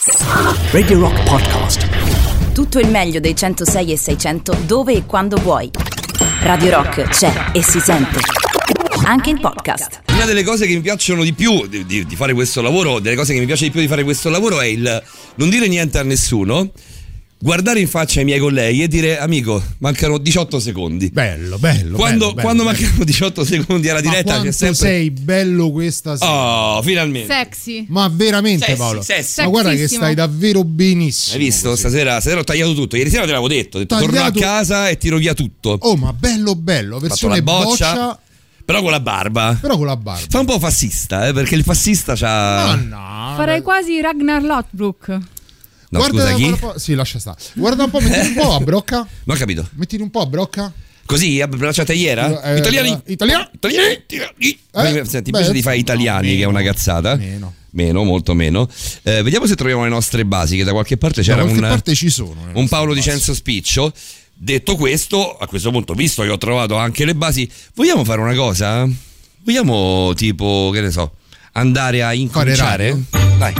Radio Rock Podcast. Tutto il meglio dei 106 e 600 dove e quando vuoi. Radio Rock c'è e si sente anche in podcast. Una delle cose che mi piacciono di più di fare questo lavoro, delle cose che mi piace di più di fare questo lavoro è il non dire niente a nessuno, guardare in faccia ai miei colleghi e dire: amico, mancano 18 secondi. Bello. Quando mancano 18 secondi alla diretta c'è sempre. Sei bello questa sera. Oh, finalmente. Sexy. Ma veramente, Sessi, Paolo. sessi. Ma guarda che stai davvero benissimo. Hai visto? Così. Stasera ho tagliato tutto. Ieri sera te l'avevo detto. Torno a casa e tiro via tutto. Oh, ma bello. Versione la boccia. Però con la barba. Fa un po' fassista, perché il fassista c'ha. No. Farei quasi Ragnar Lothbrok. No, guarda, scusa, chi? guarda sì, lascia stare. Guarda un po', mettiti un po' a brocca. Non ho capito. Mettiti un po' a brocca. Così, a braccia tagliera? Italiani. Senti, invece di fare italiani, meno, che è una cazzata. Meno, molto meno. Vediamo se troviamo le nostre basi, che da qualche parte c'era parte ci sono. Un Paolo Dicenzo Spiccio. Detto questo, a questo punto, visto che ho trovato anche le basi, vogliamo fare una cosa? Vogliamo, tipo, che ne so, andare a incominciare? Dai.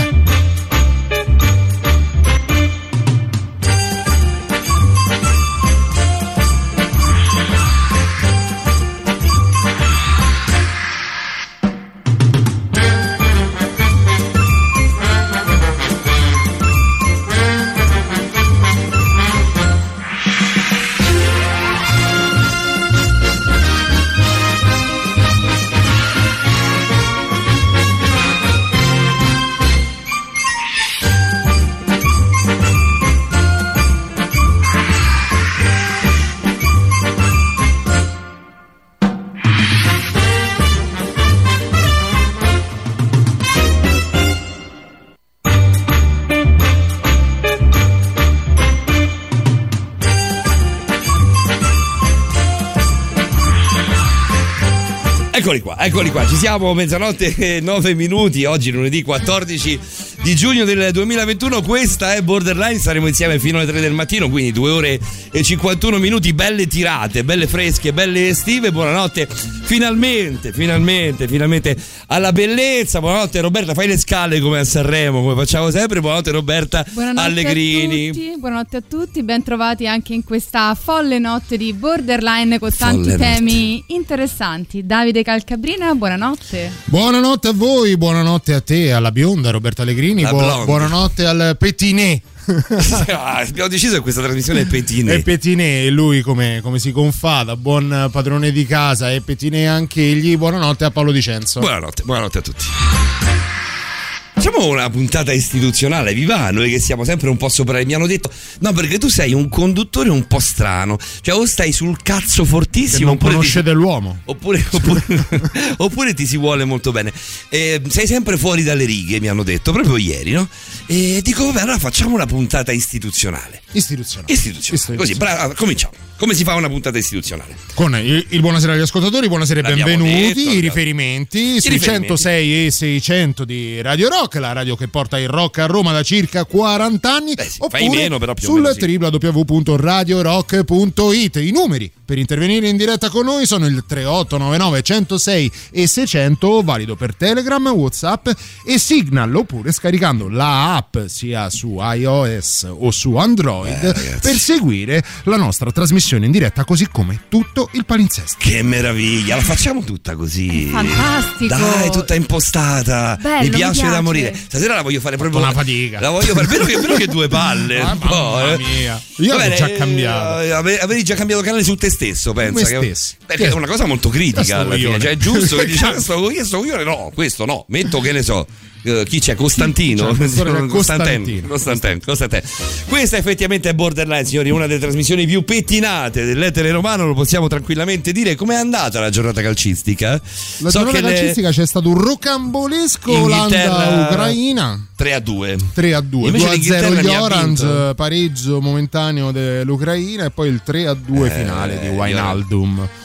Eccoli qua, ci siamo, mezzanotte e 9 minuti, oggi lunedì 14 di giugno del 2021, questa è Borderline, saremo insieme fino alle 3 del mattino, quindi 2 ore e 51 minuti, belle tirate, belle fresche, belle estive, buonanotte, finalmente alla bellezza, buonanotte Roberta, fai le scale come a Sanremo, come facciamo sempre, buonanotte Roberta Allegrini. Buonanotte a tutti, ben trovati anche in questa folle notte di Borderline con tanti temi interessanti. Davide Calcabrina, buonanotte. Buonanotte a voi, buonanotte a te, alla bionda Roberta Allegrini, buonanotte al Petiné. Abbiamo deciso che questa trasmissione è Petiné. È Petiné, lui come si confada, buon padrone di casa, è Petiné anche egli. Buonanotte a Paolo Dicenzo. Buonanotte a tutti. Facciamo una puntata istituzionale, vi va? Noi che siamo sempre un po' sopra. Mi hanno detto: no, perché tu sei un conduttore un po' strano, cioè o stai sul cazzo fortissimo, che non conoscete l'uomo, oppure ti si vuole molto bene, sei sempre fuori dalle righe, mi hanno detto proprio ieri, no? E dico: vabbè, allora facciamo una puntata istituzionale. Così, bravo, cominciamo. Come si fa una puntata istituzionale? Con il buonasera agli ascoltatori, buonasera e benvenuti, i riferimenti sui 106 e 600 di Radio Rock, la radio che porta il rock a Roma da circa 40 anni, oppure meno, però più sul www.radiorock.it. I numeri per intervenire in diretta con noi sono il 3899 106 e 600, valido per Telegram, WhatsApp e Signal, oppure scaricando la app sia su iOS o su Android per seguire la nostra trasmissione in diretta, così come tutto il palinsesto. Che meraviglia, la facciamo tutta così. Fantastico. Dai, tutta impostata. Bello, mi piace da morire. Stasera la voglio fare proprio una fatica. La voglio fare vero che due palle. Mamma mia. Io avevo già cambiato. Avevi già cambiato canale su te stesso, pensa. Perché è una cosa molto critica alla fine. Cioè, è giusto che diciamo questo no. Metto, che ne so, chi c'è? Costantino. Costantin. Questa effettivamente è Borderline, signori, una delle trasmissioni più pettinate dell'etere romano, lo possiamo tranquillamente dire. Com'è andata la giornata calcistica? La giornata calcistica c'è stato un rocambolesco Olanda-Ucraina 3-2 2-0 gli Orange, pareggio momentaneo dell'Ucraina e poi il 3-2 finale di Wijnaldum.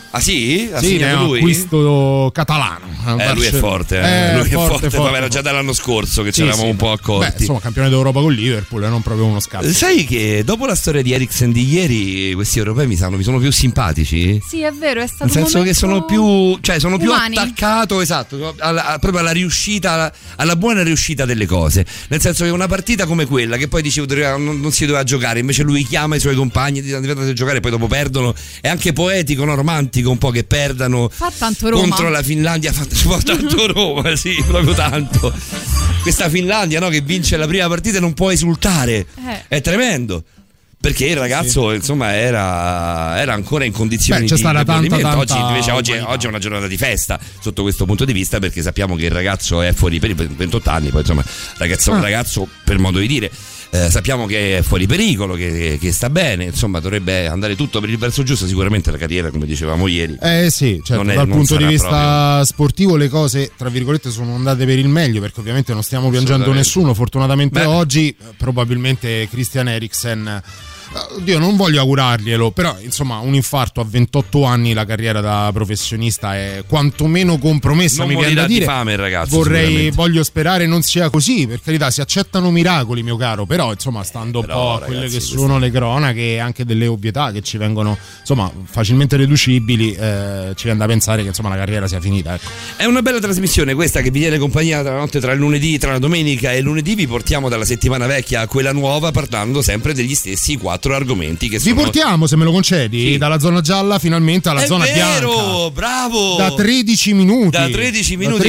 Ah sì? Ha sì, è un acquisto catalano. Lui è forte, lui è forte. Era già dall'anno scorso che ci eravamo un po' accorti. Beh, insomma, campione d'Europa con Liverpool, non proprio uno scarso. Sai che dopo la storia di Eriksen di ieri, questi europei mi sono più simpatici? Sì, è vero, è stato nel senso che sono più, cioè sono più attaccato, esatto, proprio alla riuscita, alla buona riuscita delle cose. Nel senso che una partita come quella, che poi dicevo non si doveva giocare, invece lui chiama i suoi compagni, diventano a giocare e poi dopo perdono, è anche poetico, no? Romantico un po' che perdano contro la Finlandia, fa tanto Roma, sì, proprio tanto. Questa Finlandia, no, che vince la prima partita e non può esultare, è tremendo. Perché il ragazzo insomma era ancora in condizioni c'è stata tanta oggi è una giornata di festa sotto questo punto di vista, perché sappiamo che il ragazzo è fuori per 28 anni, poi insomma ragazzo per modo di dire, sappiamo che è fuori pericolo, che sta bene, insomma dovrebbe andare tutto per il verso giusto. Sicuramente la carriera, come dicevamo ieri, sì, certo, dal punto di vista sportivo le cose tra virgolette sono andate per il meglio, perché ovviamente non stiamo piangendo nessuno, fortunatamente. Oggi probabilmente Christian Eriksen, oddio, non voglio augurarglielo, però insomma un infarto a 28 anni, la carriera da professionista è quantomeno compromessa. Non mi viene da dire, di fame il ragazzo, voglio sperare non sia così, per carità, si accettano miracoli, mio caro, però insomma stando un po' a quelle che sono le cronache, anche delle ovvietà che ci vengono insomma facilmente riducibili, ci viene da pensare che insomma la carriera sia finita, ecco. È una bella trasmissione questa che vi tiene compagnia tra la notte, tra il lunedì, tra la domenica e il lunedì. Vi portiamo dalla settimana vecchia a quella nuova, parlando sempre degli stessi 4 argomenti che vi portiamo, se me lo concedi, dalla zona gialla finalmente alla zona bianca. Bravo! Da 13 minuti. Da 13 minuti.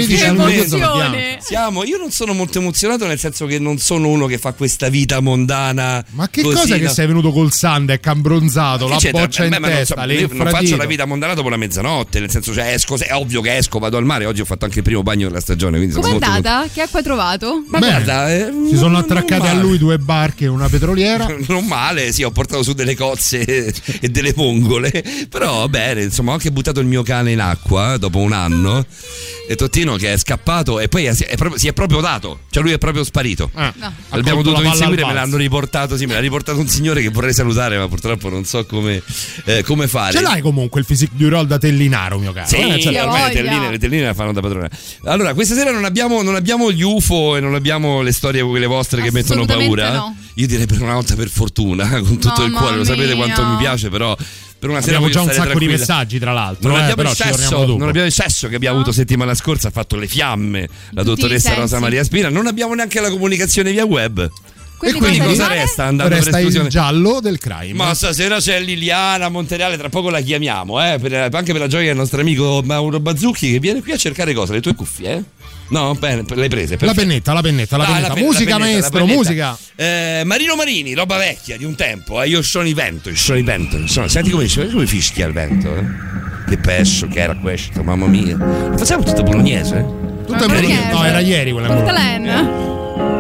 Io non sono molto emozionato, nel senso che non sono uno che fa questa vita mondana. Ma che così, cosa che sei venuto col Sandek abbronzato, la boccia in testa, non faccio la vita mondana dopo la mezzanotte, nel senso, cioè esco, è ovvio che esco, vado al mare. Oggi ho fatto anche il primo bagno della stagione, quindi com'è andata? Che acqua hai trovato? Ma guarda, si sono attraccate a lui 2 barche e una petroliera. Non male, sì, ho portato su delle cozze e delle vongole, però bene, insomma ho anche buttato il mio cane in acqua dopo un anno, e Tottino che è scappato e poi si è proprio dato, cioè lui è proprio sparito. L'abbiamo dovuto inseguire, me l'hanno riportato, me l'ha riportato un signore che vorrei salutare, ma purtroppo non so come fare. Ce l'hai comunque il physique du role da tellinaro, mio caro? Sì, ormai le telline la fanno da padrone. Allora, questa sera non abbiamo gli UFO e non abbiamo le storie quelle vostre che mettono paura. No. Io direi per una volta per fortuna, con tutto il cuore, lo sapete quanto mi piace, però per una sera abbiamo già un sacco tranquilla. Di messaggi, tra l'altro. Non abbiamo il sesso che abbiamo avuto settimana scorsa, ha fatto le fiamme la dottoressa Rosa Maria Spina. Non abbiamo neanche la comunicazione via web. E quindi cosa resta? Resta il giallo del crime. Ma stasera c'è Liliana Montereale, tra poco la chiamiamo, anche per la gioia del nostro amico Mauro Bazzucchi, che viene qui a cercare cosa? Le tue cuffie, No, bene, l'hai prese. La pennetta. Musica, maestro, musica. Marino Marini, roba vecchia di un tempo. Io sono i vento. Senti come fischia il vento, Che pesce che era questo, mamma mia. Lo facciamo tutto bolognese? Tutto bolognese. No, era ieri quella Portalen.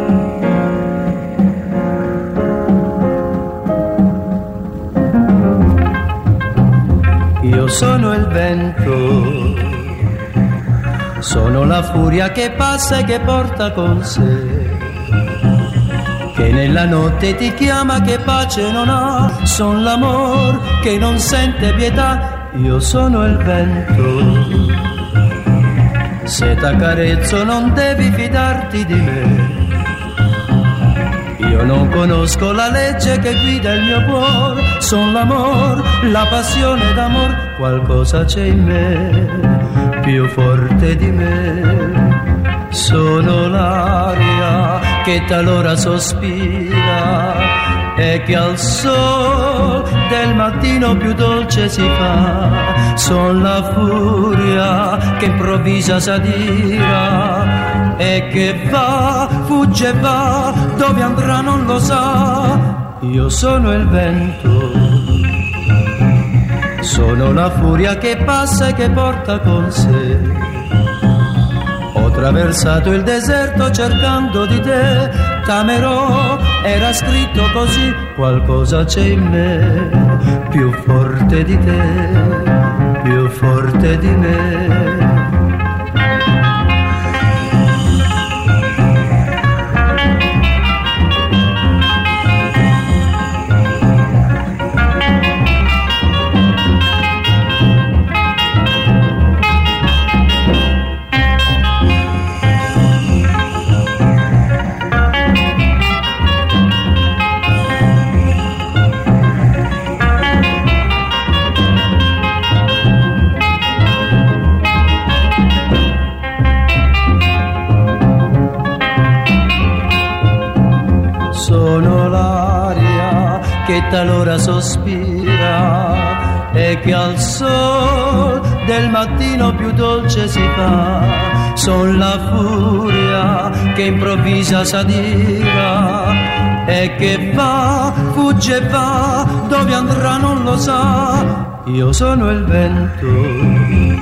Io sono il vento, sono la furia che passa e che porta con sé, che nella notte ti chiama, che pace non ha, son l'amor che non sente pietà. Io sono il vento, se t'accarezzo non devi fidarti di me. Io non conosco la legge che guida il mio cuore, son l'amor, la passione d'amor, qualcosa c'è in me, più forte di me. Sono l'aria che talora sospira e che al sol del mattino più dolce si fa. Son la furia che improvvisa s'adira e che va, fugge e va, dove andrà non lo sa. Io sono il vento, sono la furia che passa e che porta con sé. Ho attraversato il deserto cercando di te, t'amerò, era scritto così, qualcosa c'è in me, più forte di te, più forte di me. sono l'aria che talora sospira e che al sol del mattino più dolce si fa. Son la furia che improvvisa s'adira e che va, fugge e va, dove andrà non lo sa. Io sono il vento,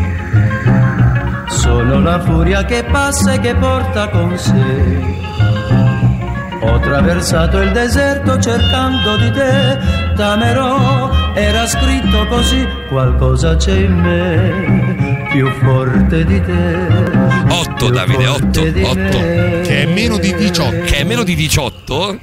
sono la furia che passa e che porta con sé. Ho attraversato il deserto cercando di te, t'amerò, era scritto così, qualcosa c'è in me, più forte di te. 8 Davide, 8. Che è meno di 18. Che è meno di 18?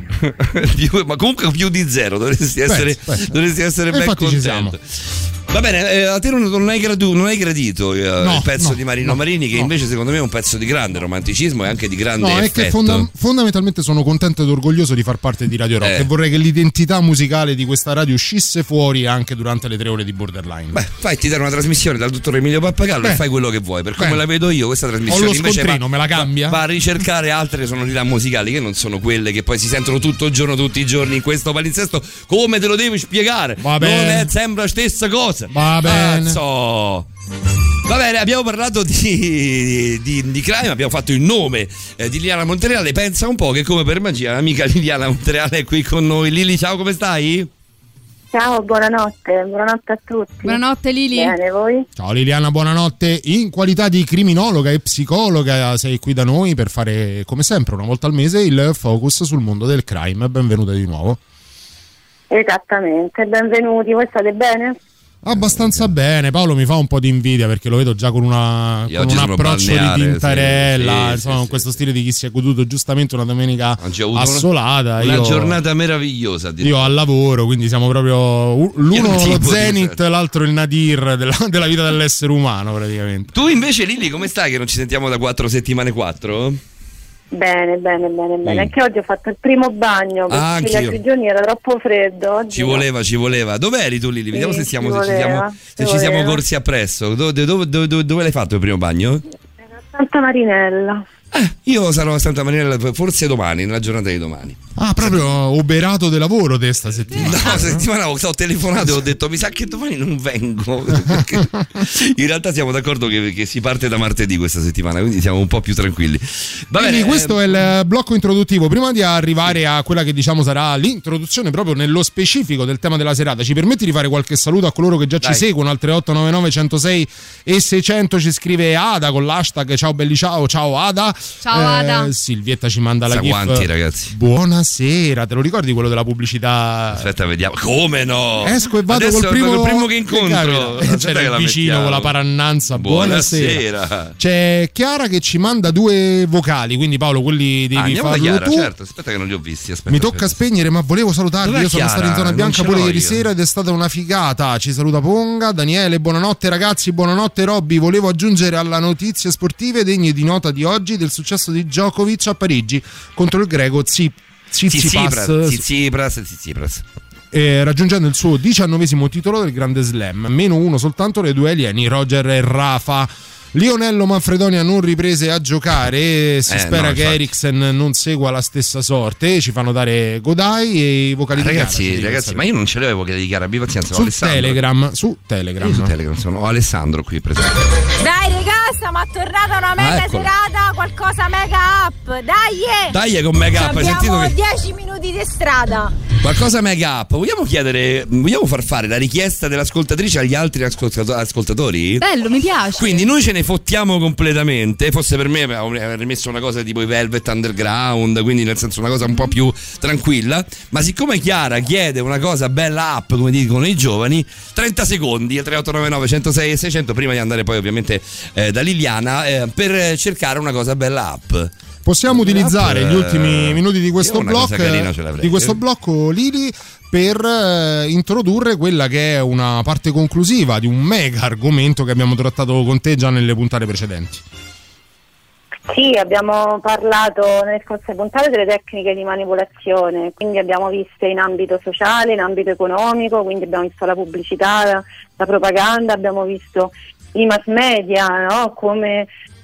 Ma comunque più di 0, dovresti essere ben contento. Va bene, a te non hai gradito il pezzo di Marino Marini, che invece secondo me è un pezzo di grande romanticismo e anche di grande effetto. È che fondamentalmente sono contento ed orgoglioso di far parte di Radio Rock e vorrei che l'identità musicale di questa radio uscisse fuori anche durante le 3 ore di Borderline. Ti dare una trasmissione dal dottor Emilio Pappagallo e fai quello che vuoi. Per come la vedo io, questa trasmissione ho lo invece scontrino, me la cambia? Va a ricercare altre sonorità musicali che non sono quelle che poi si sentono tutto il giorno, tutti i giorni in questo palinsesto. Come te lo devi spiegare? Va bene. Non è sempre la stessa cosa. Va bene. Va bene, abbiamo parlato di crime, abbiamo fatto il nome di Liliana Montereale. Pensa un po' che come per magia l'amica Liliana Montereale è qui con noi. Lili, ciao, come stai? Ciao, buonanotte a tutti. Buonanotte Lili. Bene, voi? Ciao Liliana, buonanotte. In qualità di criminologa e psicologa sei qui da noi per fare, come sempre, una volta al mese il focus sul mondo del crime. Benvenuta di nuovo. Esattamente, benvenuti. Voi state bene? Abbastanza bene. Paolo mi fa un po' di invidia perché lo vedo già con un approccio di tintarella, con questo stile di chi si è goduto giustamente una domenica assolata. Una giornata meravigliosa. Io al lavoro, quindi siamo proprio l'uno lo Zenith, l'altro il nadir della vita dell'essere umano praticamente. Tu invece Lili come stai che non ci sentiamo da 4 settimane? 4? Bene. Anche oggi ho fatto il primo bagno perché gli altri giorni era troppo freddo. Oggi ci voleva. Dove eri tu Lili? Vediamo se ci siamo corsi appresso. Dove l'hai fatto il primo bagno? A Santa Marinella. Io sarò a Santa Marinella forse domani, nella giornata di domani. Proprio oberato di lavoro te sta settimana. No, settimana ho telefonato e ho detto mi sa che domani non vengo. In realtà siamo d'accordo che si parte da martedì questa settimana, quindi siamo un po' più tranquilli. Va bene, quindi questo è il blocco introduttivo. Prima di arrivare a quella che diciamo sarà l'introduzione proprio nello specifico del tema della serata, ci permetti di fare qualche saluto a coloro che già ci seguono al 3899 106 e 600? Ci scrive Ada con l'hashtag ciao belli ciao Ada. Ciao Ada. Silvietta ci manda la gif. Quanti ragazzi? Buonasera, te lo ricordi quello della pubblicità? Aspetta, vediamo. Come no? Esco e vado col primo che incontro. C'era il vicino con la parannanza. Buonasera. C'è Chiara che ci manda 2 vocali, quindi Paolo quelli devi farlo Chiara, tu. certo. Aspetta che non li ho visti. Mi tocca spegnere, ma volevo salutarvi. Dov'è io sono Chiara? stato in zona bianca pure ieri io. sera ed è stata una figata. Ci saluta Ponga. Daniele, buonanotte ragazzi, buonanotte Robby. Volevo aggiungere alla notizie sportive degne di nota di oggi del successo di Djokovic a Parigi contro il greco Tsitsipas, raggiungendo il suo 19° titolo del Grande Slam, -1 soltanto le 2 alieni Roger e Rafa. Lionello Manfredonia non riprese a giocare, si spera che Eriksen non segua la stessa sorte. Ci fanno dare Godai e i vocali ragazzi, ma io non ce l'avevo vocali di Chiara, abbi pazienza. Su Telegram Io su Telegram sono Alessandro qui presente. Dai ragazzi, ma è tornata una mega serata, qualcosa mega up, dai con mega up, hai sentito che 10 minuti di strada. Qualcosa mega up. Vogliamo far fare la richiesta dell'ascoltatrice agli altri ascoltatori? Bello, mi piace. Quindi noi ce ne fottiamo completamente. Forse per me avrei rimesso una cosa tipo i Velvet Underground, quindi nel senso una cosa un po' più tranquilla. Ma siccome Chiara chiede una cosa bella up, come dicono i giovani, 30 secondi al 3899 106 e 600 prima di andare poi ovviamente da Liliana per cercare una cosa bella up. Possiamo utilizzare gli ultimi minuti di questo blocco Lili per introdurre quella che è una parte conclusiva di un mega argomento che abbiamo trattato con te già nelle puntate precedenti. Sì, abbiamo parlato nelle scorse puntate delle tecniche di manipolazione, quindi abbiamo visto in ambito sociale, in ambito economico, quindi abbiamo visto la pubblicità, la propaganda, abbiamo visto i mass media, no? Come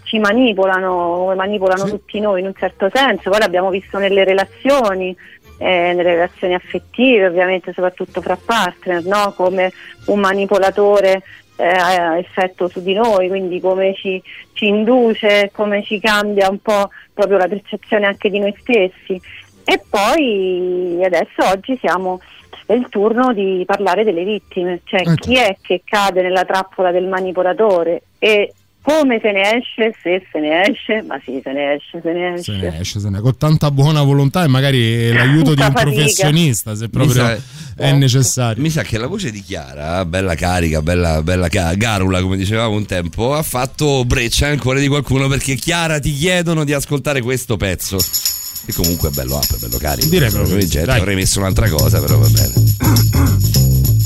ci manipolano tutti noi in un certo senso. Poi l'abbiamo visto nelle relazioni affettive, ovviamente soprattutto fra partner, no? Come un manipolatore ha effetto su di noi, quindi come ci induce, come ci cambia un po' proprio la percezione anche di noi stessi. E poi adesso oggi è il turno di parlare delle vittime, cioè chi è che cade nella trappola del manipolatore e come se ne esce, se se ne esce, ma sì, se ne esce. Con tanta buona volontà e magari l'aiuto di un professionista, se proprio è necessario. Mi sa che la voce di Chiara, bella carica, bella garula, come dicevamo un tempo, ha fatto breccia nel cuore di qualcuno, perché Chiara, ti chiedono di ascoltare questo pezzo. E comunque è bello up, è bello carico. Direi proprio, avrei messo un'altra cosa, però va bene.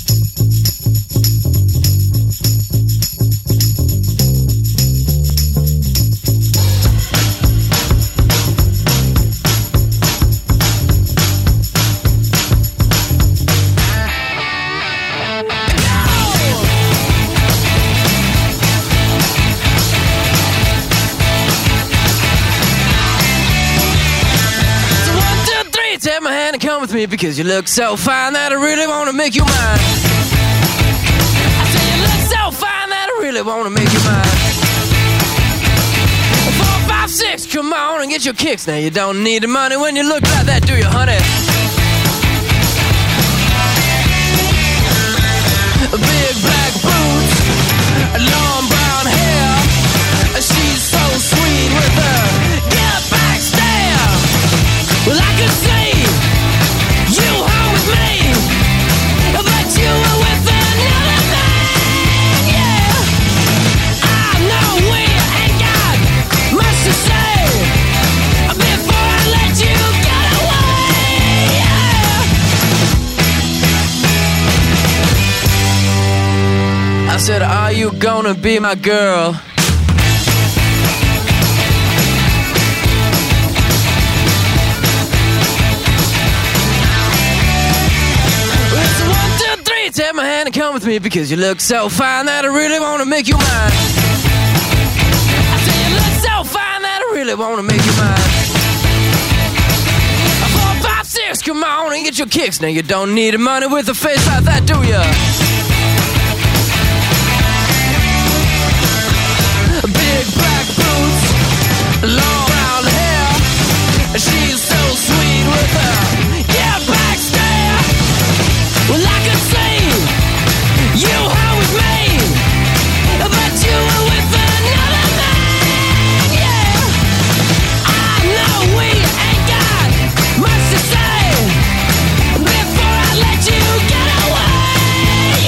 Take my hand and come with me because you look so fine that I really want to make you mine. I say you look so fine that I really want to make you mine. 4, 5, 6, come on and get your kicks. Now you don't need the money when you look like that, do you, honey? Big black boots, long brown hair. She's so sweet with her get back stare. Well, I could see you home with me, but you were with another man, yeah. I know we ain't got much to say before I let you get away, yeah. I said, are you gonna be my girl? Take my hand and come with me because you look so fine that I really want to make you mine. I say you look so fine that I really want to make you mine. 4, 5, 6, come on and get your kicks. Now you don't need the money with a face like that, do ya? Big black boots, long brown hair. She's so sweet with her get back stare. Well, I could see you home with me, but you were with another man, yeah. I know we ain't got much to say before I let you get away,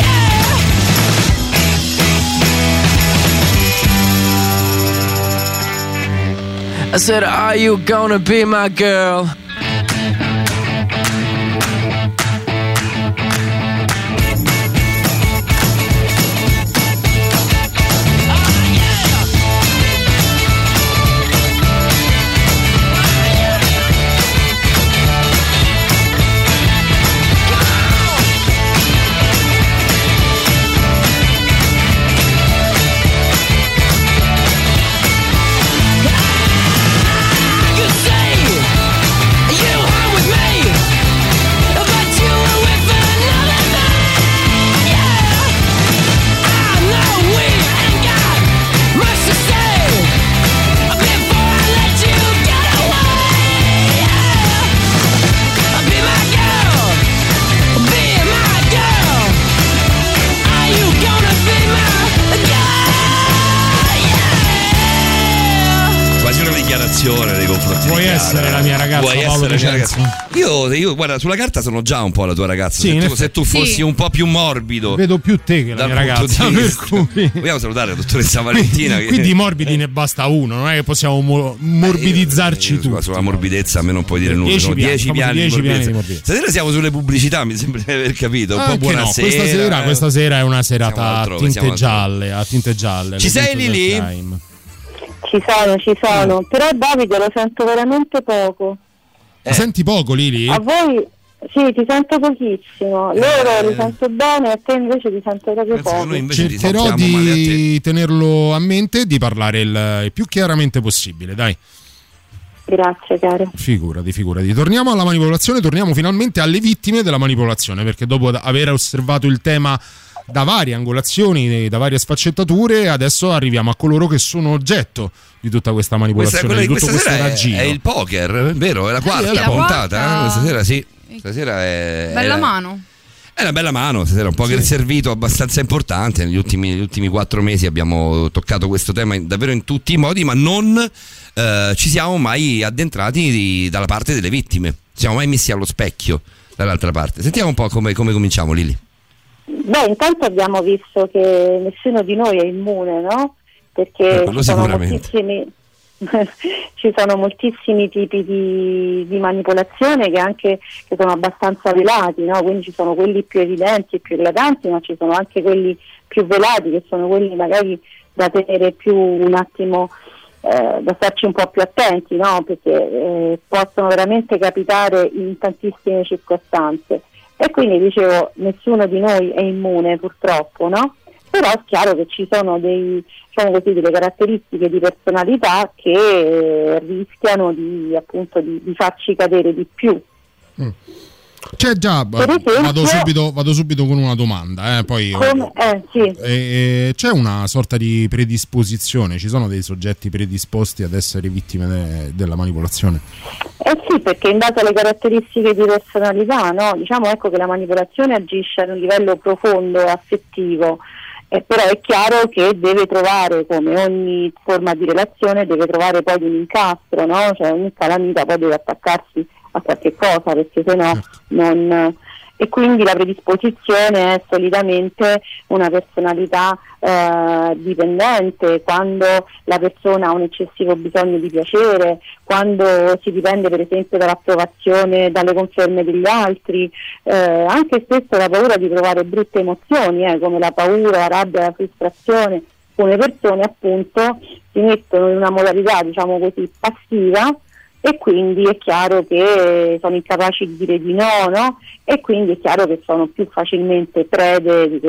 yeah. I said, are you gonna be my girl? Nei confronti vuoi essere la mia ragazza? Vuoi Paolo essere la mia Vicenzi? ragazza? Io guarda, sulla carta sono già un po' la tua ragazza. Sì, se tu fossi un po' più morbido, vedo più te che la mia ragazza. Per cui... Vogliamo salutare la dottoressa Valentina. Qui di morbidi ne basta uno, non è che possiamo morbidizzarci tutti. Sulla morbidezza a me non puoi dire nulla. 10 piani di morbidezza. Stasera siamo sulle pubblicità, mi sembra di aver capito. Un po' buonasera. No. Questa sera è una serata a tinte gialle. Ci sei Lili? Ci sono, però Davide lo sento veramente poco. Senti poco, Lili? A voi? Sì, ti sento pochissimo. Loro li sento bene, a te invece ti sento proprio poco. Cercherò di tenerlo a mente e di parlare il più chiaramente possibile, dai. Grazie caro. Figurati. Torniamo alla manipolazione, torniamo finalmente alle vittime della manipolazione, perché dopo aver osservato il tema da varie angolazioni, da varie sfaccettature, adesso arriviamo a coloro che sono oggetto di tutta questa manipolazione, di tutto questo raggiro. È il poker, vero? È la quarta puntata. Questa sera sì. Stasera è bella mano. È una bella mano, stasera un poker servito abbastanza importante. Negli ultimi 4 mesi abbiamo toccato questo tema davvero in tutti i modi, ma non ci siamo mai addentrati dalla parte delle vittime. Siamo mai messi allo specchio dall'altra parte. Sentiamo un po' come cominciamo, Lili. Beh, intanto abbiamo visto che nessuno di noi è immune, no? Perché ci sono moltissimi tipi di manipolazione che sono abbastanza velati, no? Quindi ci sono quelli più evidenti e più eclatanti, ma ci sono anche quelli più velati, che sono quelli magari da tenere più un attimo, da starci un po' più attenti, no? Perché possono veramente capitare in tantissime circostanze. E quindi dicevo, nessuno di noi è immune purtroppo, no? Però è chiaro che ci sono delle caratteristiche di personalità che rischiano di farci cadere di più. C'è già, vado subito con una domanda, poi sì. C'è una sorta di predisposizione, ci sono dei soggetti predisposti ad essere vittime della manipolazione? Sì, perché in base alle caratteristiche di personalità, no? Diciamo che la manipolazione agisce a un livello profondo, affettivo, però è chiaro che deve trovare, come ogni forma di relazione, deve trovare poi un incastro, no? Cioè ogni calamita poi deve attaccarsi a qualche cosa, perché sennò non... E quindi la predisposizione è solitamente una personalità dipendente, quando la persona ha un eccessivo bisogno di piacere, quando si dipende per esempio dall'approvazione, dalle conferme degli altri, anche spesso la paura di provare brutte emozioni, come la paura, la rabbia, la frustrazione. Alcune persone appunto si mettono in una modalità, diciamo così, passiva, e quindi è chiaro che sono incapaci di dire di no? E quindi è chiaro che sono più facilmente prede di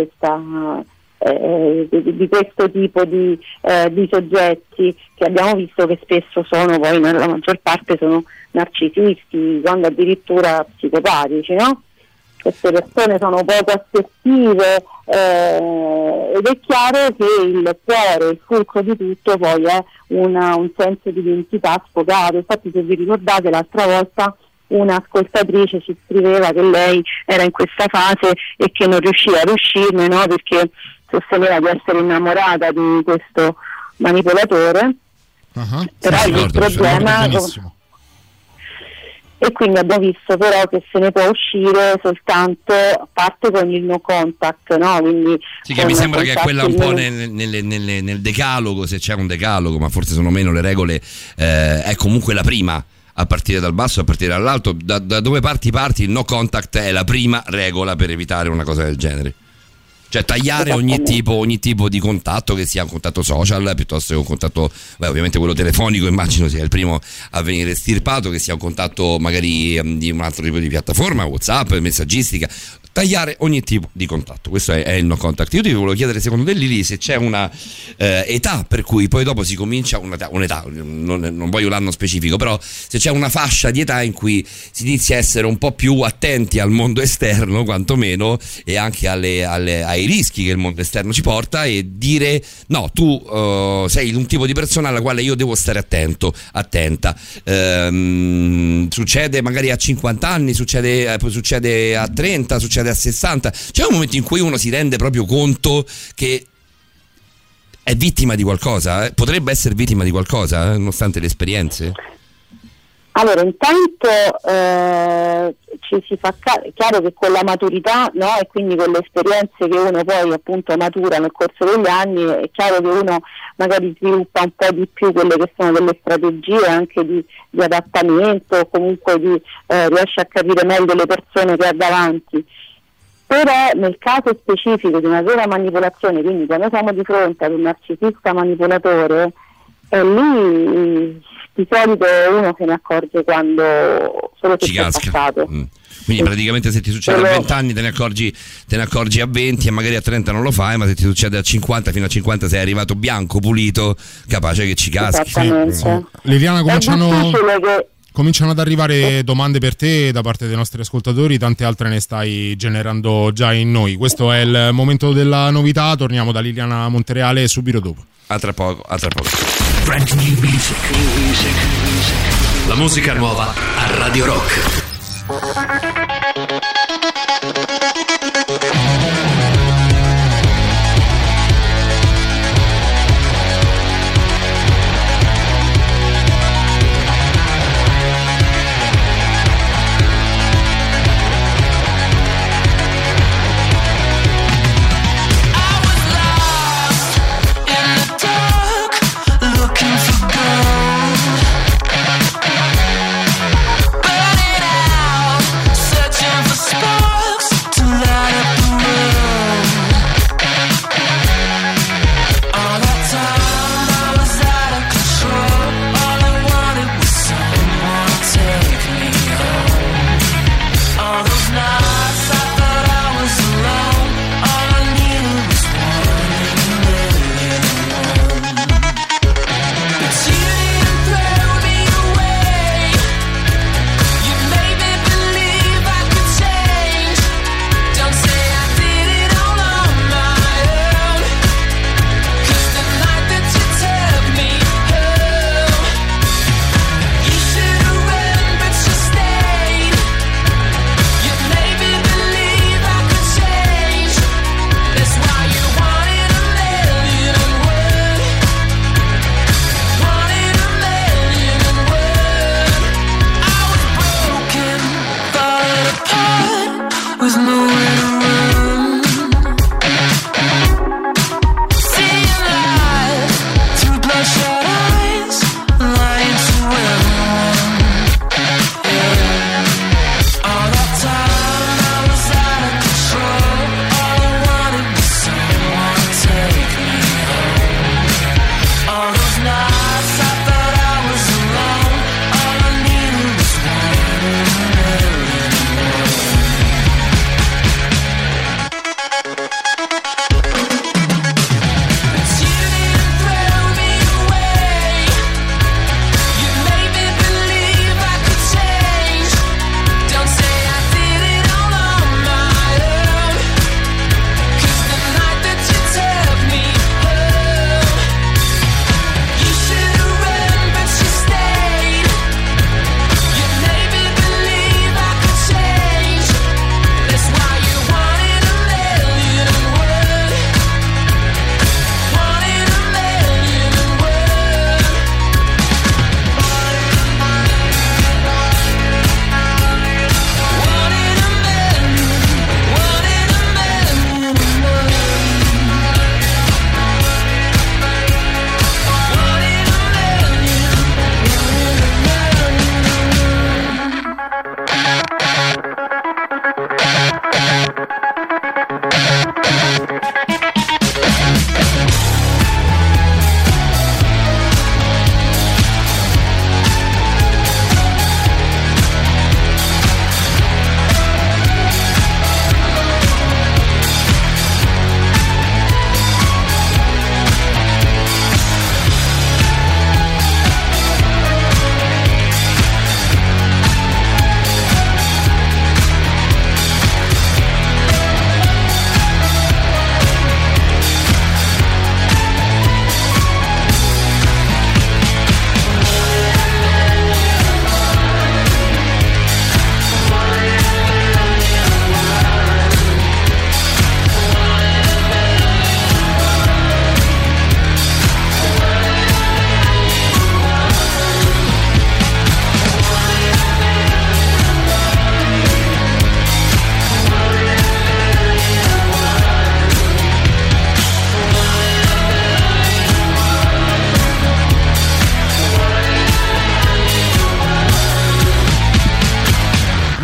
questo tipo di soggetti, che abbiamo visto che spesso sono, poi nella maggior parte sono narcisisti, quando addirittura psicopatici, no? Queste persone sono poco assertive, ed è chiaro che il cuore, il fulcro di tutto poi è un senso di identità sfogato. Infatti, se vi ricordate, l'altra volta un'ascoltatrice ci scriveva che lei era in questa fase e che non riusciva ad uscirne, no? Perché sosteneva di essere innamorata di questo manipolatore, però il problema... E quindi abbiamo visto però che se ne può uscire soltanto, a parte con il no contact, no? Quindi sì, che mi sembra che è quella un po' nel decalogo, se c'è un decalogo, ma forse sono meno le regole, è comunque la prima, a partire dal basso, a partire dall'alto, da dove parti, il no contact è la prima regola per evitare una cosa del genere. Cioè tagliare ogni tipo di contatto, che sia un contatto social piuttosto che un contatto, ovviamente quello telefonico immagino sia il primo a venire estirpato, che sia un contatto magari di un altro tipo di piattaforma, WhatsApp, messaggistica. Tagliare ogni tipo di contatto, questo è il no contact. Io ti volevo chiedere, secondo te, Lili, se c'è una età per cui poi dopo si comincia, un'età, non voglio l'anno specifico, però se c'è una fascia di età in cui si inizia a essere un po' più attenti al mondo esterno, quantomeno, e anche ai rischi che il mondo esterno ci porta, e dire no, tu sei un tipo di persona alla quale io devo stare attenta. Succede magari a 50 anni, succede a 30, succede a 60. C'è un momento in cui uno si rende proprio conto che è vittima di qualcosa, potrebbe essere vittima di qualcosa, nonostante le esperienze? Allora, intanto ci si fa chiaro che con la maturità, no? E quindi con le esperienze che uno poi appunto matura nel corso degli anni, è chiaro che uno magari sviluppa un po' di più quelle che sono delle strategie anche di adattamento, o comunque riesce a capire meglio le persone che ha davanti. Però nel caso specifico di una vera manipolazione, quindi quando siamo di fronte ad un narcisista manipolatore, lì di solito uno se ne accorge quando solo se ci c'è casca. passato. Quindi praticamente se ti succede a 20 anni te ne accorgi a 20 e magari a 30 non lo fai, ma se ti succede a 50, fino a 50 sei arrivato bianco, pulito, capace che ci caschi. Esattamente. Liliana, cominciano Cominciano ad arrivare domande per te da parte dei nostri ascoltatori, tante altre ne stai generando già in noi. Questo è il momento della novità, torniamo da Liliana Montereale subito dopo. A tra poco. Brand new music. La musica nuova a Radio Rock. Burn it out, search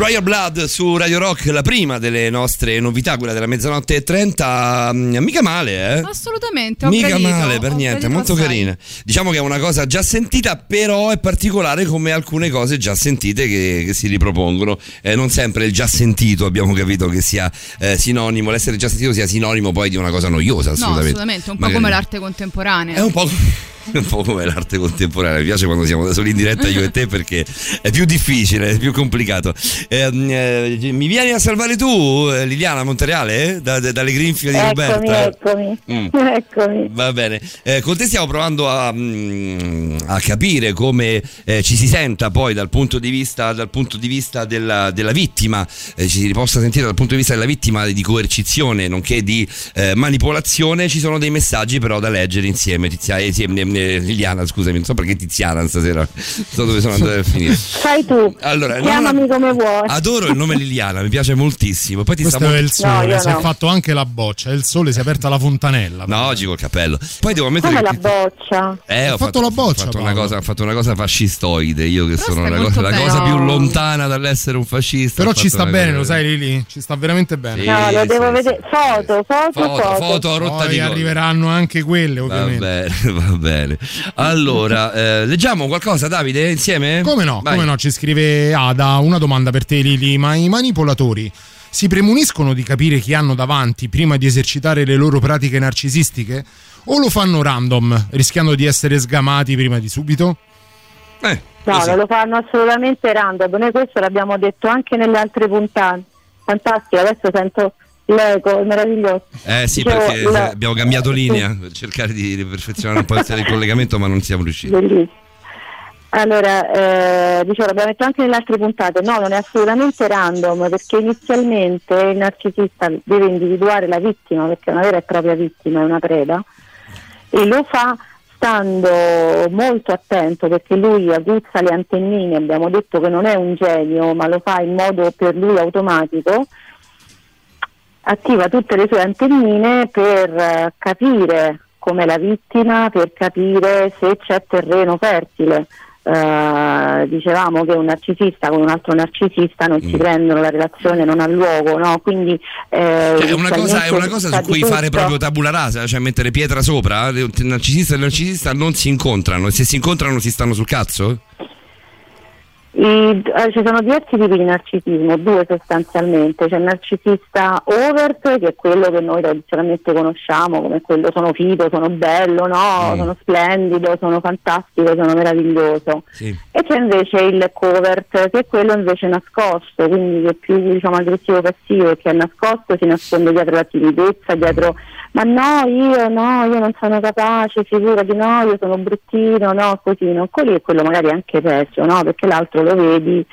Royal Blood su Radio Rock, la prima delle nostre novità, quella della 00:30. Mica male, Assolutamente, mica male per niente, molto carina. Diciamo che è una cosa già sentita, però è particolare come alcune cose già sentite che si ripropongono. Non sempre il già sentito abbiamo capito che sia sinonimo, l'essere già sentito sia sinonimo poi di una cosa noiosa, assolutamente. No, assolutamente, un po' come l'arte contemporanea. È un po' come l'arte contemporanea. Mi piace quando siamo da soli in diretta io e te, perché è più difficile, è più complicato. Mi vieni a salvare tu, Liliana Montereale, dalle grinfie di Roberta? Eccomi. Va bene. Con te stiamo provando a capire come ci si senta poi dal punto di vista della vittima, ci si possa sentire dal punto di vista della vittima di coercizione nonché di manipolazione. Ci sono dei messaggi però da leggere insieme. Liliana, scusami, non so perché Tiziana stasera, non so dove sono andato a finire. Sai tu, allora, chiamami come vuoi. Adoro il nome Liliana, mi piace moltissimo. Poi questo è il sole, si è fatto anche la boccia, è il sole, si è aperta la fontanella. No, oggi col cappello. Poi devo ammettere come la boccia? Ho fatto la boccia. Ho fatto una cosa fascistoide, io che però sono la cosa più lontana dall'essere un fascista. Però ci sta bene, lo sai Lili? Ci sta veramente bene. No, lo devo vedere. Foto a rotta di arriveranno anche quelle, ovviamente. Va bene. Allora, leggiamo qualcosa, Davide, insieme? Come no, ci scrive Ada, una domanda per te Lili, ma i manipolatori si premuniscono di capire chi hanno davanti prima di esercitare le loro pratiche narcisistiche? O lo fanno random, rischiando di essere sgamati prima di subito? No, non lo fanno assolutamente random, noi questo l'abbiamo detto anche nelle altre puntate. Fantastico, adesso sento l'eco, è meraviglioso. Sì, perché abbiamo cambiato linea per cercare di perfezionare un po' il collegamento, ma non siamo riusciti. Bellissimo. Allora, dicevo, l'abbiamo detto anche nelle altre puntate, no, non è assolutamente random, perché inizialmente il narcisista deve individuare la vittima, perché è una vera e propria vittima, è una preda, e lo fa stando molto attento, perché lui aguzza le antennine, abbiamo detto che non è un genio, ma lo fa in modo per lui automatico, attiva tutte le sue antennine per capire com'è la vittima, per capire se c'è terreno fertile. Dicevamo che un narcisista con un altro narcisista non si prendono, la relazione non ha luogo, no? Quindi è una cosa su cui fare proprio tabula rasa, cioè mettere pietra sopra. Il narcisista e il narcisista non si incontrano, e se si incontrano si stanno sul cazzo? Ci sono diversi tipi di narcisismo, due sostanzialmente. C'è il narcisista overt, che è quello che noi tradizionalmente conosciamo come quello sono figo, sono bello, no? Sono splendido, sono fantastico, sono meraviglioso. Sì. E c'è invece il covert, che è quello invece nascosto, quindi che è più, diciamo, aggressivo passivo, che è nascosto, si nasconde dietro la timidezza, dietro ma io non sono capace, figurati, no, io sono bruttino, no, così, non così, e quello magari è anche peggio, no, perché l'altro lo vedi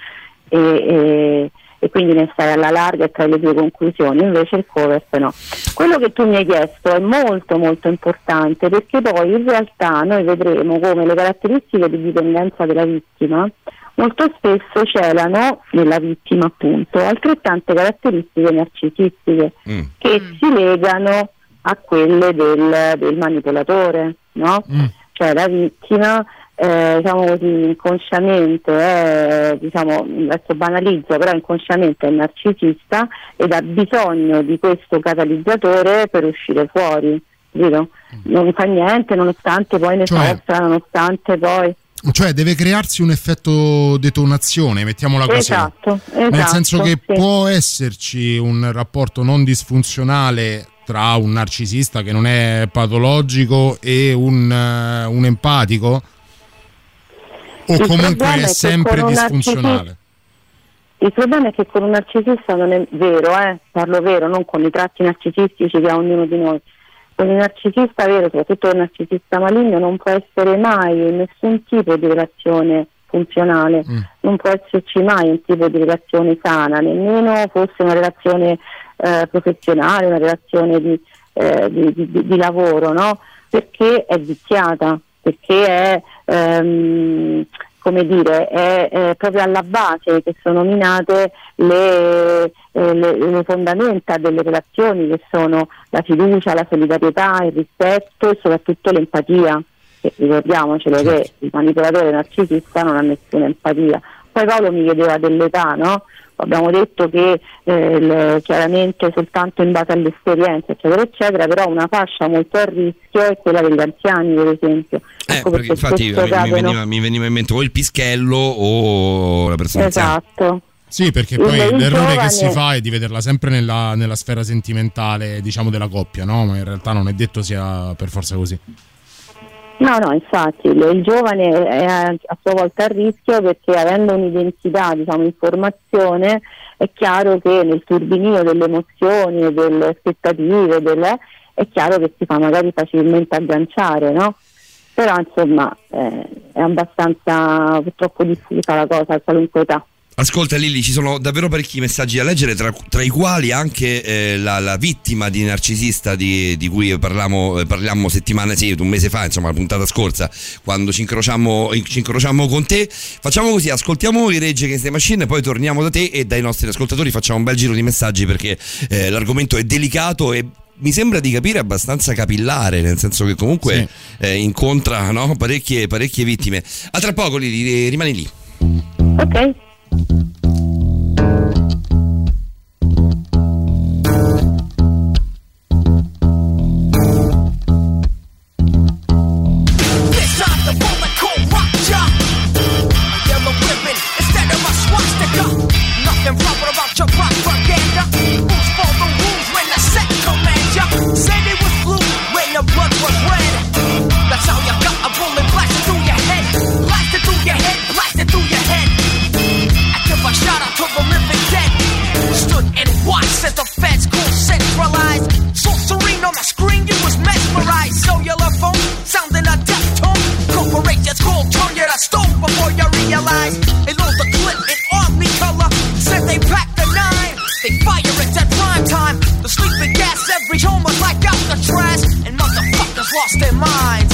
e quindi ne stai alla larga e trai le tue conclusioni, invece il covert no. Quello che tu mi hai chiesto è molto molto importante, perché poi in realtà noi vedremo come le caratteristiche di dipendenza della vittima molto spesso celano nella vittima, appunto, altrettante caratteristiche narcisistiche che si legano a quelle del manipolatore, no? Cioè la vittima, diciamo così, inconsciamente diciamo, adesso banalizzo, però inconsciamente è narcisista ed ha bisogno di questo catalizzatore per uscire fuori, vero? Non fa niente nonostante poi ne soffra, nonostante poi... Cioè deve crearsi un effetto detonazione, mettiamola così. Esatto, nel senso che può esserci un rapporto non disfunzionale tra un narcisista che non è patologico e un empatico, o comunque è sempre disfunzionale? Il problema è che con un narcisista non è vero, parlo vero, non con i tratti narcisistici che ha ognuno di noi. Con il narcisista vero, soprattutto il narcisista maligno, non può essere mai nessun tipo di relazione funzionale, non può esserci mai un tipo di relazione sana, nemmeno fosse una relazione professionale, una relazione di lavoro, no? Perché è viziata, perché è come dire, è proprio alla base che sono minate le fondamenta delle relazioni, che sono la fiducia, la solidarietà, il rispetto e soprattutto l'empatia. E ricordiamocelo che il manipolatore narcisista non ha nessuna empatia. Poi Paolo mi chiedeva dell'età, no? abbiamo detto che chiaramente soltanto in base all'esperienza eccetera eccetera, però una fascia molto a rischio è quella degli anziani, per esempio. Ecco, perché infatti mi veniva in mente o il pischello o la persona anziana. Esatto. Sì, perché poi l'errore che si fa è di vederla sempre nella sfera sentimentale, diciamo, della coppia, no? Ma in realtà non è detto sia per forza così. No, infatti il giovane è a sua volta a rischio, perché avendo un'identità, diciamo, informazione, è chiaro che nel turbinio delle emozioni e delle aspettative è chiaro che si fa magari facilmente agganciare, no? Però insomma è abbastanza purtroppo diffusa la cosa a qualunque età. Ascolta Lilli, ci sono davvero parecchi messaggi da leggere, tra i quali anche la vittima di narcisista di cui parlammo un mese fa, insomma la puntata scorsa, quando ci incrociammo con te. Facciamo così, ascoltiamo i Rage Against the Machine, poi torniamo da te e dai nostri ascoltatori facciamo un bel giro di messaggi, perché l'argomento è delicato e mi sembra di capire abbastanza capillare, nel senso che comunque incontra, no, parecchie vittime. A tra poco, Lilli, rimani lì. Ok. Said the feds go centralized. So serene on the screen, you was mesmerized. Cellular phone, sounding a death tone. Corporations call, turn you to stone before you realize. They load the clip in army color. Said they packed the 9. They fire it at prime time. The sleeping gas every home was like Alcatraz. And motherfuckers lost their minds.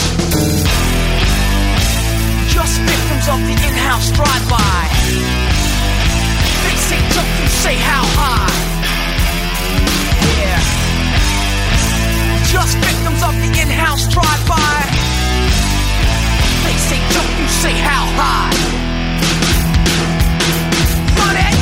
Just victims of the in-house drive-by. They say jump, you say how high. Yeah. Just victims of the in-house drive-by. They say jump, you say how high. Run it.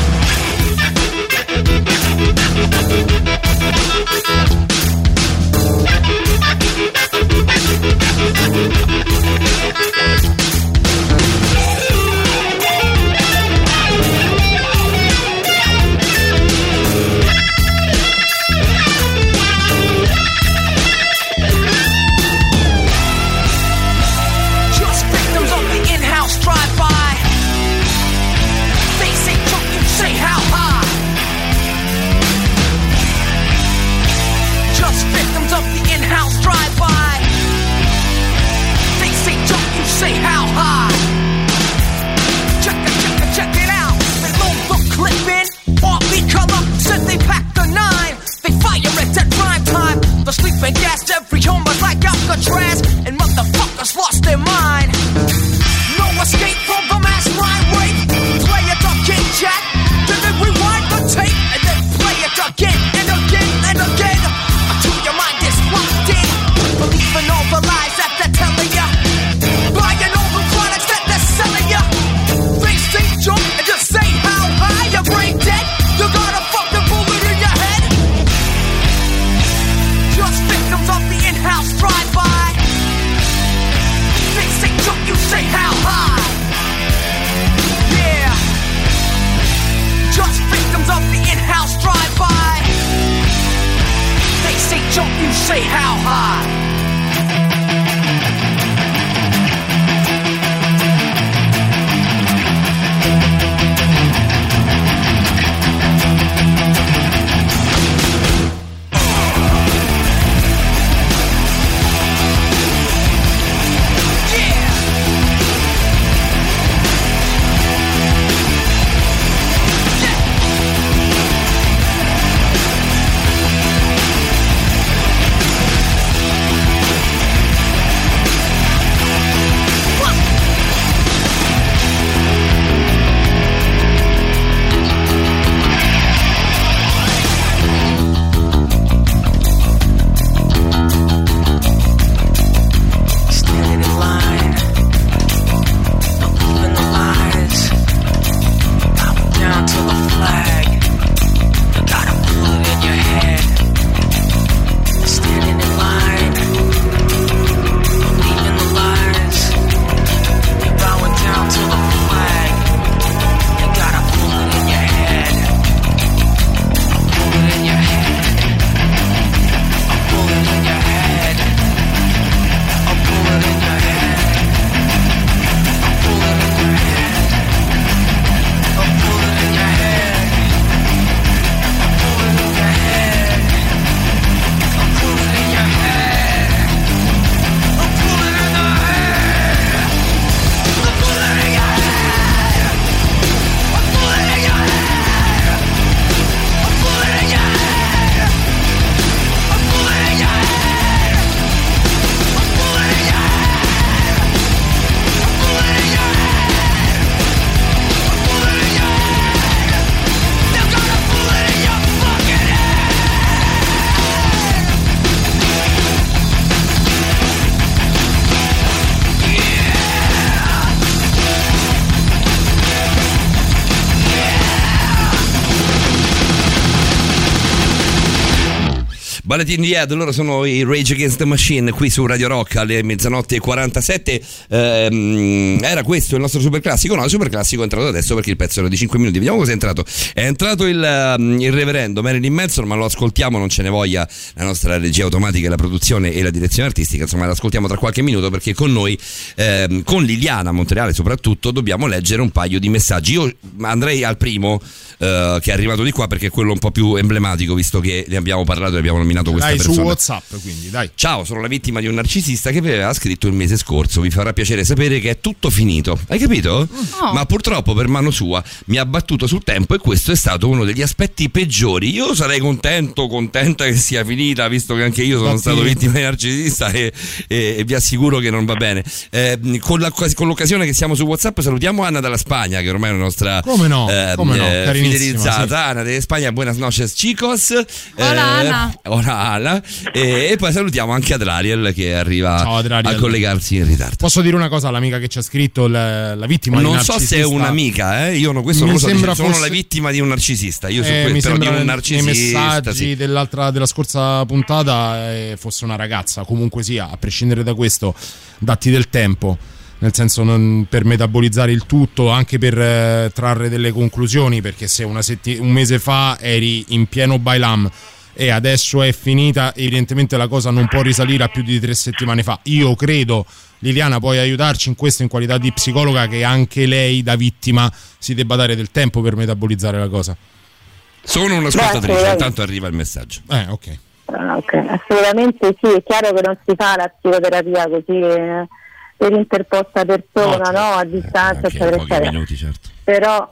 Bullet in the Head, loro sono i Rage Against the Machine qui su Radio Rock alle 00:47. Era questo il nostro super classico? No, il super classico è entrato adesso perché il pezzo era di 5 minuti. Vediamo cosa è entrato. È entrato il reverendo Marilyn Manson, ma lo ascoltiamo, non ce ne voglia la nostra regia automatica, la produzione e la direzione artistica, insomma l'ascoltiamo tra qualche minuto perché con noi, con Liliana Montereale soprattutto, dobbiamo leggere un paio di messaggi. Io andrei al primo che è arrivato di qua perché è quello un po' più emblematico, visto che ne abbiamo parlato e abbiamo nominato questa persona. Su WhatsApp, quindi dai. Ciao, sono la vittima di un narcisista che vi aveva scritto il mese scorso. Vi farà piacere sapere che è tutto finito. Hai capito? Oh. Ma purtroppo per mano sua mi ha battuto sul tempo e questo è stato uno degli aspetti peggiori. Io sarei contenta che sia finita, visto che anche io sono stato vittima di narcisista e vi assicuro che non va bene. Con l'occasione che siamo su WhatsApp salutiamo Anna dalla Spagna, che ormai è una nostra fidelizzata. Sì. Anna della Spagna, buenas noches chicos. Hola Ana. E poi salutiamo anche Adriel che arriva a collegarsi in ritardo. Posso dire una cosa all'amica che ci ha scritto, la vittima di un narcisista? Non so se è un'amica, io questo non lo so, sono la vittima di un narcisista. Io mi però di sembra un narcisista. Nei messaggi della scorsa puntata fosse una ragazza, comunque sia, a prescindere da questo, datti del tempo. Nel senso, non per metabolizzare il tutto, anche per trarre delle conclusioni, perché se un mese fa eri in pieno bailam e adesso è finita, evidentemente la cosa non può risalire a più di 3 settimane fa. Io credo, Liliana, puoi aiutarci in questo in qualità di psicologa, che anche lei da vittima si debba dare del tempo per metabolizzare la cosa. Sono un'ascoltatrice, intanto arriva il messaggio. Ok. Assolutamente sì, è chiaro che non si fa la psicoterapia così per interposta persona, no, a distanza, eccetera. Minuti, certo. Però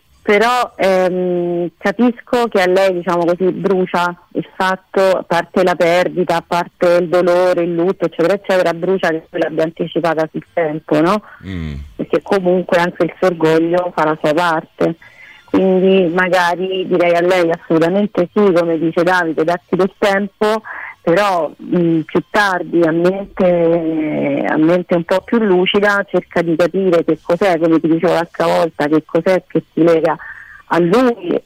capisco che a lei, diciamo così, brucia il fatto, a parte la perdita, a parte il dolore, il lutto, eccetera, brucia che poi l'abbia anticipata sul tempo, no? Perché comunque anche il suo orgoglio fa la sua parte. Quindi magari direi a lei assolutamente sì, come dice Davide, datti del tempo, però più tardi, a mente un po' più lucida, cerca di capire che cos'è, come ti dicevo l'altra volta, che cos'è che si lega a lui.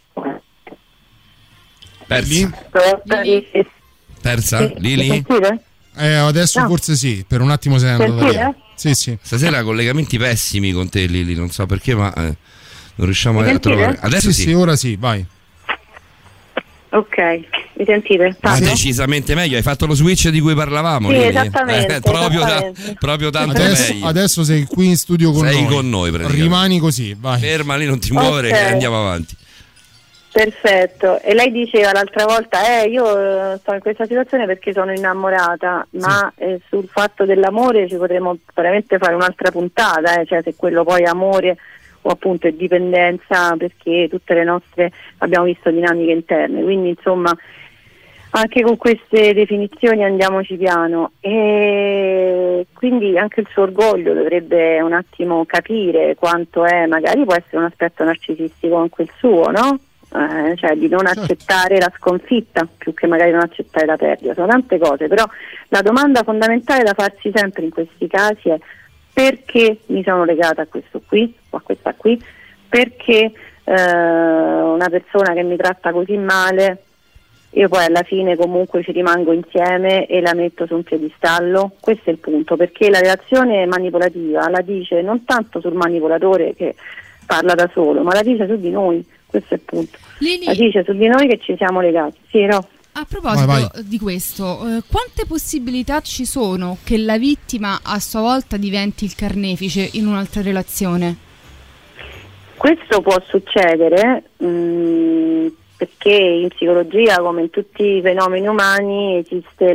Persa? Lili? Adesso no. Forse sì, per un attimo sei andata via. Sì. Stasera collegamenti pessimi con te, Lili, non so perché, ma non riusciamo a trovare. Adesso sì, ora sì, vai. Ok, mi sentite? Ma decisamente meglio, hai fatto lo switch di cui parlavamo. Sì, esattamente. Proprio tanto meglio. Adesso sei qui in studio con noi. Sei con noi, praticamente. Rimani così, vai. Ferma lì, non ti muovere, che andiamo avanti. Perfetto. E lei diceva l'altra volta, io sto in questa situazione perché sono innamorata, ma sul fatto dell'amore ci potremmo veramente fare un'altra puntata, cioè se quello poi è amore o appunto è dipendenza, perché tutte le nostre abbiamo visto dinamiche interne, quindi insomma anche con queste definizioni andiamoci piano, e quindi anche il suo orgoglio dovrebbe un attimo capire quanto è, magari può essere un aspetto narcisistico anche il suo, no? Cioè di non accettare la sconfitta più che magari non accettare la perdita, sono tante cose, però la domanda fondamentale da farsi sempre in questi casi è: perché mi sono legata a questo qui o a questa qui? Perché una persona che mi tratta così male, io poi alla fine comunque ci rimango insieme e la metto su un piedistallo? Questo è il punto, perché la relazione manipolativa la dice non tanto sul manipolatore che parla da solo, ma la dice su di noi, questo è il punto. Lili, la dice su di noi che ci siamo legati. Sì, no? A proposito di questo, quante possibilità ci sono che la vittima a sua volta diventi il carnefice in un'altra relazione? Questo può succedere perché in psicologia, come in tutti i fenomeni umani, esiste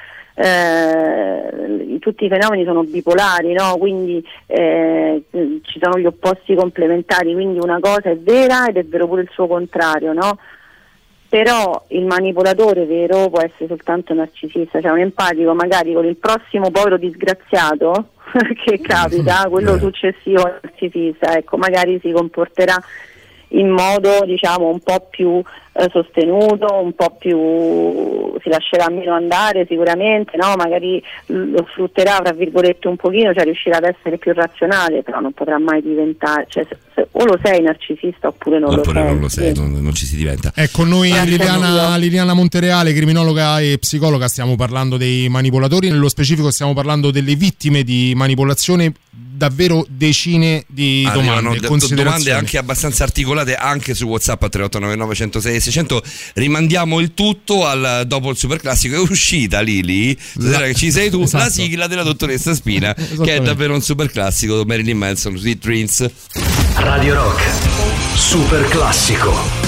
tutti i fenomeni sono bipolari, no? Quindi ci sono gli opposti complementari, quindi una cosa è vera ed è vero pure il suo contrario, no? Però il manipolatore vero può essere soltanto narcisista, cioè un empatico magari con il prossimo povero disgraziato che capita, quello successivo al narcisista, ecco, magari si comporterà in modo diciamo un po' più sostenuto, un po' più si lascerà meno andare sicuramente, no? Magari lo sfrutterà fra virgolette un pochino, cioè riuscirà ad essere più razionale, però non potrà mai diventare, cioè o lo sei narcisista oppure non lo sei, non ci si diventa. Ecco, noi Liliana Montereale, criminologa e psicologa, stiamo parlando dei manipolatori, nello specifico stiamo parlando delle vittime di manipolazione, davvero decine di domande anche abbastanza articolate anche su WhatsApp a 3899 106 e 600. Rimandiamo il tutto dopo il super classico. È uscita Lili, che ci sei tu, esatto. La sigla della dottoressa Spina, che è davvero un super classico, Marilyn Manson, Sweet Dreams. Radio Rock super classico.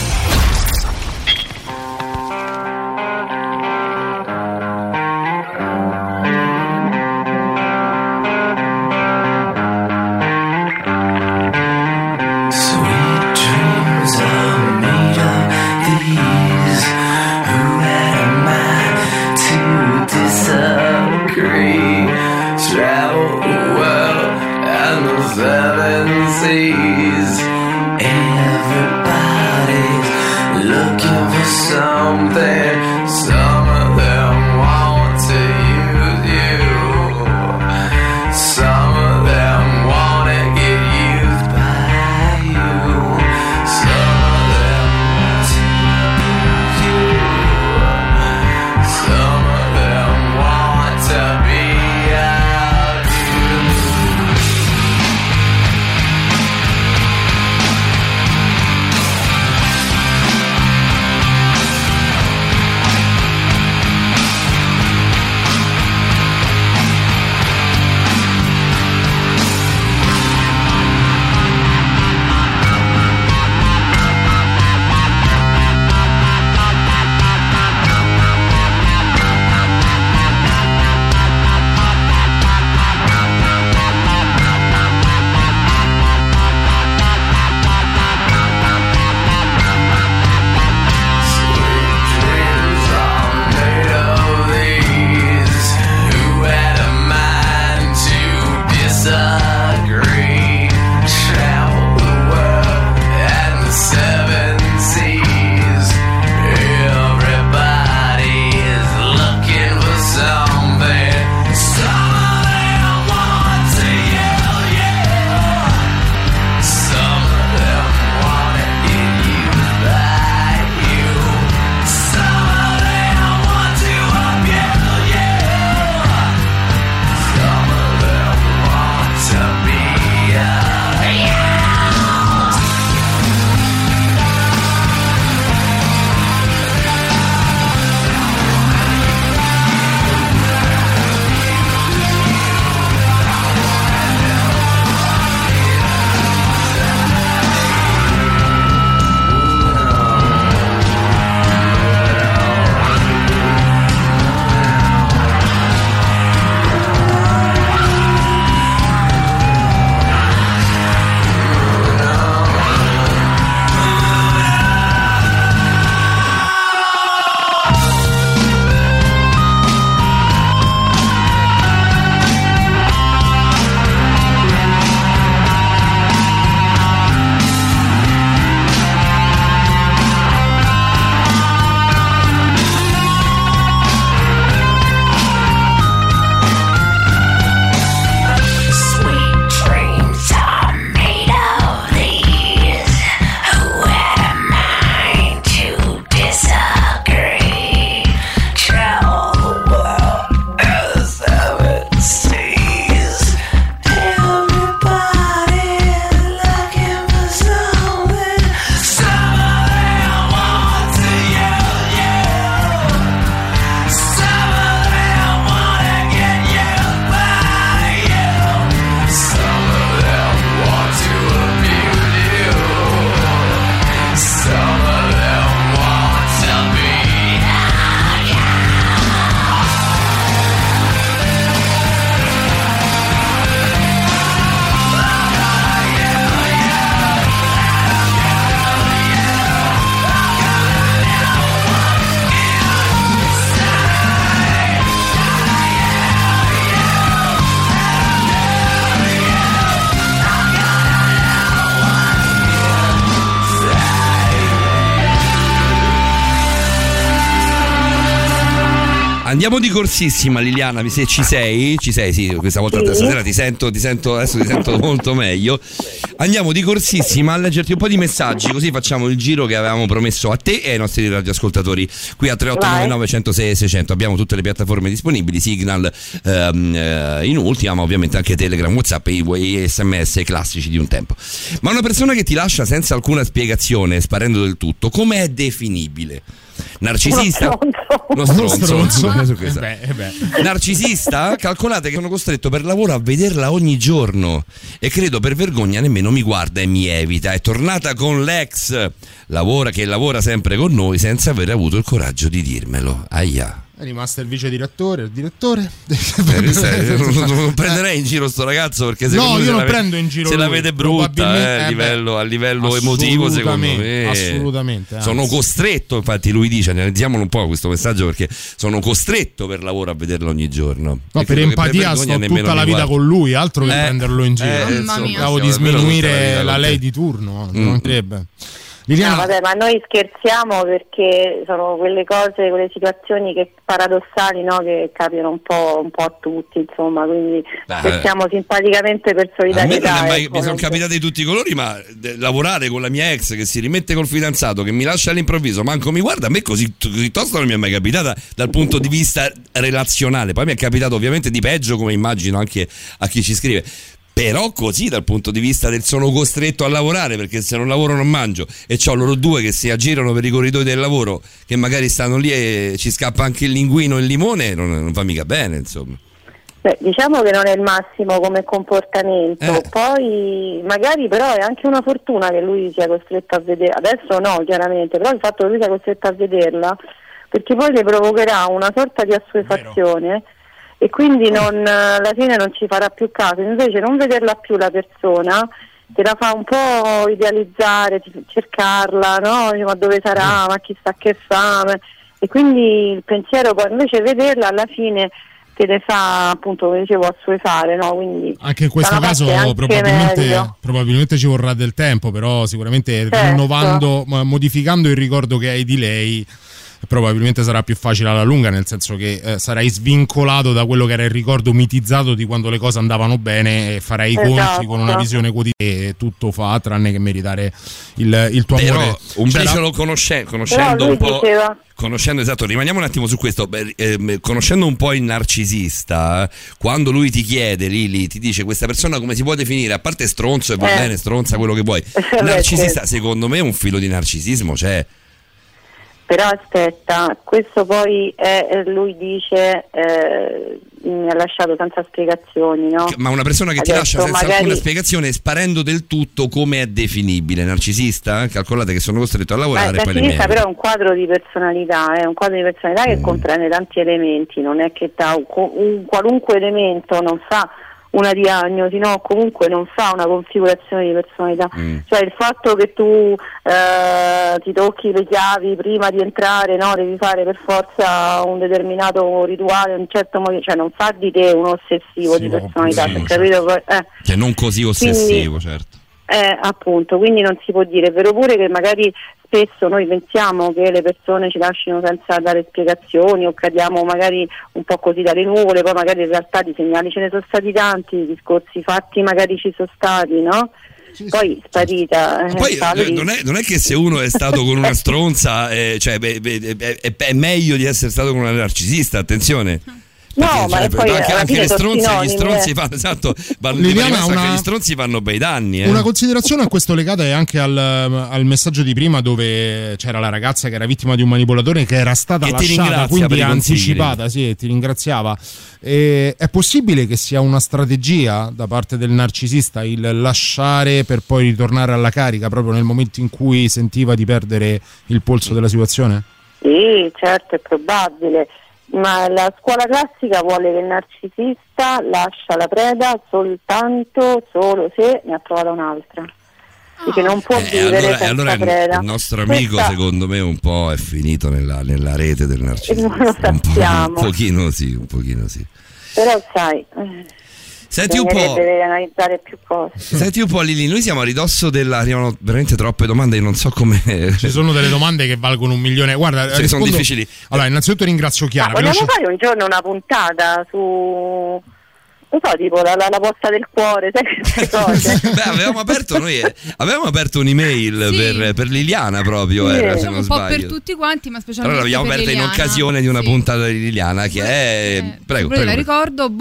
Andiamo di corsissima, Liliana, se ci sei, sì, questa volta stasera ti sento, adesso ti sento molto meglio. Andiamo di corsissima a leggerti un po' di messaggi, così facciamo il giro che avevamo promesso a te e ai nostri radioascoltatori qui a 3899 106 600. Abbiamo tutte le piattaforme disponibili, Signal in ultima, ma ovviamente anche Telegram, WhatsApp e i SMS classici di un tempo. Ma una persona che ti lascia senza alcuna spiegazione, sparendo del tutto, come è definibile? Narcisista? Uno stronzo. Narcisista? Calcolate che sono costretto per lavoro a vederla ogni giorno e credo per vergogna nemmeno mi guarda e mi evita. È tornata con l'ex, che lavora sempre con noi senza aver avuto il coraggio di dirmelo. Aia. È rimasto il vice direttore, il direttore. Non prenderei in giro sto ragazzo, perché secondo me io non prendo in giro se la vede brutta a livello emotivo, secondo me assolutamente. Sono costretto, infatti lui dice, analizziamolo un po' questo messaggio, perché sono costretto per lavoro a vederlo ogni giorno. No, per empatia sto tutta la vita con lui, altro che prenderlo in giro. Pensavo di sminuire la lei di turno, non mancherebbe. No, vabbè, ma noi scherziamo perché sono quelle cose, quelle situazioni che paradossali, no, che capitano un po' a tutti, insomma, quindi scherziamo simpaticamente per solidarietà. Mi sono capitati di tutti i colori, ma lavorare con la mia ex che si rimette col fidanzato, che mi lascia all'improvviso, manco mi guarda, a me così tosto non mi è mai capitata dal punto di vista relazionale. Poi mi è capitato ovviamente di peggio, come immagino anche a chi ci scrive. Però così dal punto di vista del sono costretto a lavorare, perché se non lavoro non mangio, e c'ho loro due che si aggirano per i corridoi del lavoro, che magari stanno lì e ci scappa anche il linguino e il limone, non fa mica bene, insomma. Beh, diciamo che non è il massimo come comportamento, poi magari però è anche una fortuna che lui sia costretto a vedere, adesso no chiaramente, però il fatto che lui sia costretto a vederla, perché poi le provocherà una sorta di assuefazione. E quindi alla fine non ci farà più caso, invece non vederla più la persona te la fa un po' idealizzare, cercarla, no? Ma dove sarà, ma chissà che fa, e quindi il pensiero poi invece vederla alla fine te ne fa, appunto come dicevo, assuefare, no? Quindi anche in questo caso probabilmente ci vorrà del tempo, però sicuramente rinnovando, modificando il ricordo che hai di lei, probabilmente sarà più facile alla lunga, nel senso che sarai svincolato da quello che era il ricordo mitizzato di quando le cose andavano bene e farai i conti con una visione quotidiana e tutto fa tranne che meritare il tuo amore. Però un briciolo conoscendo un po', esatto, rimaniamo un attimo su questo, conoscendo un po' il narcisista, quando lui ti chiede, Lili, ti dice questa persona come si può definire, a parte stronzo e va bene, stronza quello che vuoi, narcisista, secondo me un filo di narcisismo c'è. Però aspetta, questo poi lui dice mi ha lasciato senza spiegazioni, no? Ma una persona che ti lascia senza alcuna spiegazione, sparendo del tutto, come è definibile? Narcisista? Calcolate che sono costretto a lavorare. Narcisista però è un quadro di personalità, che comprende tanti elementi, non è che da un qualunque elemento non fa una diagnosi, no, comunque non fa una configurazione di personalità, cioè il fatto che tu ti tocchi le chiavi prima di entrare, no, devi fare per forza un determinato rituale, un certo modo, cioè non fa di te un ossessivo di personalità, capito? Che non così ossessivo, quindi, certo. Appunto, quindi non si può dire. È vero pure che magari spesso noi pensiamo che le persone ci lasciano senza dare spiegazioni o cadiamo magari un po' così dalle nuvole, poi magari in realtà di segnali ce ne sono stati tanti, di discorsi fatti magari ci sono stati, no? Poi sparita. Poi non è che se uno è stato con una stronza è meglio di essere stato con una narcisista, attenzione. No, ma poi anche gli stronzi fanno, esatto, gli stronzi fanno bei danni. Una considerazione a questo legata è anche al messaggio di prima, dove c'era la ragazza che era vittima di un manipolatore che era stata lasciata, quindi anticipata, sì, ti ringraziava. È possibile che sia una strategia da parte del narcisista il lasciare per poi ritornare alla carica proprio nel momento in cui sentiva di perdere il polso della situazione? Sì, certo, è probabile. Ma la scuola classica vuole che il narcisista lascia la preda solo se ne ha trovata un'altra, perché non può vivere senza preda. Il nostro amico secondo me un po' è finito nella rete del narcisista, non lo sappiamo. Un pochino sì. Però sai, Senti un po', deve analizzare più cose. Senti un po', Lili, noi siamo a ridosso arrivano veramente troppe domande, io non so come. Ci sono delle domande che valgono 1 milione. Guarda, sono difficili. Allora, innanzitutto ringrazio Chiara. Vogliamo fare un giorno una puntata su, non so, tipo la posta del cuore, sai, queste cose. Beh, avevamo aperto un'email per Liliana proprio, se non un sbaglio. po' per tutti quanti, ma specialmente allora l'abbiamo aperta Liliana. in occasione di una puntata di Liliana che è prego. La ricordo,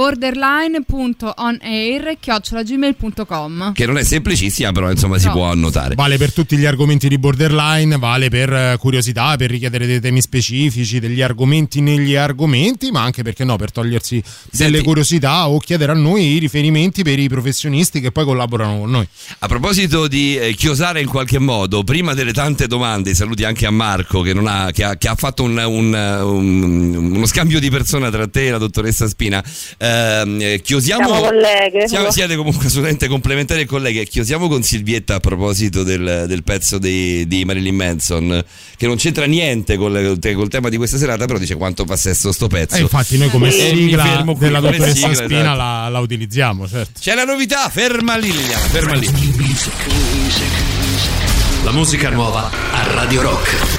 borderline.onair@gmail.com, che non è semplicissima, però insomma si può annotare. Vale per tutti gli argomenti di Borderline, vale per curiosità, per richiedere dei temi specifici, degli argomenti negli argomenti, ma anche, perché no, per togliersi delle curiosità o chiedere a noi i riferimenti per i professionisti che poi collaborano con noi. A proposito di chiosare in qualche modo, prima delle tante domande, saluti anche a Marco che ha fatto uno scambio di persona tra te e la dottoressa Spina. Chiosiamo. Siamo colleghe. Siete comunque assolutamente complementari e colleghe. Chiosiamo con Silvietta a proposito del pezzo di Marilyn Manson, che non c'entra niente col tema di questa serata, però dice quanto fa sesso sto pezzo. Infatti noi come sigla della dottoressa sigla, Spina, esatto, la utilizziamo, certo. C'è la novità, ferma lì Liliana, ferma lì. La musica nuova a Radio Rock.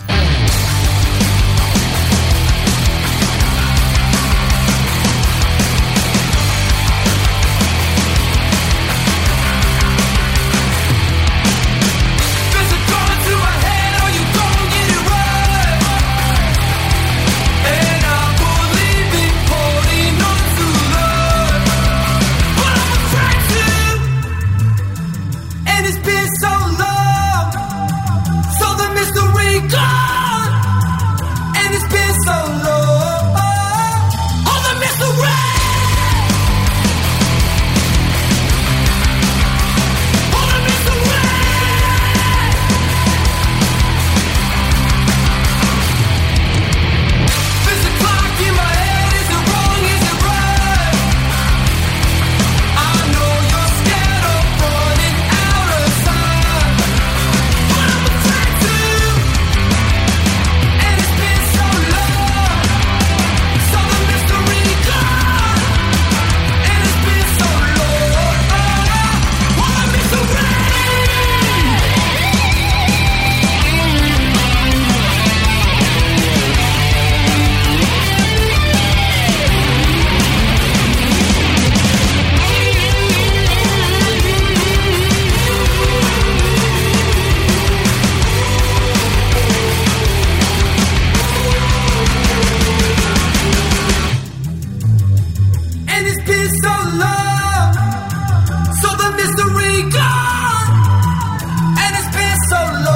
so long, so the mystery gone, and it's been so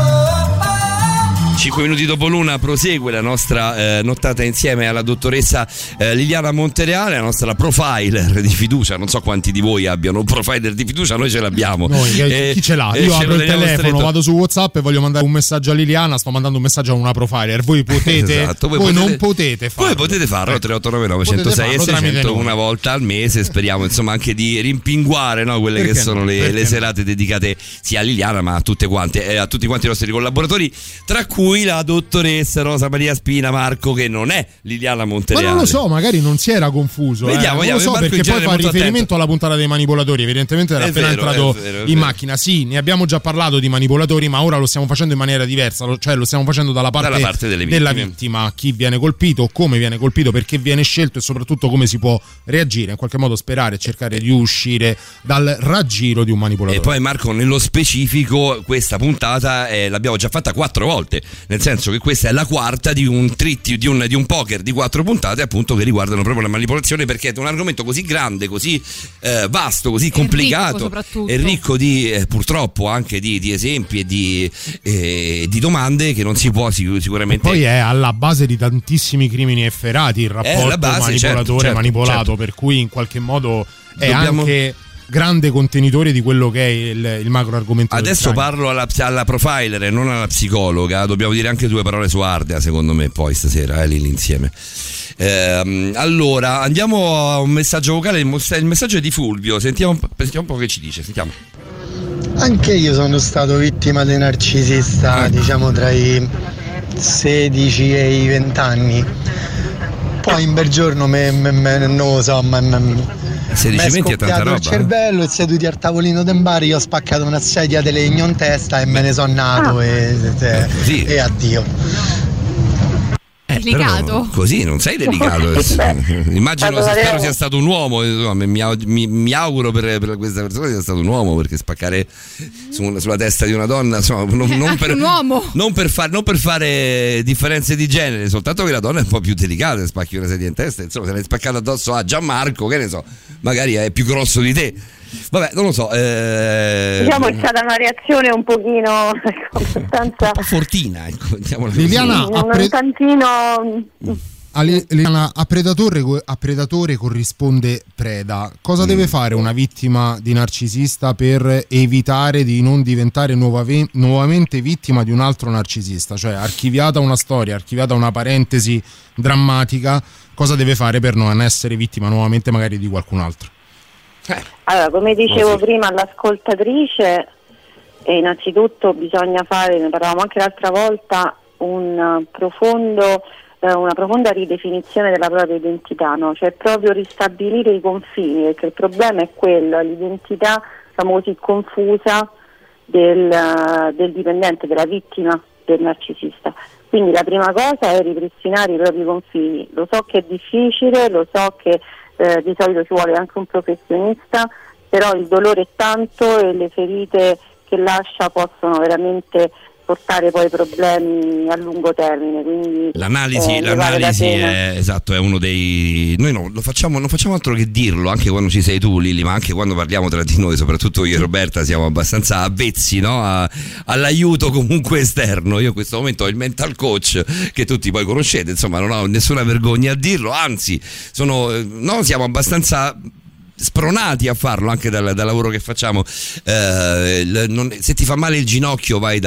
long. 5 minuti dopo l'una prosegue la nostra nottata insieme alla dottoressa Liliana Montereale, la nostra profiler di fiducia. Non so quanti di voi abbiano un profiler di fiducia, noi ce l'abbiamo. Chi ce l'ha? Io apro il telefono, vado su WhatsApp e voglio mandare un messaggio a Liliana, sto mandando un messaggio a una profiler. Voi potete, esatto, voi non potete farlo. Voi potete farlo, 3899 106 e 600 una volta al mese. Speriamo insomma anche di rimpinguare, no, quelle Perché che sono no? le serate dedicate sia a Liliana ma a tutte quante, a tutti quanti i nostri collaboratori, tra cui la dottoressa Rosa Maria Spina, Marco, che non è Liliana Montereale. Ma non lo so, magari non si era confuso. Vediamo, non lo so, Marco perché poi fa riferimento attento alla puntata dei manipolatori. Evidentemente era appena entrato in macchina. Sì, ne abbiamo già parlato di manipolatori, ma ora lo stiamo facendo in maniera diversa, cioè lo stiamo facendo dalla parte della vittima, chi viene colpito, come viene colpito, perché viene scelto e soprattutto come si può reagire, in qualche modo sperare e cercare di uscire dal raggiro di un manipolatore. E poi Marco, nello specifico questa puntata l'abbiamo già fatta 4 volte, nel senso che questa è la quarta di un poker di 4 puntate, appunto, che riguardano proprio la manipolazione, perché è un argomento così grande, così vasto, così complicato e ricco di purtroppo anche di esempi e di domande, che non si può sicuramente. E poi è alla base di tantissimi crimini efferati il rapporto manipolatore manipolato, per cui in qualche modo è anche grande contenitore di quello che è il macro argomento. Adesso parlo alla profiler e non alla psicologa. Dobbiamo dire anche 2 parole su Ardea, secondo me, poi stasera lì insieme. Allora andiamo a un messaggio vocale. Il messaggio è di Fulvio. Sentiamo un po' che ci dice. Sentiamo. Anche io sono stato vittima di narcisista, diciamo tra i 16 e i 20 anni. Poi in bel giorno non lo so, 16 menti è tanta roba. Il cervello e seduti al tavolino del bar, io ho spaccato una sedia di legno in testa e me ne sono nato e addio. Delicato. Così non sei delicato. Immagino, spero sia stato un uomo. Mi auguro per questa persona sia stato un uomo, perché spaccare sulla testa di una donna, insomma, non per fare differenze di genere, soltanto che la donna è un po' più delicata e spacchi una sedia in testa. Insomma, se l'hai spaccato addosso a Gianmarco, che ne so, magari è più grosso di te. Vabbè, non lo so. Diciamo è stata una reazione un pochino abbastanza fortina, ecco, Liliana, un tantino. Liliana, a predatore corrisponde preda. Cosa deve fare una vittima di narcisista per evitare di non diventare nuovamente vittima di un altro narcisista? Cioè, archiviata una storia, archiviata una parentesi drammatica, cosa deve fare per non essere vittima nuovamente magari di qualcun altro? Allora, come dicevo prima all'ascoltatrice, innanzitutto bisogna fare, ne parlavamo anche l'altra volta, una profonda ridefinizione della propria identità, no? Cioè proprio ristabilire i confini, perché il problema è quello, l'identità, diciamo così, confusa del dipendente, della vittima del narcisista. Quindi la prima cosa è ripristinare i propri confini. Lo so che è difficile, lo so che di solito ci vuole anche un professionista, però il dolore è tanto e le ferite che lascia possono veramente portare poi problemi a lungo termine, quindi l'analisi è uno dei, noi non facciamo altro che dirlo, anche quando ci sei tu, Lili, ma anche quando parliamo tra di noi, soprattutto io e Roberta siamo abbastanza avvezzi, no? All'aiuto comunque esterno. Io in questo momento ho il mental coach che tutti poi conoscete, insomma non ho nessuna vergogna a dirlo, anzi siamo abbastanza spronati a farlo anche dal lavoro che facciamo. Se ti fa male il ginocchio vai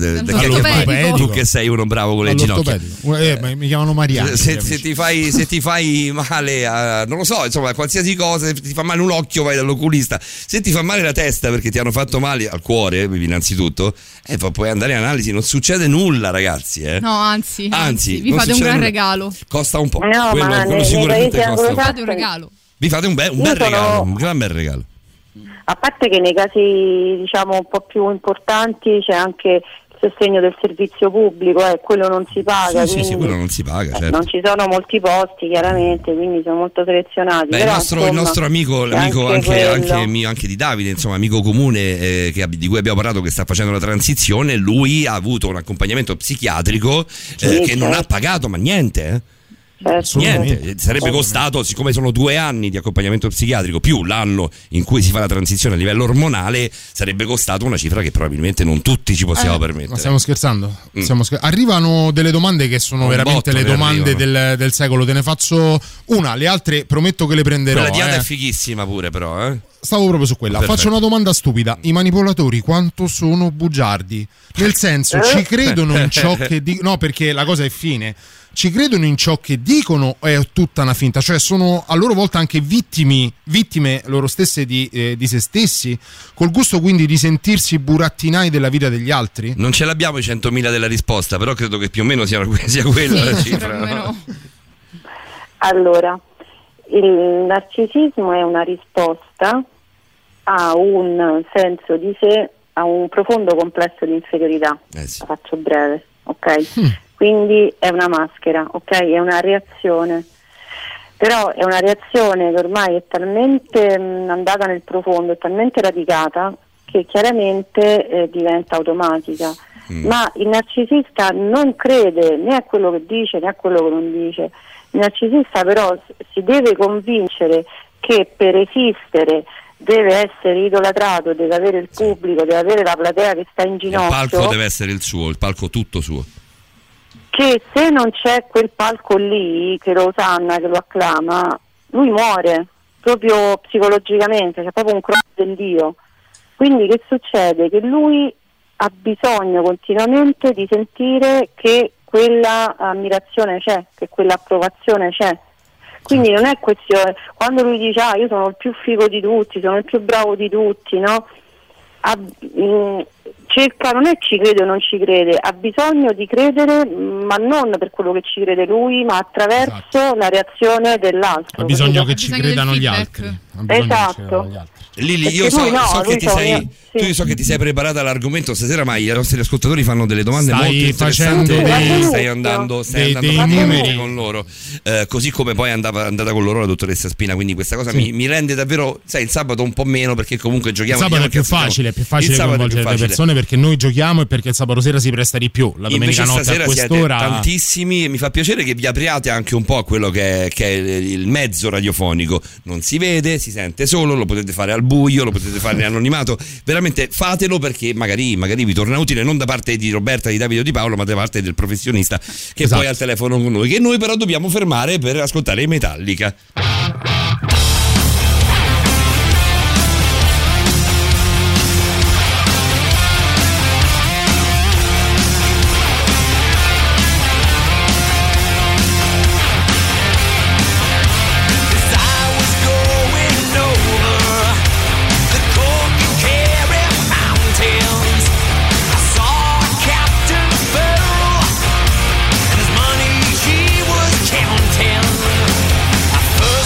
tu che sei uno bravo con le ginocchia, mi chiamano Mariano. Se ti fai male non lo so, insomma qualsiasi cosa, se ti fa male un occhio vai dall'oculista, se ti fa male la testa perché ti hanno fatto male al cuore innanzitutto, puoi andare in analisi, non succede nulla, ragazzi, No, anzi vi fate un gran regalo, costa un po', no, quello sicuramente costa. Vi fate un regalo. Vi fate un gran bel regalo. A parte che nei casi diciamo un po' più importanti c'è anche il sostegno del servizio pubblico, quello non si paga, sì, quello non si paga, certo. Non ci sono molti posti chiaramente, quindi sono molto selezionati. Però, il nostro amico anche di Davide, insomma amico comune di cui abbiamo parlato, che sta facendo la transizione, lui ha avuto un accompagnamento psichiatrico che non ha pagato ma niente, niente, sarebbe costato, siccome sono 2 anni di accompagnamento psichiatrico più l'anno in cui si fa la transizione a livello ormonale, sarebbe costato una cifra che probabilmente non tutti ci possiamo permettere. Ma stiamo scherzando? Arrivano delle domande che sono veramente le domande del secolo. Te ne faccio una, le altre prometto che le prenderò. Quella di Ada è fighissima pure, però Stavo proprio su quella. Perfetto. Faccio una domanda stupida. I manipolatori quanto sono bugiardi? Nel senso, ci credono in ciò che dicono? No, perché la cosa è fine. Ci credono in ciò che dicono o è tutta una finta? Cioè sono a loro volta anche vittime loro stesse di se stessi, col gusto quindi di sentirsi burattinai della vita degli altri? Non ce l'abbiamo i 100.000 della risposta, però credo che più o meno sia quella la cifra. No? Allora, il narcisismo è una risposta a un senso di sé, a un profondo complesso di inferiorità. Sì. La faccio breve, ok? Quindi è una maschera, ok? È una reazione, però è una reazione che ormai è talmente andata nel profondo, è talmente radicata che chiaramente diventa automatica. Ma il narcisista non crede né a quello che dice né a quello che non dice. Il narcisista però si deve convincere che per esistere deve essere idolatrato, deve avere il pubblico, deve avere la platea che sta in ginocchio. Il palco deve essere il suo, il palco tutto suo. Che se non c'è quel palco lì che lo osanna, che lo acclama, lui muore proprio psicologicamente, c'è proprio un crollo dell'io. Quindi che succede? Che lui ha bisogno continuamente di sentire che quella ammirazione c'è, che quell'approvazione c'è. Quindi non è questione, quando lui dice io sono il più figo di tutti, sono il più bravo di tutti, no? cerca, non è ci crede o non ci crede, ha bisogno di credere, ma non per quello che ci crede lui, ma attraverso la reazione dell'altro. Ha bisogno che ci credano gli altri. Esatto. Lili, io so che ti sei preparata all'argomento stasera, ma i nostri ascoltatori fanno delle domande molto interessanti. Stai andando numeri con loro, così come poi è andata con loro la dottoressa Spina, quindi questa cosa mi rende davvero, sai, il sabato un po' meno, perché comunque giochiamo. Il sabato è più facile coinvolgere le persone, perché noi giochiamo e perché il sabato sera si presta di più. La domenica notte a quest'ora siete tantissimi, mi fa piacere che vi apriate anche un po' a quello che è il mezzo radiofonico. Non si vede, si sente solo, lo potete fare al buio, lo potete fare in anonimato, veramente fatelo, perché magari vi torna utile, non da parte di Roberta, di Davide o di Paolo, ma da parte del professionista che poi è al telefono con noi, che noi però dobbiamo fermare per ascoltare i Metallica. First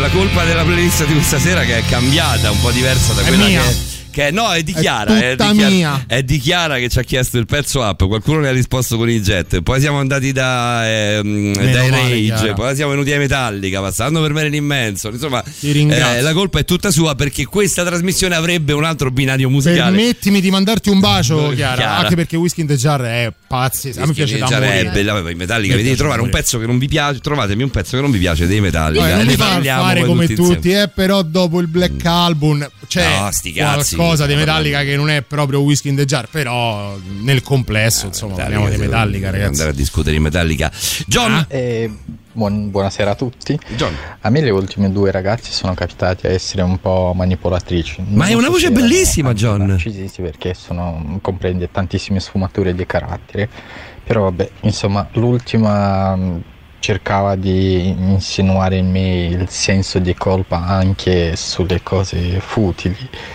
colpa della playlist di questa sera, che è cambiata, un po' diversa da quella che no, è di Chiara, è di Chiara che ci ha chiesto il pezzo up, qualcuno ne ha risposto con i Jet, poi siamo andati dai Rage, poi siamo venuti ai Metallica, passando per Marilyn Manson, insomma la colpa è tutta sua, perché questa trasmissione avrebbe un altro binario musicale. Permettimi di mandarti un bacio, Chiara. Anche perché Whisky in the Jar è pazzesco, a me piace tanto. I Metallica, vedete, trovare un pezzo che non vi piace, trovatemi un pezzo che non vi piace dei Metallica, non mi fa fare come tutti, però dopo il Black Album c'è qualcosa di Metallica che non è proprio Whisky in the Jar, però nel complesso insomma parliamo di Metallica, ragazzi. Andare a discutere di Metallica. John? Buonasera a tutti. John. A me le ultime due ragazze sono capitate a essere un po' manipolatrici. Ma è una voce bellissima, John. Sì, perché comprende tantissime sfumature di carattere. Però vabbè, insomma, l'ultima cercava di insinuare in me il senso di colpa anche sulle cose futili.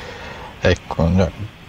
Ecco,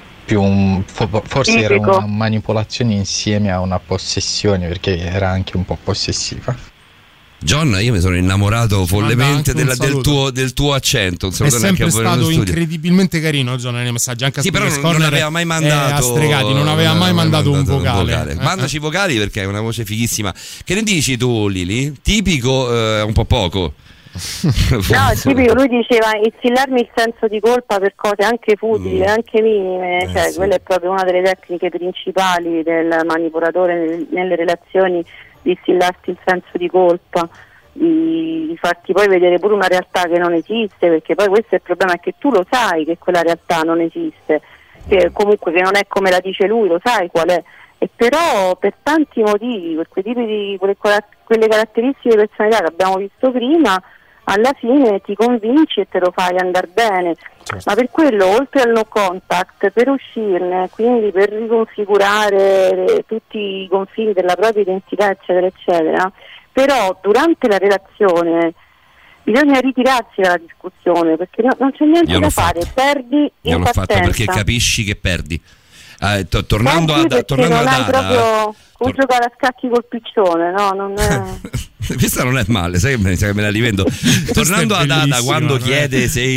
forse era una manipolazione insieme a una possessione, perché era anche un po' possessiva. John, io mi sono innamorato follemente del tuo accento. È sempre stato incredibilmente carino, John, nei messaggi, anche a sì, però non aveva mai mandato non aveva mai mandato un vocale. Mandaci vocali, perché è una voce fighissima. Che ne dici tu, Lili? Tipico, un po' poco. No, tipico, lui diceva instillarmi il senso di colpa per cose anche futili, anche minime, cioè sì. Quella è proprio una delle tecniche principali del manipolatore nelle relazioni, di instillarti il senso di colpa, di farti poi vedere pure una realtà che non esiste, perché poi questo è il problema, è che tu lo sai che quella realtà non esiste, che comunque che non è come la dice lui, lo sai qual è, e però per tanti motivi, per quei tipi di quelle caratteristiche di personalità che abbiamo visto prima, alla fine ti convinci e te lo fai andare bene. Certo. Ma per quello, oltre al no contact, per uscirne, quindi per riconfigurare tutti i confini della propria identità, eccetera eccetera, però durante la relazione bisogna ritirarsi dalla discussione, perché non c'è niente da fare, perdi in partenza. Io l'ho fatto perché capisci che perdi. Tornando a Dada, come giocare a scacchi col piccione, no? Non è... Questa non è male, sai che me la rivendo. Tornando a Dada, quando chiede se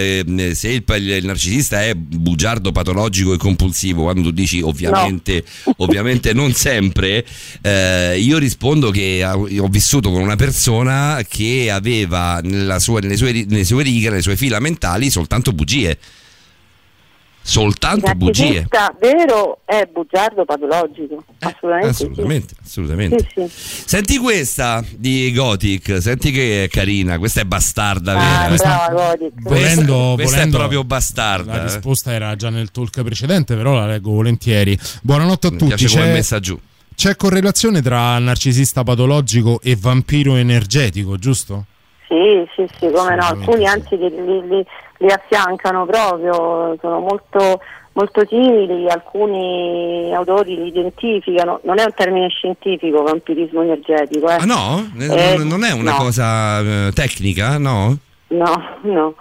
il narcisista è bugiardo, patologico e compulsivo, quando tu dici ovviamente non sempre, io rispondo che ho vissuto con una persona che aveva nelle sue righe, nelle sue fila mentali soltanto bugie. Soltanto bugie. Vero è bugiardo patologico, assolutamente. Sì. Senti questa di Gothic, senti che è carina, questa è bastarda, vera. Brava Gothic. Questa è proprio bastarda. La risposta era già nel talk precedente, però la leggo volentieri. Buonanotte a tutti. Mi piace come messa giù. C'è correlazione tra narcisista patologico e vampiro energetico, giusto? Sì, come no, alcuni anzi li affiancano proprio, sono molto, molto simili, alcuni autori li identificano, non è un termine scientifico vampirismo energetico. Ah no? Non è una cosa tecnica, no? No.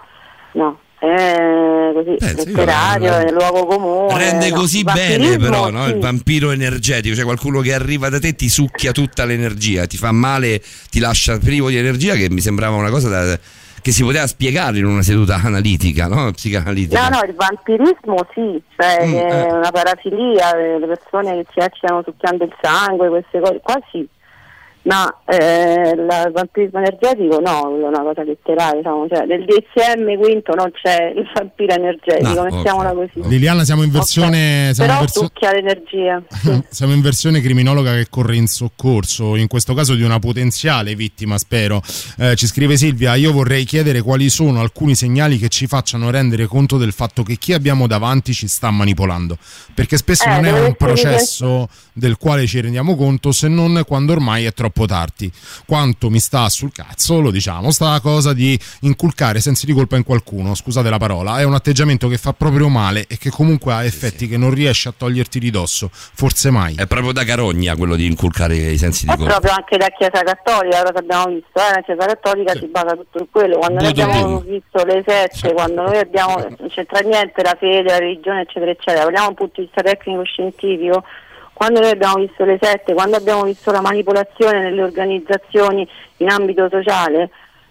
È così, letterario, nel luogo comune. Rende così bene però, no? Sì. Il vampiro energetico, cioè qualcuno che arriva da te ti succhia tutta l'energia, ti fa male, ti lascia privo di energia, che mi sembrava una cosa che si poteva spiegare in una seduta analitica, no? Psicanalitica. No, il vampirismo sì, cioè è una parafilia, le persone che ci eccitano succhiando il sangue, queste cose, qua sì. Ma il vampirismo energetico no, è una cosa letteraria, diciamo, cioè nel DSM quinto non c'è il vampiro energetico, mettiamola così. Liliana, siamo in versione però succhia l'energia. Sì. Siamo in versione criminologa che corre in soccorso, in questo caso di una potenziale vittima, spero. Ci scrive Silvia: io vorrei chiedere quali sono alcuni segnali che ci facciano rendere conto del fatto che chi abbiamo davanti ci sta manipolando, perché spesso non è un processo del quale ci rendiamo conto, se non quando ormai è troppo tardi. Quanto mi sta sul cazzo, lo diciamo, sta cosa di inculcare sensi di colpa in qualcuno, scusate la parola, è un atteggiamento che fa proprio male e che comunque ha effetti che non riesci a toglierti di dosso, forse mai. È proprio da carogna quello di inculcare i sensi di colpa. È proprio anche da Chiesa Cattolica, cosa abbiamo visto, la Chiesa Cattolica si basa tutto in quello, quando noi abbiamo visto le sette, quando noi abbiamo, non c'entra niente la fede, la religione eccetera eccetera, parliamo dal punto di vista tecnico scientifico. Quando noi abbiamo visto le sette, quando abbiamo visto la manipolazione nelle organizzazioni in ambito sociale, cioè,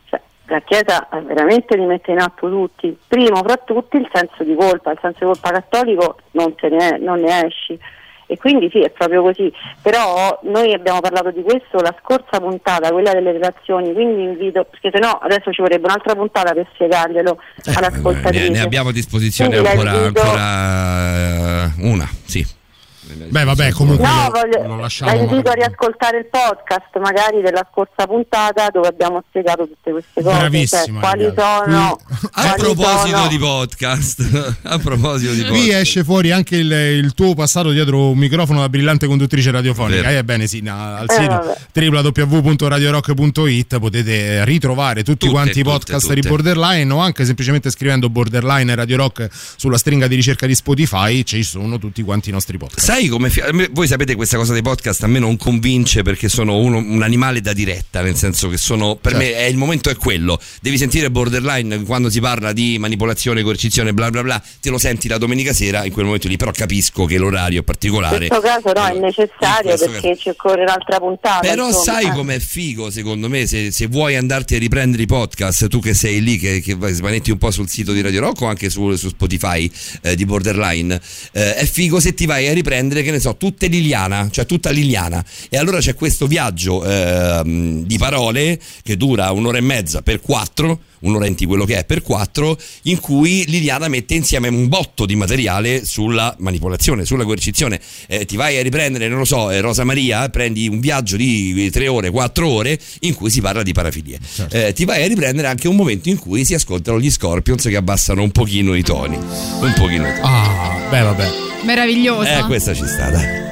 la Chiesa veramente li mette in atto tutti, primo fra tutti il senso di colpa cattolico non ne esci, e quindi sì, è proprio così. Però noi abbiamo parlato di questo la scorsa puntata, quella delle relazioni, quindi invito, perché sennò adesso ci vorrebbe un'altra puntata per spiegarglielo all'ascoltatrice. Ne abbiamo a disposizione ancora una, sì. Beh, vabbè, comunque la invito a riascoltare il podcast magari della scorsa puntata, dove abbiamo spiegato tutte queste cose. Bravissima, quali sono a proposito di podcast. Qui esce fuori anche il tuo passato dietro un microfono da brillante conduttrice radiofonica. Ebbene sì, al sito www.radiorock.it potete ritrovare tutti quanti i podcast di Borderline, o anche semplicemente scrivendo Borderline Radio Rock sulla stringa di ricerca di Spotify ci sono tutti quanti i nostri podcast. Sai come voi sapete, questa cosa dei podcast a me non convince, perché sono un animale da diretta, nel senso che sono, per me il momento è quello, devi sentire Borderline quando si parla di manipolazione, coercizione, bla bla bla, te lo senti la domenica sera in quel momento lì, però capisco che l'orario è particolare. In questo caso no, è necessario, perché ci occorre un'altra puntata. Però insomma, sai com'è figo secondo me, se vuoi andarti a riprendere i podcast, tu che sei lì, che smanetti un po' sul sito di Radio Rock o anche su Spotify di Borderline, è figo se ti vai a riprendere, che ne so, tutta Liliana, e allora c'è questo viaggio di parole che dura 1 ora e mezza per 4, 1 ora 20 quello che è per 4, in cui Liliana mette insieme un botto di materiale sulla manipolazione, sulla coercizione. Ti vai a riprendere, non lo so, Rosa Maria, prendi un viaggio di 3 ore, 4 ore in cui si parla di parafilie. Certo. Ti vai a riprendere anche un momento in cui si ascoltano gli Scorpions che abbassano un pochino i toni. Ah, beh, vabbè. Meravigliosa. Questa ci sta, dai.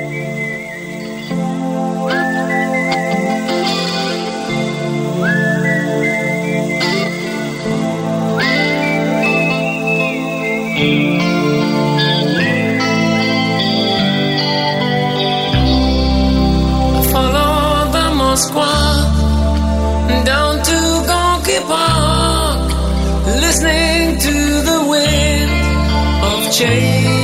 Follow the Moskva down to Gonky Park, listening to the wind of change.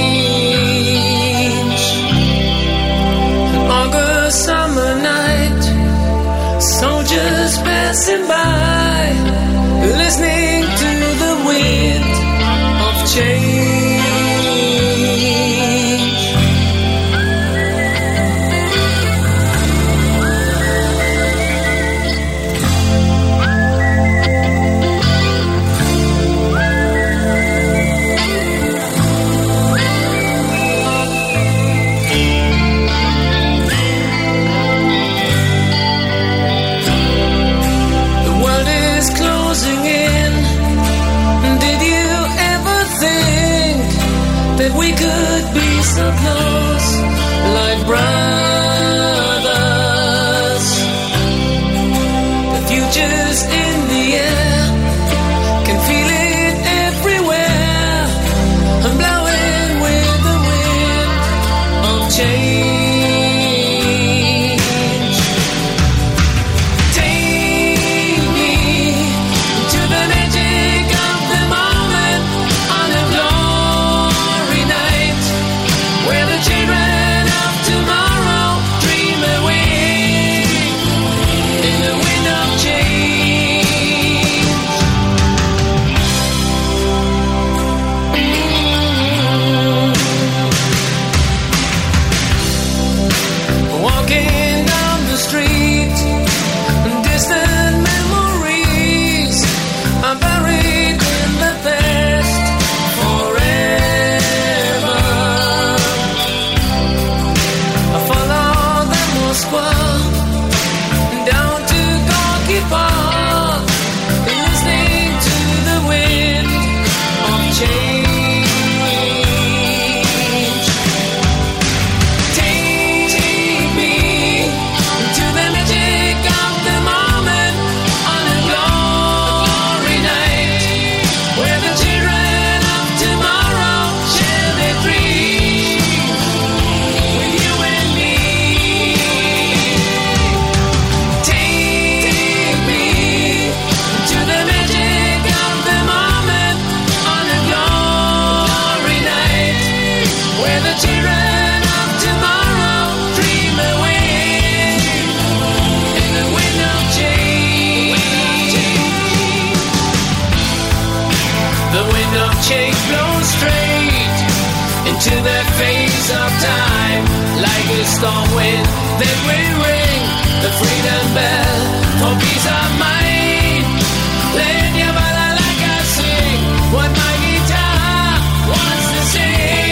August summer night, soldiers passing by, listening to the wind of change. of change blows straight into the face of time. Like a storm wind that will ring the freedom bell for peace of mind. Playing your body like I sing what my guitar wants to sing.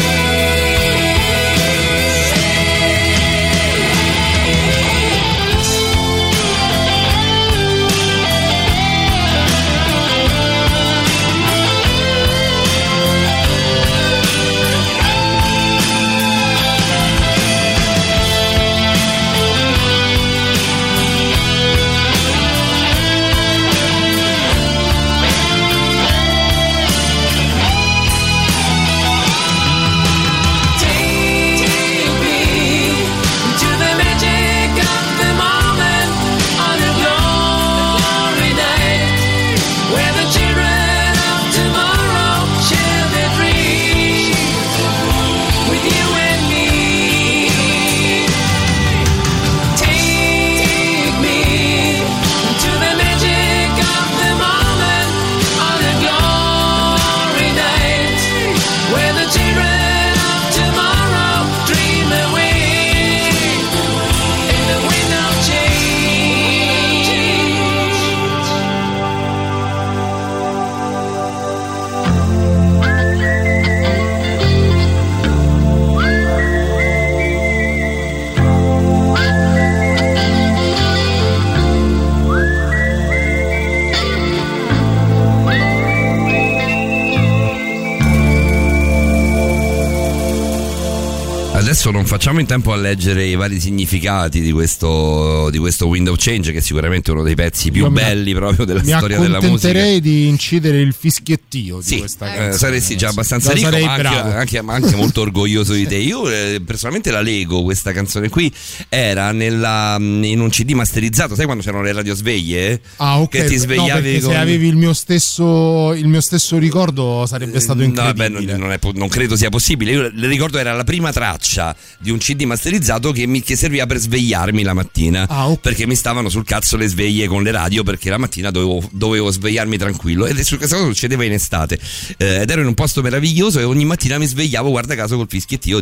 Adesso non facciamo in tempo a leggere i vari significati di questo Wind of Change, che è sicuramente uno dei pezzi più belli proprio della storia della musica. Mi accontenterei di incidere il fischiettio di questa canzone. Saresti già abbastanza ricco, ma anche molto orgoglioso di te. Io personalmente la leggo questa canzone qui, era in un CD masterizzato, sai quando c'erano le radiosveglie? Ah, ok. Che ti svegliavi se avevi il mio stesso ricordo sarebbe stato incredibile. No, non credo sia possibile. Io le ricordo era la prima traccia di un CD masterizzato che serviva per svegliarmi la mattina, perché mi stavano sul cazzo le sveglie con le radio, perché la mattina dovevo svegliarmi tranquillo, ed questa cosa succedeva in estate, ed ero in un posto meraviglioso e ogni mattina mi svegliavo, guarda caso, col fischiettio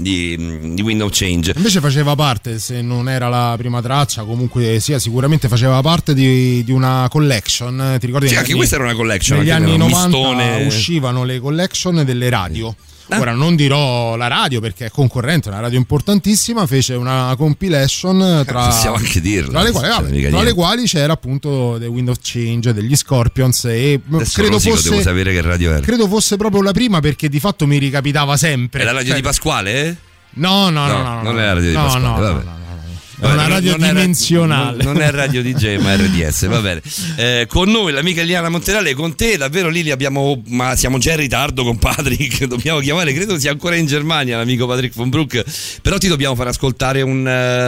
di Wind of Change. Invece faceva parte, se non era la prima traccia, comunque sicuramente faceva parte di una collection. Ti ricordi? Sì, anche questa era una collection. Negli anni 90 uscivano le collection delle radio. Ora non dirò la radio perché è concorrente, una radio importantissima, fece una compilation possiamo anche dirlo, tra le quali c'era appunto The Wind of Change degli Scorpions, e credo fosse, devo sapere che radio era. Credo fosse proprio la prima, perché di fatto mi ricapitava sempre. È la radio di Pasquale? No, non è la radio di Pasquale, vabbè. È una radio dimensionale. Non è radio DJ, ma RDS, va bene. Con noi l'amica Liliana Monterale, con te davvero Lili ma siamo già in ritardo con Patrick, dobbiamo chiamare, credo sia ancora in Germania l'amico Patrick von Broek, però ti dobbiamo far ascoltare un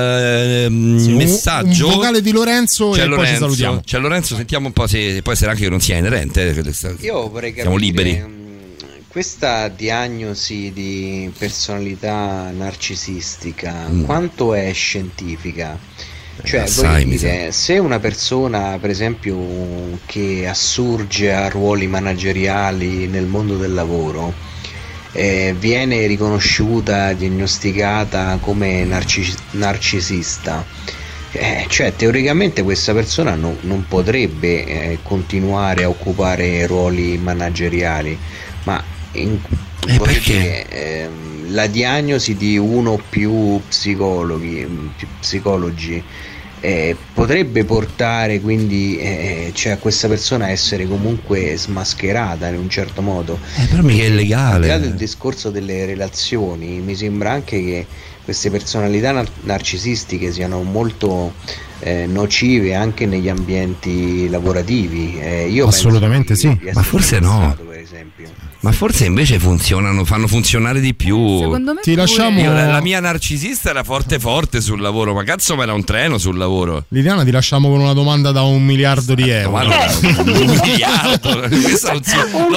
messaggio, un vocale di Lorenzo. C'è e Lorenzo, poi ci salutiamo. C'è Lorenzo, sentiamo un po' se può essere anche che non sia inerente. Io vorrei capire, siamo liberi. Questa diagnosi di personalità narcisistica quanto è scientifica? Cioè, voglio dire, se una persona, per esempio, che assurge a ruoli manageriali nel mondo del lavoro viene riconosciuta, diagnosticata come narcisista, cioè teoricamente questa persona non potrebbe continuare a occupare ruoli manageriali, ma la diagnosi di uno o più psicologi potrebbe portare quindi a questa persona a essere comunque smascherata in un certo modo. Però mica è illegale. Al di là del discorso delle relazioni, mi sembra anche che queste personalità narcisistiche siano molto nocive anche negli ambienti lavorativi. Io assolutamente sì, ma forse no. Per esempio. Ma forse invece fanno funzionare di più. Secondo me ti lasciamo. La mia narcisista era forte sul lavoro, ma cazzo, ma era un treno sul lavoro. Liliana, ti lasciamo con una domanda da $1 miliardo. $1 miliardo? Questo non si...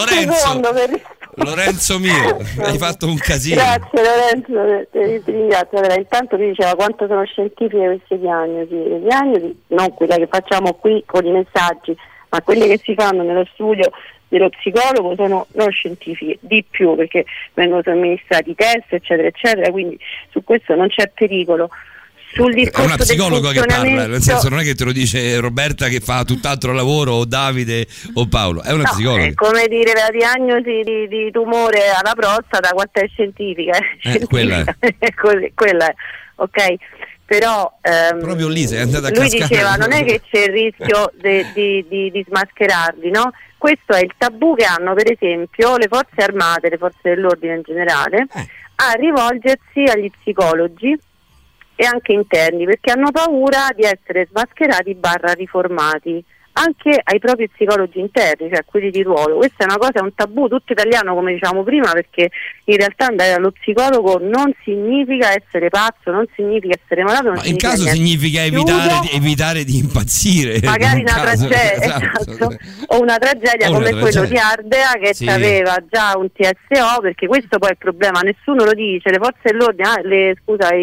Lorenzo mio, hai fatto un casino. Grazie Lorenzo, ti ringrazio. Allora, intanto ti diceva quanto sono scientifiche queste diagnosi. Le diagnosi, non quelle che facciamo qui con i messaggi, ma quelle che si fanno nello studio dello psicologo sono non scientifiche, di più, perché vengono somministrati test eccetera eccetera, quindi su questo non c'è pericolo. Sul discorso è una psicologa che parla, nel senso non è che te lo dice Roberta che fa tutt'altro lavoro, o Davide o Paolo, è una psicologa. È come dire la diagnosi di tumore alla prostata, quanto è scientifica? Quella è. Quella è, ok? Però proprio lì sei andata a lui cascare. Diceva non è che c'è il rischio di smascherarli, no? Questo è il tabù che hanno per esempio le forze armate, le forze dell'ordine in generale, a rivolgersi agli psicologi e anche interni, perché hanno paura di essere smascherati / riformati anche ai propri psicologi interni, cioè quelli di ruolo. Questa è una cosa, è un tabù tutto italiano, come diciamo prima, perché in realtà andare dallo psicologo non significa essere pazzo, non significa essere malato, ma in caso significa evitare di impazzire, magari una tragedia, esatto. O una tragedia come quello di Ardea che aveva già un TSO, perché questo poi è il problema, nessuno lo dice, le forze dell'ordine,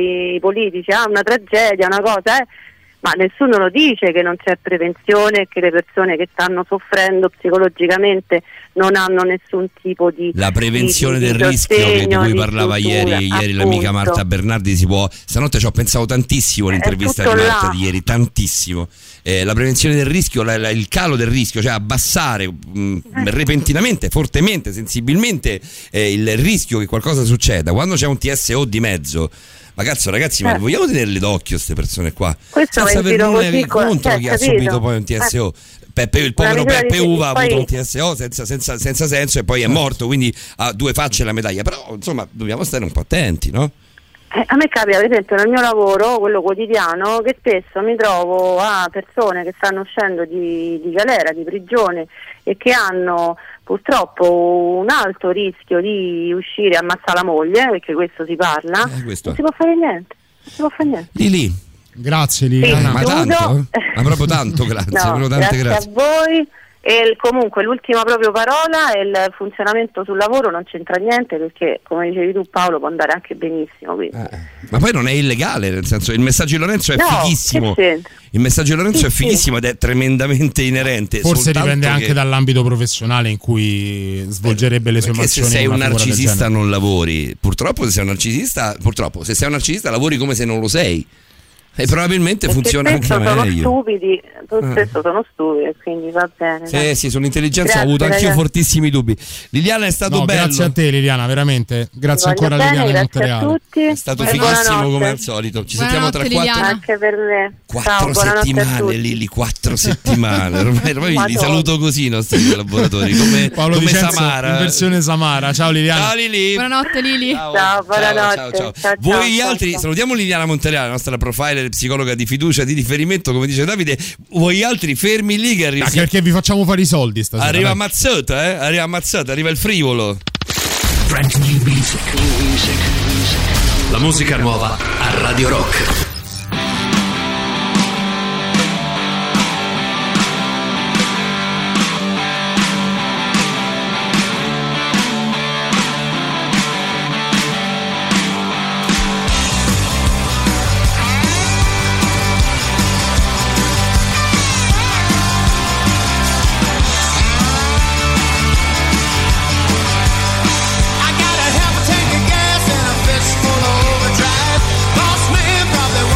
i politici, una tragedia, una cosa ma nessuno lo dice che non c'è prevenzione e che le persone che stanno soffrendo psicologicamente non hanno nessun tipo di la prevenzione del rischio di cui parlava ieri l'amica Marta Bernardi. Stanotte ci ho pensato tantissimo all'intervista di Marta di ieri, tantissimo. La prevenzione del rischio, il calo del rischio, cioè abbassare repentinamente, fortemente, sensibilmente il rischio che qualcosa succeda quando c'è un TSO di mezzo. Ma cazzo ragazzi, ma vogliamo tenerle d'occhio queste persone qua? Questo senza aver nulla contro chi ha subito poi un TSO. Il povero Peppe Uva ha avuto un TSO senza senso e poi è morto, quindi ha due facce la medaglia. Però insomma dobbiamo stare un po' attenti, no? A me capita per esempio nel mio lavoro, quello quotidiano, che spesso mi trovo a persone che stanno uscendo di galera, di prigione e che hanno purtroppo un alto rischio di uscire e ammazzare la moglie, perché questo si parla, non si può fare niente, Lili. Grazie Liliana. Ma tanto? Ma proprio tanto, grazie. Grazie a voi. E comunque l'ultima proprio parola è il funzionamento sul lavoro, non c'entra niente, perché come dicevi tu Paolo può andare anche benissimo, ma poi non è illegale, nel senso il messaggio di Lorenzo è fighissimo, il messaggio di Lorenzo è fighissimo ed è tremendamente inerente, forse dipende anche dall'ambito professionale in cui svolgerebbe le sue mansioni. Se sei un narcisista non lavori, purtroppo se sei un narcisista lavori come se non lo sei. E probabilmente funziona anche meglio. Spesso sono stupidi, quindi va bene. Sì, sull'intelligenza ho avuto anch'io fortissimi dubbi. Liliana, è stato bello. Grazie a te Liliana, veramente. Grazie ancora Liliana in Montereale. A tutti. È stato fighissimo come al solito. Ci sentiamo tra 4 settimane, Lili, 4 settimane. Ormai li saluto così i nostri collaboratori, come Samara. In versione Samara. Ciao Liliana. Ciao Lili. Buonanotte Lili. Ciao, buonanotte. Ciao. Voi altri, salutiamo Liliana Montereale, la nostra profiler, psicologa di fiducia, di riferimento, come dice Davide. Voi altri fermi lì che arriva. Anche perché vi facciamo fare i soldi stasera. Arriva Mazzotta, arriva il frivolo. Brand new music. La musica nuova a Radio Rock. Gas and a fistful of overdrive. Boss man probably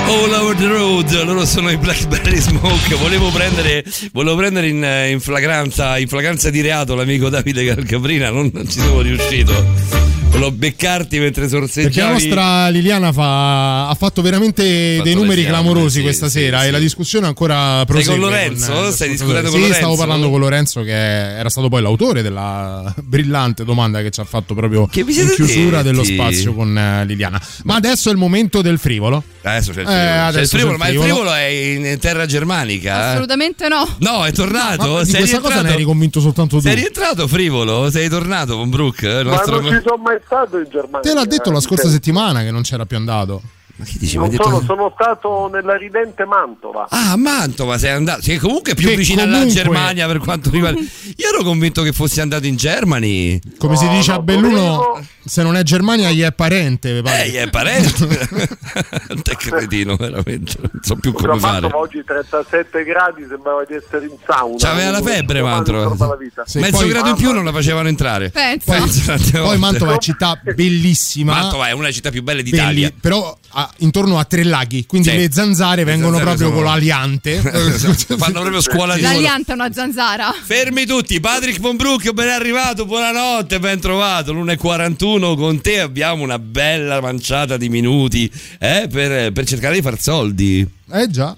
All Over the Road, loro sono i Blackberry Smoke. Volevo prendere in flagranza di reato l'amico Davide Calcabrina, non ci sono riuscito. Volevo beccarti mentre sorseggiavi. Perché la nostra Liliana ha fatto veramente dei numeri clamorosi questa sera e la discussione ancora prosegue. Sei con Lorenzo? Stai discutendo con Lorenzo? Sì, stavo parlando con Lorenzo, che era stato poi l'autore della brillante domanda che ci ha fatto proprio in chiusura dello spazio con Liliana. Ma adesso è il momento del frivolo. Adesso c'è il frivolo. Ma il frivolo è in terra germanica? Assolutamente no. No, è tornato. Ma di questa cosa ne eri convinto soltanto tu. Sei rientrato, frivolo? Sei tornato con Brooke? Ma non ci sono mai stato in Germania. Te l'ha detto la scorsa settimana che non c'era più andato. Ma che dici? Sono stato nella ridente Mantova. Ah, Mantova sei andato. Sei comunque più vicino alla Germania per quanto riguarda. Io ero convinto che fossi andato in Germany. Come si dice a Belluno, se non è Germania gli è parente. Gli è parente. Te cretino, veramente. Non so più come fare. Mantova oggi 37 gradi, sembrava di essere in sauna. C'aveva la febbre Mantova. Mezzo poi, grado in più non la facevano entrare. Poi Mantova è città bellissima. Mantova è una delle città più belle d'Italia. Però intorno a 3 laghi, quindi le zanzare vengono proprio con l'aliante. Fanno proprio scuola di l'aliante è una zanzara. Fermi tutti, Patrick Von Broek, ben arrivato, buonanotte, ben trovato. l'1:41 con te abbiamo una bella manciata di minuti per cercare di far soldi. Già.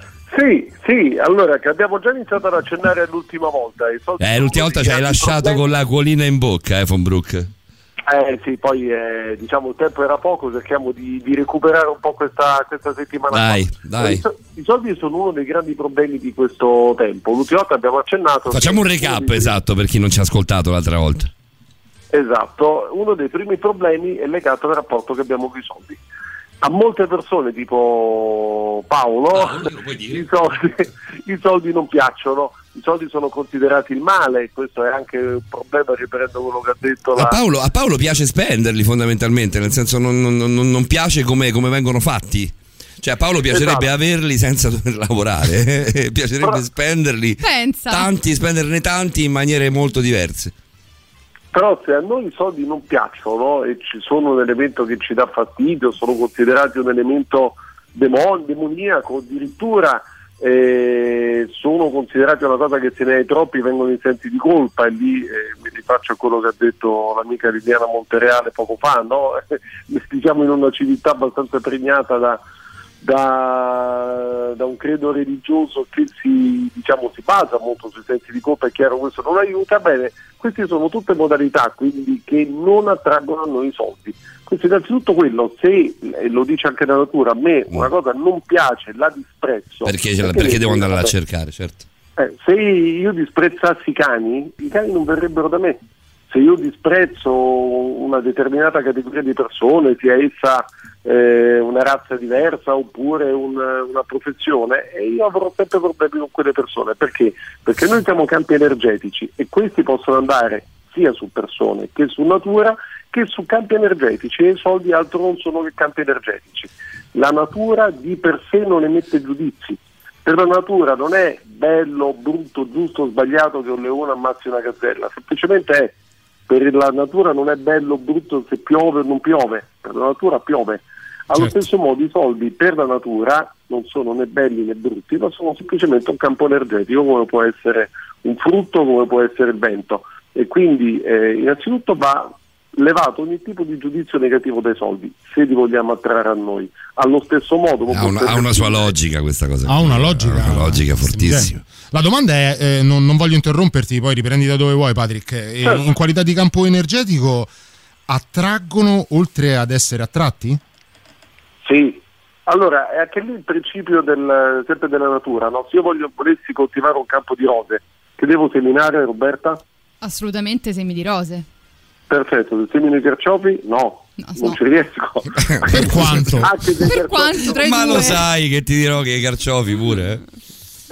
Sì, allora che abbiamo già iniziato ad accennare l'ultima volta. L'ultima volta ci hai lasciato con l'acquolina in bocca, Von Broek. Sì, poi diciamo il tempo era poco, cerchiamo di recuperare un po' questa settimana. Dai. I soldi sono uno dei grandi problemi di questo tempo. L'ultima volta abbiamo accennato. Facciamo un recap esatto per chi non ci ha ascoltato l'altra volta. Esatto, uno dei primi problemi è legato al rapporto che abbiamo con i soldi. A molte persone tipo Paolo i soldi non piacciono, i soldi sono considerati il male, questo è anche un problema, riprendo quello che ha detto a Paolo piace spenderli fondamentalmente, nel senso non piace come vengono fatti. Cioè a Paolo piacerebbe averli senza dover lavorare, piacerebbe spenderli spenderne tanti in maniere molto diverse. Però se a noi i soldi non piacciono e ci sono un elemento che ci dà fastidio, sono considerati un elemento demoniaco, addirittura sono considerati una cosa che se ne hai troppi vengono i sensi di colpa, e lì mi rifaccio a quello che ha detto l'amica Liliana Montereale poco fa, no? Stiamo in una civiltà abbastanza pregnata da un credo religioso che si basa molto sui sensi di colpa. È chiaro, questo non aiuta. Bene, queste sono tutte modalità quindi che non attraggono a noi i soldi. Questo innanzitutto quello, se lo dice anche la natura, a me una cosa non piace, la disprezzo. Perché devo andarla a cercare, certo. Se io disprezzassi i cani non verrebbero da me. Se io disprezzo una determinata categoria di persone, sia essa una razza diversa oppure una professione, e io avrò sempre problemi con quelle persone. Perché? Perché noi siamo campi energetici e questi possono andare sia su persone che su natura che su campi energetici, e i soldi altro non sono che campi energetici. La natura di per sé non emette giudizi. Per la natura non è bello, brutto, giusto o sbagliato che un leone ammazzi una gazzella, semplicemente è. Per la natura non è bello o brutto se piove o non piove, per la natura piove. Allo stesso modo i soldi per la natura non sono né belli né brutti, ma sono semplicemente un campo energetico, come può essere un frutto, come può essere il vento, e quindi innanzitutto va levato ogni tipo di giudizio negativo dai soldi, se li vogliamo attrarre a noi. Allo stesso modo ha una sua logica questa cosa. Ha una logica fortissima. La domanda è, non voglio interromperti, poi riprendi da dove vuoi, Patrick. In qualità di campo energetico attraggono oltre ad essere attratti? Sì. Allora, è anche lì il principio sempre della natura, no? Se io volessi coltivare un campo di rose, che devo seminare, Roberta? Assolutamente semi di rose. Perfetto, se semino i carciofi? No, non ci riesco. Per quanto? Per quanto tra i Ma due. lo sai che ti dirò che i carciofi pure.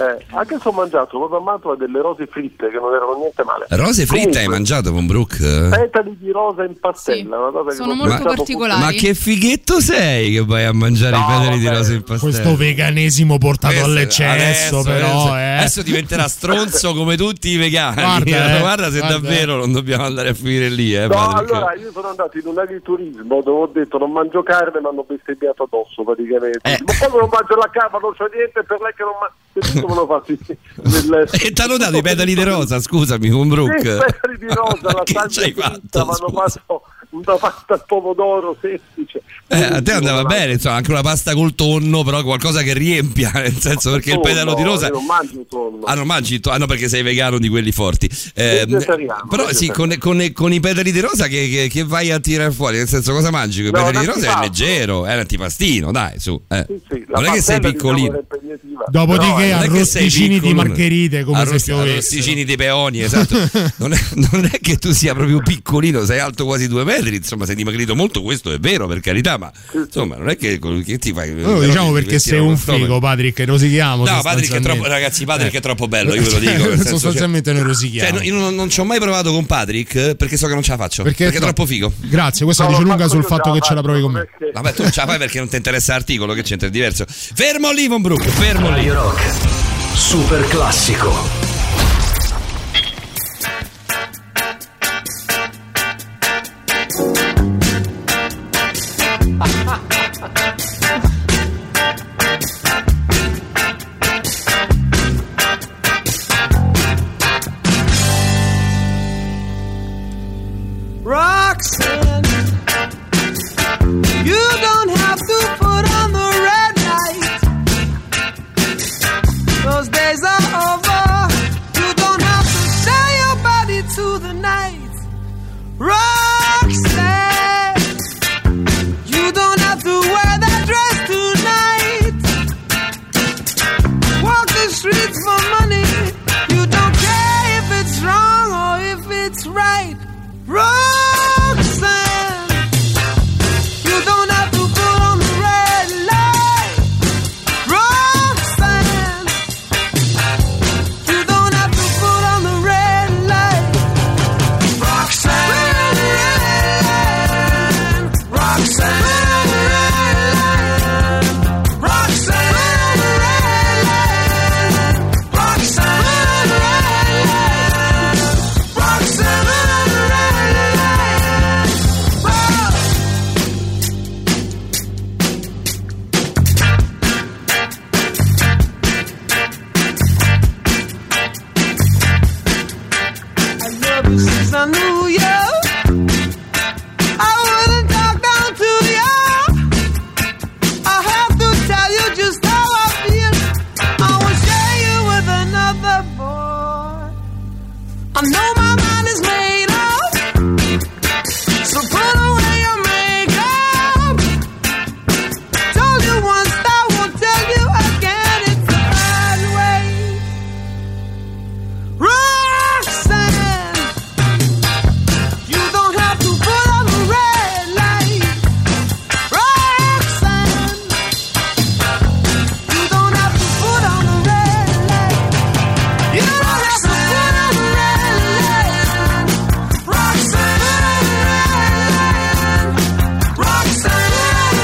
Anche se ho mangiato proprio a Mantova delle rose fritte che non erano niente male. Rose fritte hai mangiato, Von Brook? Petali di rosa in pastella, una cosa sono molto particolari. Ma che fighetto sei che vai a mangiare i petali di rosa in pastella? Questo veganesimo portato all'eccesso, adesso diventerà stronzo come tutti i vegani. Guarda se davvero non dobbiamo andare a finire lì. Allora io sono andato in un agriturismo dove ho detto non mangio carne, ma hanno bestemmiato addosso praticamente. Ma poi non mangio la carne, non c'ho niente, per lei che non mangio. E ti hanno dato i petali di rosa, scusami, Von Brook. I petali di rosa, la salsa fritta, mi hanno fatto una pasta al pomodoro semplice. A te andava bene, insomma, anche una pasta col tonno, però qualcosa che riempia, nel senso, perché il petalo di rosa. Io non mangio il tonno. Non mangi il tonno? No, perché sei vegano di quelli forti. Però sì, con i petali di rosa che vai a tirare fuori, nel senso, cosa mangi? Con i petali di rosa è leggero, è un antipastino, dai, su. Sì, non è che sei piccolino. Dopodiché arrosticini di margherite come se piovesse. Arrosticini di peoni, esatto. non è che tu sia proprio piccolino, sei alto quasi 2 metri, insomma, sei dimagrito molto, questo è vero, per carità, ma insomma, non è che ti fai. Diciamo perché sei un figo, Patrick, rosichiamo. No, Patrick è troppo, ragazzi, Patrick è troppo bello, io ve lo dico. Sostanzialmente noi rosichiamo. Io non ci ho mai provato con Patrick perché so che non ce la faccio. Perché è troppo figo. Grazie, questo dice lunga sul fatto che ce la provi con me. Vabbè, tu non ce la fai perché non ti interessa l'articolo, che c'entra, è diverso. Fermo lì, Von Brook, fermo lì. Radio Rock, super classico. Roxanne, you don't have to put on the red light. Those days are over. You don't have to sell your body to the night. Roxanne, you don't have to wear that dress tonight. Walk the streets for money. You don't care if it's wrong or if it's right. Roxanne, you don't have to put on the red light. Roxanne, you don't have to put on the red light. Roxanne, Roxanne, Roxanne, Roxanne, since I knew you, I wouldn't talk down to you. I have to tell you just how I feel. I will share you with another boy. I know my mind is made up, so put away your makeup. Told you once, I won't tell you again. It's the bad way. Roxanne, you don't have to put on the red light. Roxanne, you don't have to put on the red light. You don't have to put on the red light. Roxanne, Roxanne,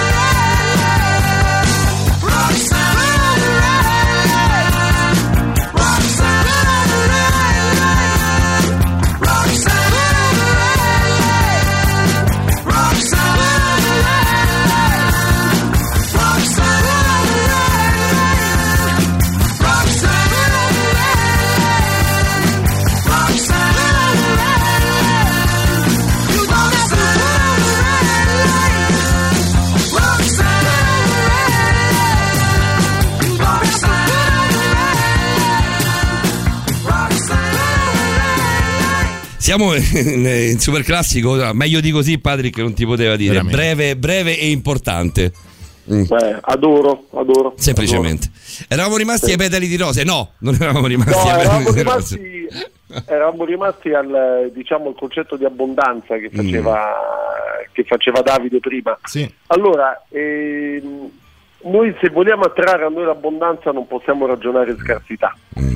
Siamo in super classico, meglio di così Patrick non ti poteva dire. Breve e importante. Adoro. Semplicemente. Eravamo rimasti ai petali di rose? No, non eravamo rimasti ai petali di rose. Eravamo rimasti al, diciamo, il concetto di abbondanza che faceva Davide prima. Sì. Allora, noi se vogliamo attrarre a noi l'abbondanza non possiamo ragionare in scarsità,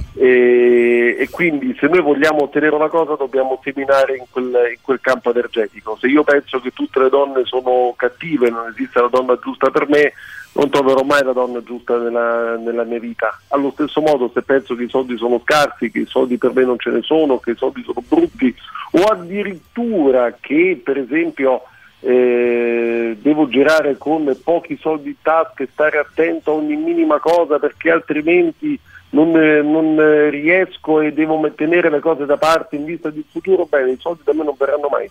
e quindi se noi vogliamo ottenere una cosa dobbiamo seminare in quel campo energetico. Se io penso che tutte le donne sono cattive, non esiste la donna giusta per me, non troverò mai la donna giusta nella mia vita. Allo stesso modo, se penso che i soldi sono scarsi, che i soldi per me non ce ne sono, che i soldi sono brutti, o addirittura che per esempio devo girare con pochi soldi in tasca e stare attento a ogni minima cosa perché altrimenti non riesco e devo tenere le cose da parte in vista del futuro, bene, i soldi da me non verranno mai.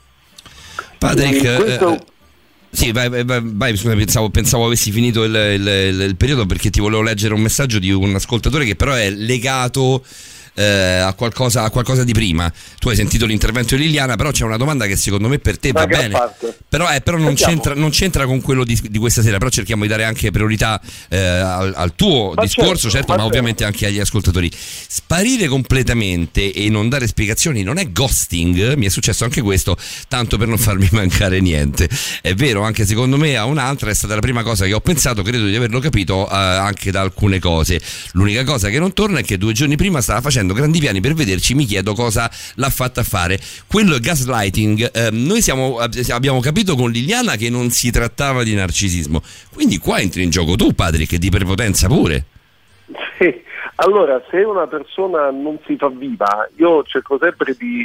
Patrick, sì, vai, scusa, pensavo avessi finito il periodo, perché ti volevo leggere un messaggio di un ascoltatore che però è legato a qualcosa di prima. Tu hai sentito l'intervento di Liliana, però c'è una domanda che secondo me per te va bene, però non c'entra con quello di questa sera, però cerchiamo di dare anche priorità al tuo discorso, certo, ma ovviamente anche agli ascoltatori. Sparire completamente e non dare spiegazioni non è ghosting? Mi è successo anche questo, tanto per non farmi mancare niente. È vero, anche secondo me a un'altra è stata la prima cosa che ho pensato, credo di averlo capito anche da alcune cose. L'unica cosa che non torna è che 2 giorni prima stava facendo grandi piani per vederci, mi chiedo cosa l'ha fatta fare. Quello è gaslighting. Noi abbiamo capito con Liliana che non si trattava di narcisismo, quindi qua entri in gioco tu, Patrick, di prepotenza pure. Sì. Allora, se una persona non si fa viva, io cerco sempre di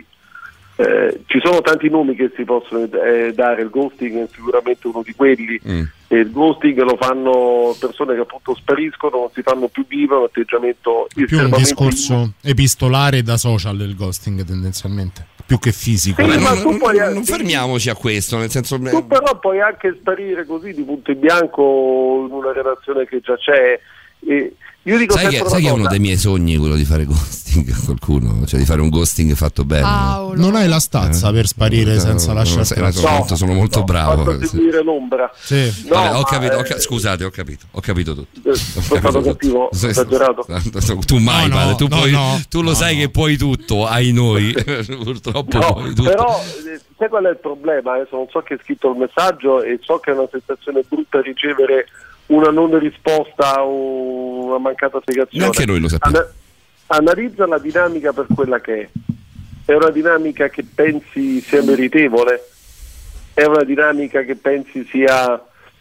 ci sono tanti nomi che si possono dare, il ghosting è sicuramente uno di quelli. E il ghosting lo fanno persone che appunto spariscono, non si fanno più viva, un atteggiamento più un discorso epistolare da social, il ghosting tendenzialmente, più che fisico. Sì, ma non fermiamoci a questo, nel senso, tu però puoi anche sparire così di punto in bianco in una relazione che già c'è. E io dico sai che è uno dei miei sogni quello di fare ghosting a qualcuno, cioè di fare un ghosting fatto bene. Non hai la stazza per sparire senza lasciare sono molto bravo. Fatto seguire l'ombra. Sì. No, vabbè, ho capito, scusate, ho capito tutto. Sono stato cattivo, esagerato. Tu mai, padre, tu lo sai che puoi tutto, ai noi. Purtroppo puoi tutto. Però sai qual è il problema? Adesso non so chi ha scritto il messaggio e so che è una sensazione brutta ricevere una non risposta o una mancata spiegazione. Anche noi lo sappiamo. Analizza la dinamica per quella che è una dinamica che pensi sia meritevole, è una dinamica che pensi sia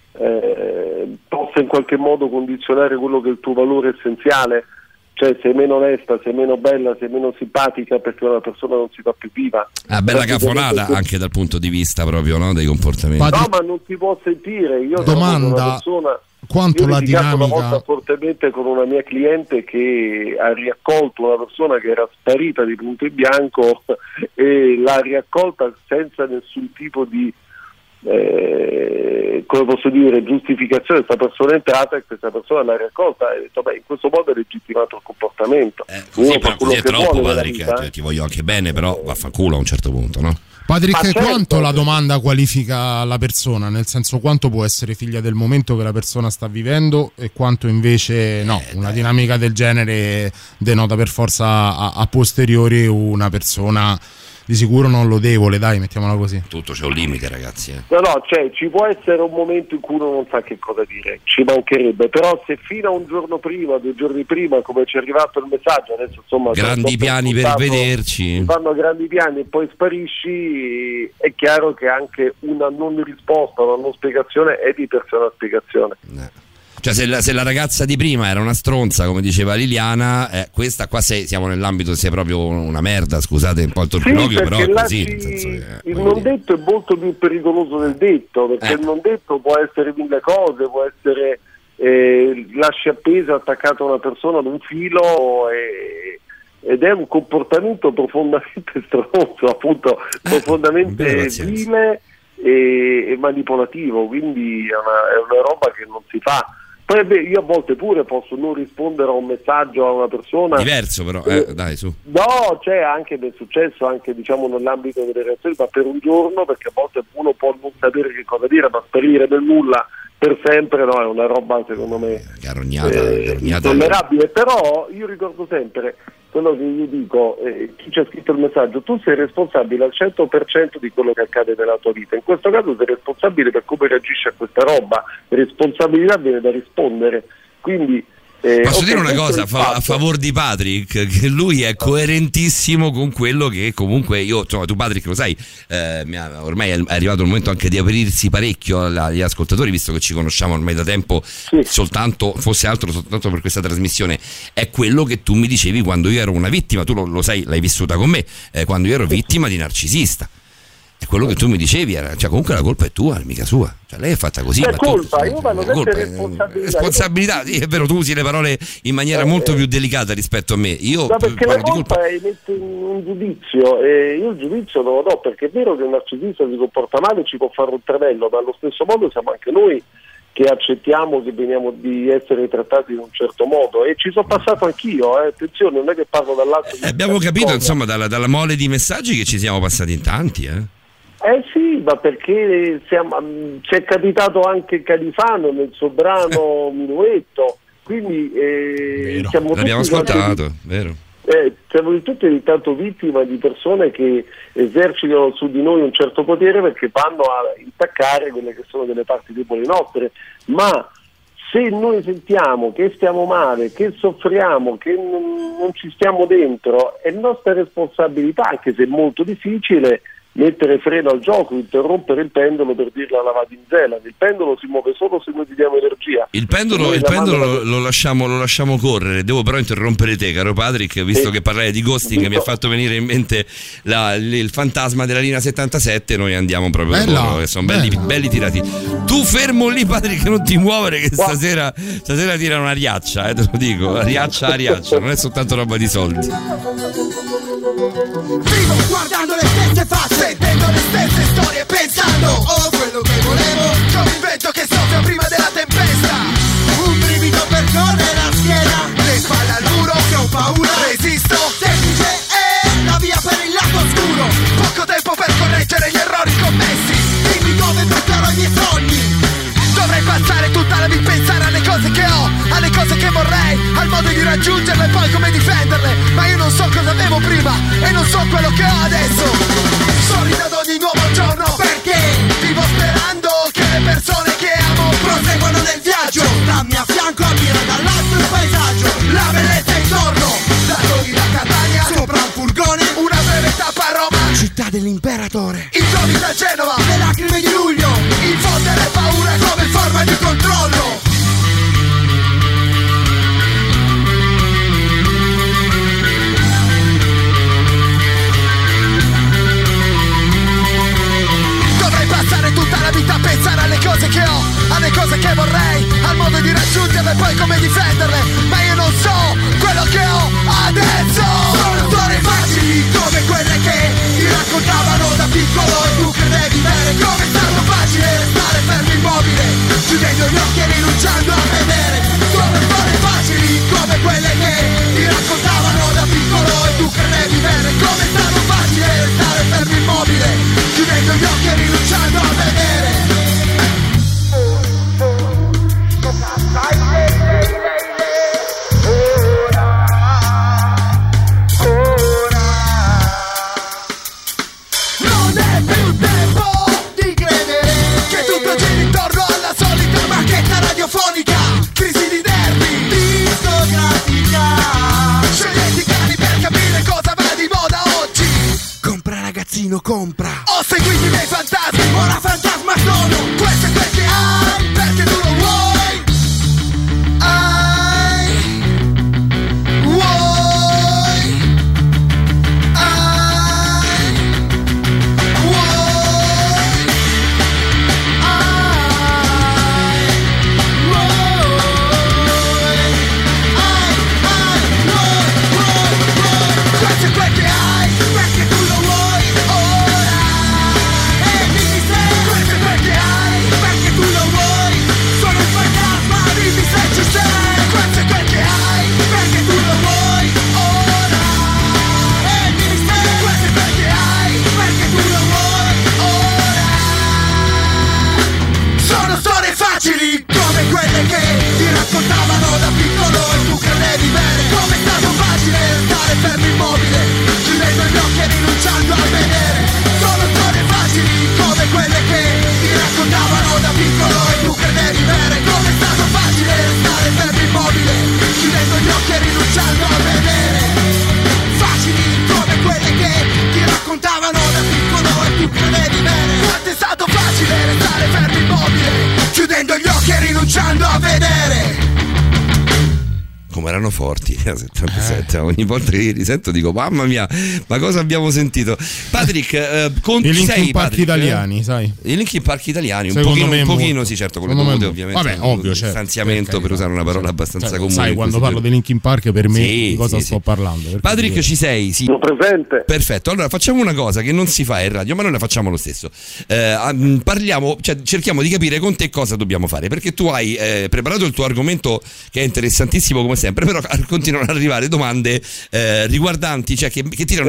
possa in qualche modo condizionare quello che è il tuo valore essenziale, cioè sei meno onesta, sei meno bella, sei meno simpatica perché una persona non si fa più viva. Bella cafonata anche dal punto di vista proprio, no, dei comportamenti. No, ma non si può sentire. Io domanda una persona, quanto la dinamica una volta fortemente con una mia cliente che ha riaccolto una persona che era sparita di punto in bianco e l'ha riaccolta senza nessun tipo di come posso dire, giustificazione. Questa persona è entrata e questa persona l'ha raccolta e ha detto in questo modo è legittimato il comportamento. Così è troppo, Patrick, ti voglio anche bene, però vaffanculo a un certo punto, no? Patrick, certo, quanto la domanda qualifica la persona? Nel senso, quanto può essere figlia del momento che la persona sta vivendo e quanto invece no, una dinamica del genere denota per forza a posteriori una persona di sicuro non lodevole, dai, mettiamola così. Tutto c'è un limite, ragazzi. No, cioè ci può essere un momento in cui uno non sa che cosa dire, ci mancherebbe, però se fino a un giorno prima, 2 giorni prima, come ci è arrivato il messaggio, adesso insomma grandi piani per vederci, fanno grandi piani e poi sparisci, è chiaro che anche una non risposta, una non spiegazione è di per sé una spiegazione. Cioè se la ragazza di prima era una stronza, come diceva Liliana, questa qua siamo nell'ambito, sei proprio una merda, scusate un po' il torpiloquio, però è così. Il non detto è molto più pericoloso del detto, perché il non detto può essere 1000 cose, può essere lasci appesa, attaccato a una persona ad un filo ed è un comportamento profondamente stronzo, appunto, profondamente vile e manipolativo, quindi è una roba che non si fa. Poi io a volte pure posso non rispondere a un messaggio a una persona diverso, però dai, su. No, c'è anche del successo anche diciamo nell'ambito delle relazioni, ma per un giorno, perché a volte uno può non sapere che cosa dire, ma sparire nel nulla per sempre, no, è una roba secondo me garognata intollerabile. Però io ricordo sempre, quello che io dico, chi ci ha scritto il messaggio, tu sei responsabile al 100% di quello che accade nella tua vita, in questo caso sei responsabile per come reagisci a questa roba, responsabilità viene da rispondere, quindi posso dire una cosa a favore di Patrick, che lui è coerentissimo con quello che comunque io, insomma, tu Patrick lo sai, ormai è arrivato il momento anche di aprirsi parecchio agli ascoltatori, visto che ci conosciamo ormai da tempo, soltanto per questa trasmissione. È quello che tu mi dicevi quando io ero una vittima, tu lo sai, l'hai vissuta con me, quando io ero vittima di narcisista. È quello che tu mi dicevi, cioè comunque la colpa è tua, mica sua. Cioè lei è fatta così. È colpa, io vanno dette responsabilità. Sì, è vero, tu usi le parole in maniera molto più delicata rispetto a me. Io no, perché la colpa è mette un giudizio, e io il giudizio non lo do, perché è vero che un narcisista si comporta male, ci può fare un travello, ma allo stesso modo siamo anche noi che accettiamo che veniamo di essere trattati in un certo modo, e ci sono passato anch'io, attenzione, non è che parlo dall'alto. Abbiamo capito, insomma, dalla mole di messaggi che ci siamo passati in tanti, sì, ma perché ci è capitato anche Califano nel suo brano Minuetto, quindi siamo l'abbiamo ascoltato, vero? Siamo tutti intanto vittima di persone che esercitano su di noi un certo potere perché vanno a intaccare quelle che sono delle parti deboli nostre, ma se noi sentiamo che stiamo male, che soffriamo, che non ci stiamo dentro, è nostra responsabilità, anche se è molto difficile, mettere freno al gioco, interrompere il pendolo, per dirla alla Vadinzella. Il pendolo si muove solo se noi gli diamo energia. Il pendolo lo lasciamo correre. Devo però interrompere te, caro Patrick, visto che parlare di ghosting mi ha fatto venire in mente il fantasma della linea 77. Noi andiamo proprio loro, che sono belli tirati. Tu fermo lì, Patrick, non ti muovere, che stasera tirano una riaccia, te lo dico, riaccia, non è soltanto roba di soldi. Vivo guardando le stesse facce, sentendo le stesse storie, pensando quello che volevo, come un vento che soffia prima della tempesta. Un brivido percorre la schiena, le spalle al muro, che ho paura, resisto. Semplice è la via per il lato oscuro, poco tempo per correggere gli errori commessi. Dimmi dove porterò i miei sogni. Dovrei passare tutta la vita a pensare alle cose che ho, alle cose che vorrei, al modo di raggiungerle e poi come difenderle. Ma io non so cosa avevo prima e non so quello che ho adesso. Sorrido ad ogni nuovo giorno perché vivo sperando che le persone che amo proseguano nel viaggio. Stammi a fianco a mira dall'alto il paesaggio, la bellezza intorno, da Rodi da Catania, sopra un furgone, una breve tappa a Roma, città dell'imperatore, i giorni da Genova, le lacrime di luglio, infondere paura come forma di controllo. Dovrei passare tutta la vita a pensare alle cose che ho, alle cose che vorrei, al modo di raggiungerle e poi come difenderle. Ma io non so quello che ho adesso. Sono storie facili come quelle che ti raccontavano da piccolo e tu credevi bene. Come è stato facile restare fermo immobile, chiudendo gli occhi e rinunciando a vedere. Sono storie facili come quelle che ti raccontavano da piccolo e tu credevi bene. Come è stato facile restare fermo immobile, chiudendo gli occhi e rinunciando a vedere. Non è più tempo di credere che tutto giri intorno alla solita macchetta radiofonica. Crisi di nervi, discografica. Sceglieti cani per capire cosa va di moda oggi. Compra ragazzino, compra. Ho seguito i miei fantasmi, ora fantasma sono. Questo è quel che hai, perché tu lo vuoi. Questo è quel che hai, perché tu lo vuoi ora. E dimmi se questo è quel che hai, perché tu lo vuoi. Sono un fantasma, dimmi se ci sei. Questo è quel che hai, perché tu lo vuoi ora. E dimmi se questo è quel che hai, perché tu lo vuoi ora. Sono storie facili come quelle che ti raccontavano da piccolo e tu credevi bene. Come è stato facile stare per come erano forti a 77, ogni volta che li risento dico mamma mia, ma cosa abbiamo sentito? Patrick, con i Linkin Park Patrick, italiani, sai? I Linkin Park italiani, un pochino sì, certo, con le dovute ovviamente. Vabbè, ovvio, certo. Stanziamento, per usare una parola abbastanza comune. Sai, quando parlo di Linkin Park per me di cosa sto parlando? Patrick, ci sei? Sì. Sono presente. Perfetto, allora facciamo una cosa che non si fa in radio, ma noi la facciamo lo stesso. Parliamo, cioè cerchiamo di capire con te cosa dobbiamo fare, perché tu hai preparato il tuo argomento che è interessantissimo come sempre, però continuano ad arrivare domande riguardanti, cioè che tirano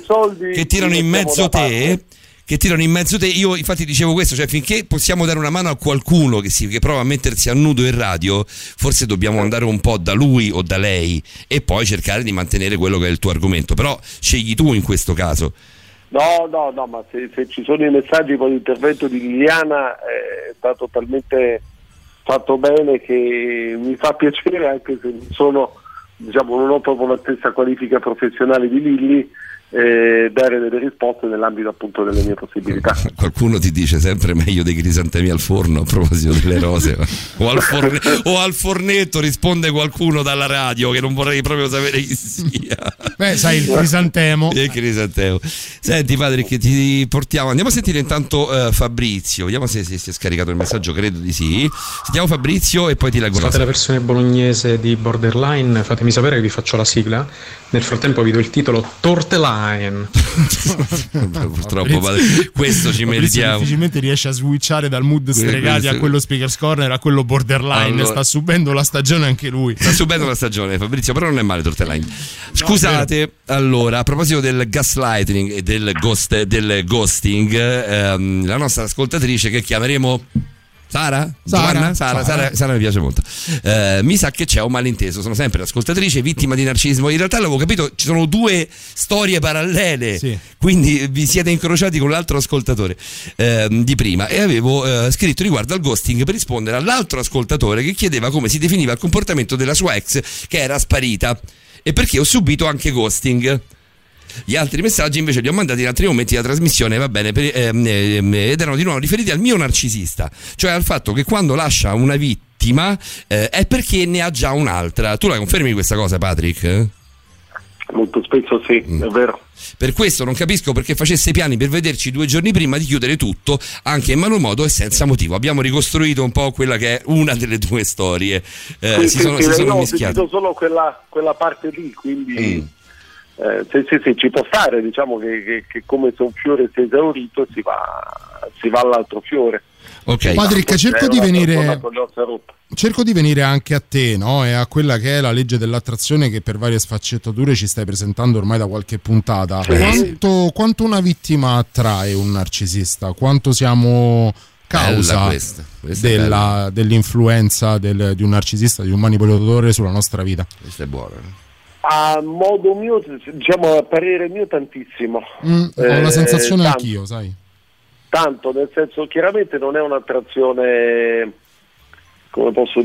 in mezzo te. Che tirano in mezzo te. Io infatti dicevo questo, cioè finché possiamo dare una mano a qualcuno che prova a mettersi a nudo in radio, forse dobbiamo andare un po' da lui o da lei e poi cercare di mantenere quello che è il tuo argomento, però scegli tu in questo caso. No, ma se ci sono i messaggi con l'intervento di Liliana è stato talmente fatto bene che mi fa piacere, anche se non ho proprio la stessa qualifica professionale di Lilli, dare delle risposte nell'ambito appunto delle mie possibilità. Qualcuno ti dice sempre meglio dei crisantemi al forno a proposito delle rose o al fornetto, risponde qualcuno dalla radio che non vorrei proprio sapere chi sia. Beh, sai, il crisantemo. Il crisantemo. Senti Patrick, ti portiamo, andiamo a sentire intanto Fabrizio, vediamo se si è scaricato il messaggio, credo di sì. Sentiamo Fabrizio e poi ti leggo. Fate la versione bolognese di Borderline, fatemi sapere che vi faccio la sigla. Nel frattempo vi do il titolo Tortellane. Purtroppo questo ci meritiamo. Difficilmente riesce a switchare dal mood stregati a quello Speaker's Corner a quello Borderline. Allora, sta subendo la stagione anche lui. Sta subendo la stagione Fabrizio, però non è male Tortellane. Scusate, allora a proposito del gaslighting e del ghosting, la nostra ascoltatrice che chiameremo Sara mi piace molto. Mi sa che c'è un malinteso. Sono sempre l'ascoltatrice vittima di narcisismo. In realtà l'avevo capito, ci sono due storie parallele, sì. Quindi vi siete incrociati con l'altro ascoltatore di prima. E avevo scritto riguardo al ghosting per rispondere all'altro ascoltatore che chiedeva come si definiva il comportamento della sua ex che era sparita e perché ho subito anche ghosting. Gli altri messaggi invece li ho mandati in altri momenti della trasmissione, va bene, ed erano di nuovo riferiti al mio narcisista, cioè al fatto che quando lascia una vittima è perché ne ha già un'altra. Tu la confermi questa cosa, Patrick? Molto spesso sì, è vero. Per questo non capisco perché facesse piani per vederci 2 giorni prima di chiudere tutto, anche in malo modo e senza motivo. Abbiamo ricostruito un po' quella che è una delle due storie. Si sono mischiate. Ho sentito solo quella parte lì, quindi sì, ci può stare, diciamo che come se un fiore si è esaurito si va all'altro fiore. Okay. Patrick, cerco di venire anche a te, no? E a quella che è la legge dell'attrazione che per varie sfaccettature ci stai presentando ormai da qualche puntata. Quanto una vittima attrae un narcisista? Quanto siamo causa dell'influenza di un narcisista, di un manipolatore sulla nostra vita? Questa è buona. A modo mio, diciamo a parere mio, tantissimo. Ho la sensazione anch'io, sai. Tanto, nel senso, chiaramente non è un'attrazione, come posso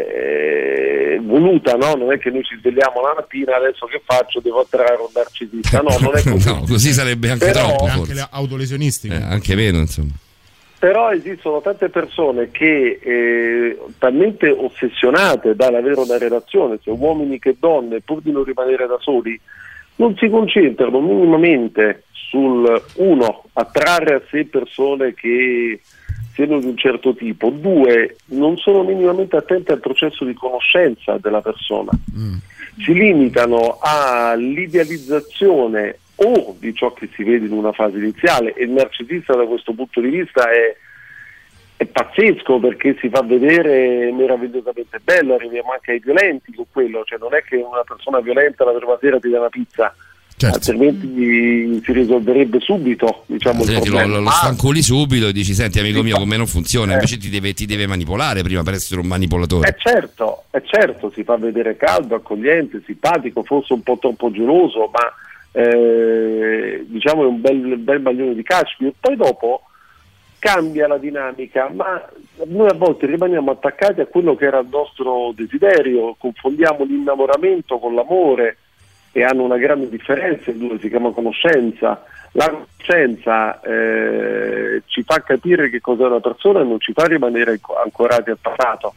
dire, voluta, no? Non è che noi ci svegliamo la mattina, adesso che faccio? Devo attrarre un narcisista. No, non è così. No, così sarebbe anche troppo. Anche le autolesionistiche. Anche meno, insomma. Però esistono tante persone che talmente ossessionate dall'avere una relazione, sia uomini che donne, pur di non rimanere da soli, non si concentrano minimamente sul attrarre a sé persone che siano di un certo tipo, 2, non sono minimamente attenti al processo di conoscenza della persona, si limitano all'idealizzazione o di ciò che si vede in una fase iniziale, e il narcisista da questo punto di vista è pazzesco, perché si fa vedere meravigliosamente bello, arriviamo anche ai violenti con quello, cioè non è che una persona violenta la prima sera ti dà una pizza, certo. Altrimenti si risolverebbe subito, diciamo, il problema. Lo stancoli subito e dici senti amico mio, con me non funziona, invece ti deve manipolare prima per essere un manipolatore. Certo, si fa vedere caldo, accogliente, simpatico, forse un po' troppo geloso, ma diciamo è un bel maglione di cashmere. Poi dopo cambia la dinamica, ma noi a volte rimaniamo attaccati a quello che era il nostro desiderio, confondiamo l'innamoramento con l'amore e hanno una grande differenza, il due si chiama conoscenza. La conoscenza ci fa capire che cos'è una persona e non ci fa rimanere ancorati al passato.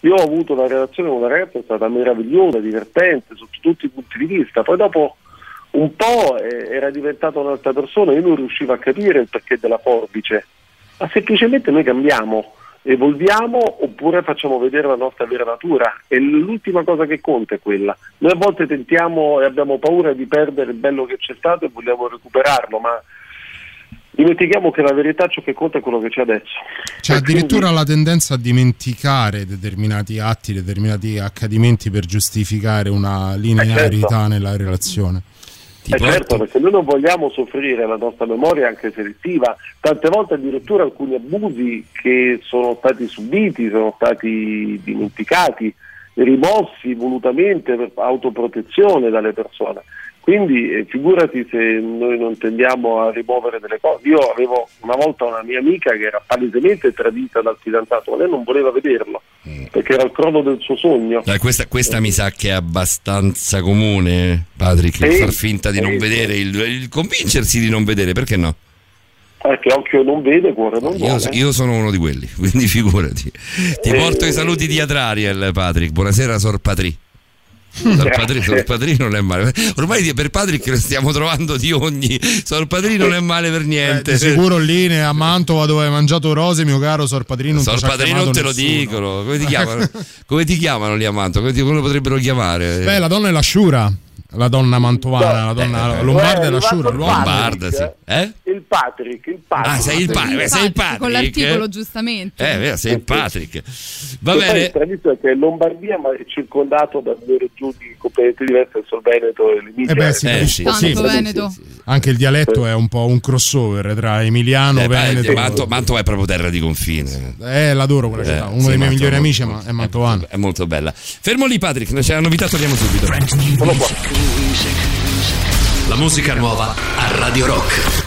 Io ho avuto una relazione con una ragazza che è stata meravigliosa, divertente sotto tutti i punti di vista, poi dopo un po' era diventata un'altra persona, io non riuscivo a capire il perché della forbice, ma semplicemente noi cambiamo, evolviamo oppure facciamo vedere la nostra vera natura, e l'ultima cosa che conta è quella. Noi a volte tentiamo e abbiamo paura di perdere il bello che c'è stato e vogliamo recuperarlo, ma dimentichiamo che la verità, ciò che conta è quello che c'è adesso. C'è addirittura la tendenza a dimenticare determinati atti, determinati accadimenti per giustificare una linearità nella relazione. Certo, perché noi non vogliamo soffrire, la nostra memoria è anche selettiva, tante volte addirittura alcuni abusi che sono stati subiti, sono stati dimenticati, rimossi volutamente per autoprotezione dalle persone. Quindi figurati se noi non tendiamo a rimuovere delle cose. Io avevo una volta una mia amica che era palesemente tradita dal fidanzato, ma lei non voleva vederlo perché era il crollo del suo sogno. Questa mi sa che è abbastanza comune, Patrick, far finta di non vedere, il convincersi di non vedere, perché no? Perché occhio non vede, cuore non vuole. Io sono uno di quelli, quindi figurati. Ti porto i saluti di Adrariel, Patrick. Buonasera, Sor Patri. Sor Patri non è male. Ormai per Patrick stiamo trovando di ogni. Sor Patri non è male per niente. Sicuro lì a Mantova dove hai mangiato rose, mio caro Sor Patri non te lo dicono. Come ti chiamano? Come ti chiamano lì a Mantova? Come potrebbero chiamare? Beh, la donna è l'asciura. La donna mantovana, la donna lombarda è l'asciura. Lombarda, sì. Il Patrick. Ah, sei il Patrick. Con l'articolo, giustamente. Sei il Patrick. Va bene. Il tradito è che Lombardia ma è circondato da due regioni completamente diverse, sul Veneto e l'Emilia. Sì. Veneto. Anche il dialetto è un po' un crossover tra emiliano, veneto. Mantova è proprio terra di confine. L'adoro quella città. Uno dei miei migliori amici è mantovano. È molto bella. Fermo lì, Patrick, c'è una novità, torniamo subito. Sono qua. La musica nuova a Radio Rock.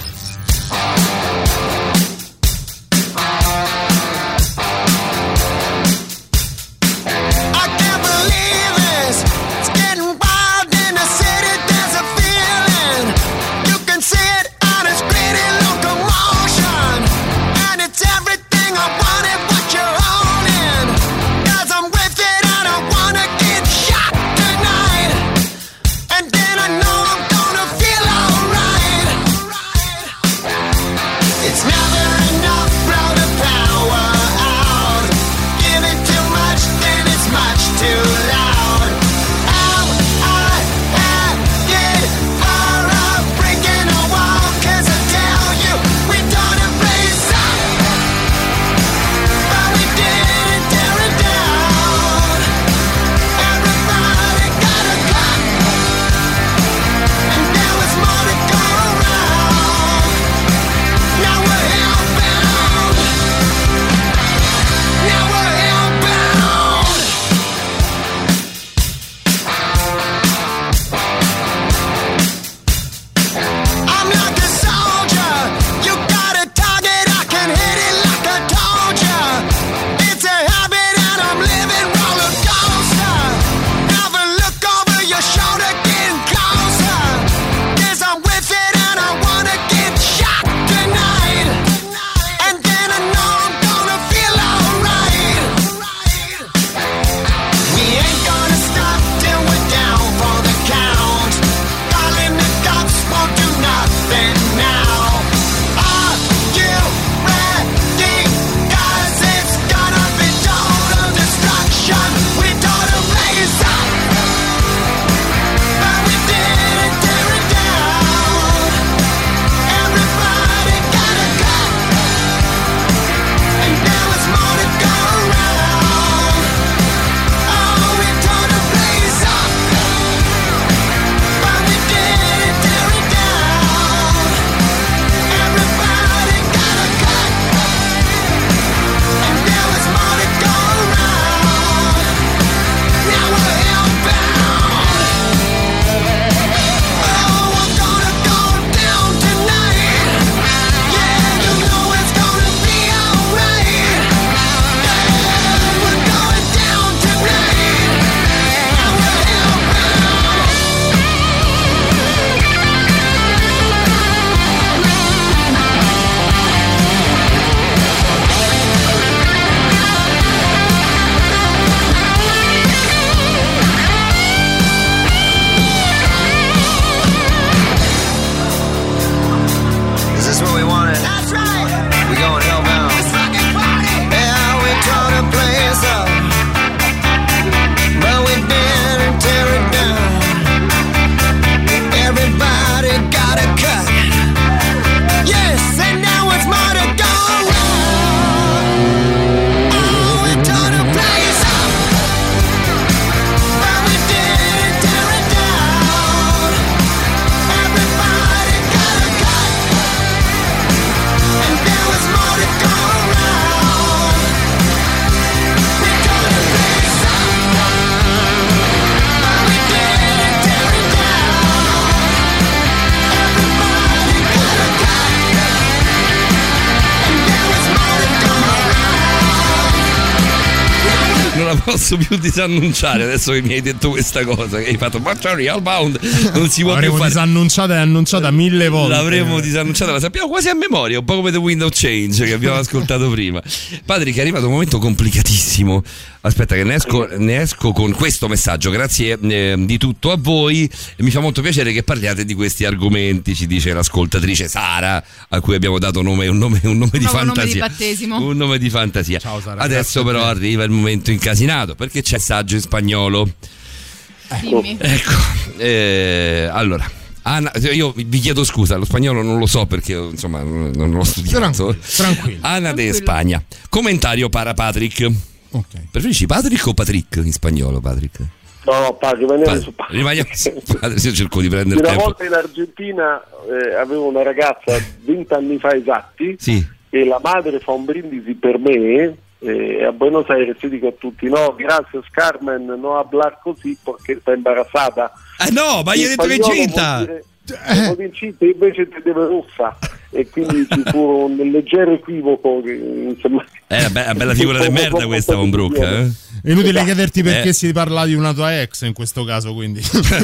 posso più disannunciare adesso che mi hai detto questa cosa, che hai fatto Material Bound, non si può più fare. Disannunciata e annunciata 1000 volte. L'avremmo disannunciata, la sappiamo quasi a memoria, un po' come The Window Change che abbiamo ascoltato prima. Patrick, è arrivato un momento complicatissimo. Aspetta che ne esco con questo messaggio. Grazie di tutto a voi, mi fa molto piacere che parliate di questi argomenti, ci dice l'ascoltatrice Sara, a cui abbiamo dato un nome di fantasia. Nome di battesimo. Un nome di fantasia. Ciao Sara. Adesso però arriva il momento incasinato, perché c'è messaggio in spagnolo. Dimmi. Ecco, allora Anna, io vi chiedo scusa, lo spagnolo non lo so perché insomma non l'ho studiato. Tranquillo. Ana de Spagna. Commentario para Patrick. Okay. Preferisci Patrick o Patrick in spagnolo, Patrick? No, rimaniamo su Patrick. Rimaniamo su Patrick. Io cerco di prendere una tempo. Una volta in Argentina avevo una ragazza 20 anni fa esatti, sì, e la madre fa un brindisi per me, a Buenos Aires si dico a tutti: no, gracias Carmen, no hablar così perché sta imbarazzata. No, ma gli hai detto che è incinta! Incinta, invece te deve rossa, e quindi ci fu un leggero equivoco che, insomma, è una bella figura di merda questa con Brooke, eh? È inutile chiederti perché si parla di una tua ex in questo caso, quindi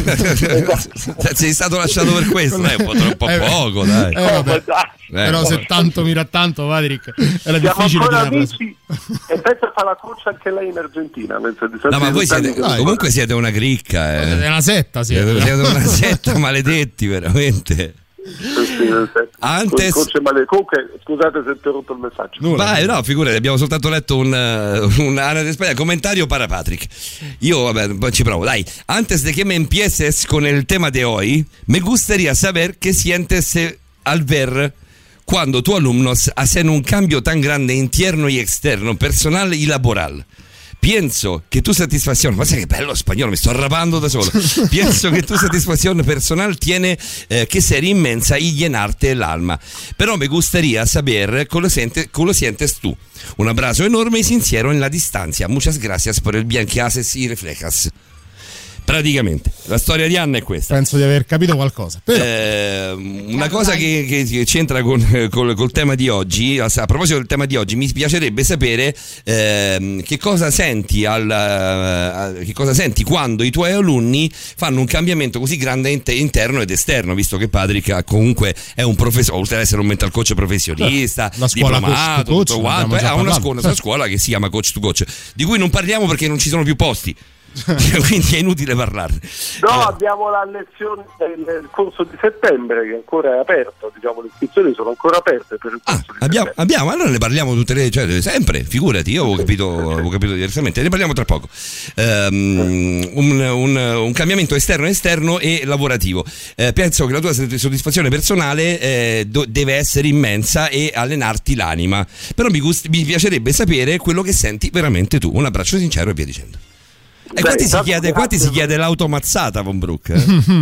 sei stato lasciato per questo, dai, un po' troppo poco, dai. Però se tanto mira tanto, Patrick, era siamo difficile ancora amici, e pensa fa la concia anche lei in Argentina. No, ma voi siete, comunque siete una cricca, È una setta, siete una setta, maledetti veramente. Antes... Comunque, scusate se ho interrotto il messaggio. Vai, no, figurati, abbiamo soltanto letto un Ana de España, commentario para Patrick. Io, vabbè, ci provo, dai. Antes de que me empieces con el tema de hoy, me gustaría saber qué sientes al ver cuando tu alumnos hacen un cambio tan grande interno y externo, personal y laboral. Pienso che tu satisfacción, ma sai che bello spagnolo, mi sto arrabando da solo. Pienso che tu satisfacción personal tiene que ser inmensa y llenarte el alma. Pero me gustaría saber cómo lo sientes tú. Un abrazo enorme y sincero en la distancia. Muchas gracias por el bien que haces y reflejas. Praticamente la storia di Anna è questa. Penso di aver capito qualcosa. Però... una cosa che c'entra col tema di oggi. A proposito del tema di oggi, mi piacerebbe sapere che cosa senti che cosa senti quando i tuoi alunni fanno un cambiamento così grande interno ed esterno, visto che Patrick comunque è un professore, oltre ad essere un mental coach professionista, la scuola diplomato, coach tutto quanto, ha una scuola che si chiama Coach to Coach, di cui non parliamo perché non ci sono più posti. Quindi è inutile parlarne. No, abbiamo la lezione del corso di settembre che ancora è aperto, diciamo, le iscrizioni sono ancora aperte per il corso di abbiamo, allora ne parliamo tutte sempre, figurati, io avevo capito diversamente, ne parliamo tra poco. Un cambiamento esterno e lavorativo. Penso che la tua soddisfazione personale deve essere immensa e allenarti l'anima, però mi piacerebbe sapere quello che senti veramente tu. Un abbraccio sincero e via dicendo. E quanti si chiede l'automazzata, Von Brooke?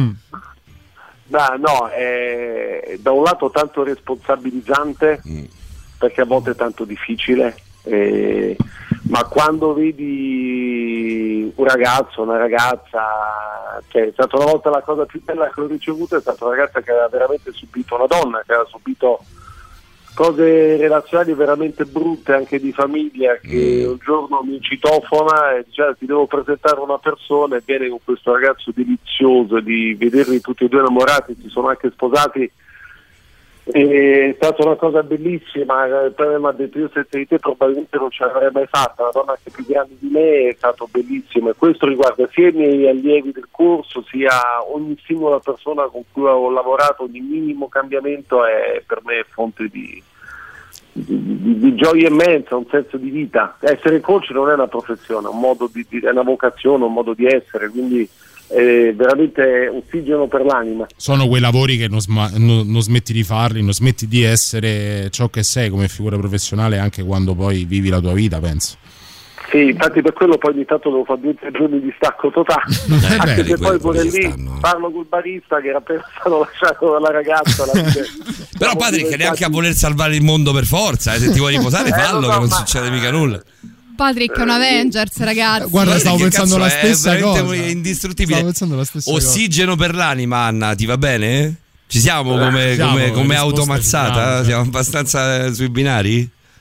No, è da un lato tanto responsabilizzante, perché a volte è tanto difficile, ma quando vedi un ragazzo, una ragazza, cioè è stata una volta la cosa più bella che ho ricevuto, è stata una ragazza che aveva veramente subito, una donna che aveva subito cose relazionali veramente brutte anche di famiglia, che un giorno mi citofona e diceva: ti devo presentare una persona, e viene con questo ragazzo delizioso, di vederli tutti e due innamorati, si sono anche sposati, è stata una cosa bellissima. Poi mi ha detto: io senza di te probabilmente non ce l'avrei mai fatta, una donna anche più grande di me, è stato bellissimo, e questo riguarda sia i miei allievi del corso sia ogni singola persona con cui ho lavorato. Ogni minimo cambiamento è per me fonte di gioia immensa, un senso di vita. Essere coach non è una professione, è un modo è una vocazione, un modo di essere, quindi è veramente ossigeno per l'anima. Sono quei lavori che non smetti di farli, non smetti di essere ciò che sei come figura professionale anche quando poi vivi la tua vita, penso. Sì, infatti per quello poi ogni tanto devo fare 2 o 3 giorni di stacco totale, anche se poi pure lì parlo col barista che era appena stato lasciato dalla ragazza. Però Patrick, neanche a voler salvare il mondo per forza, se ti vuoi riposare fallo, che non succede mica nulla. Patrick è un Avengers, ragazzi. Guarda, stavo pensando la stessa cosa. È indistruttibile. Ossigeno per l'anima, Anna, ti va bene? Ci siamo come automazzata? Siamo abbastanza sui binari?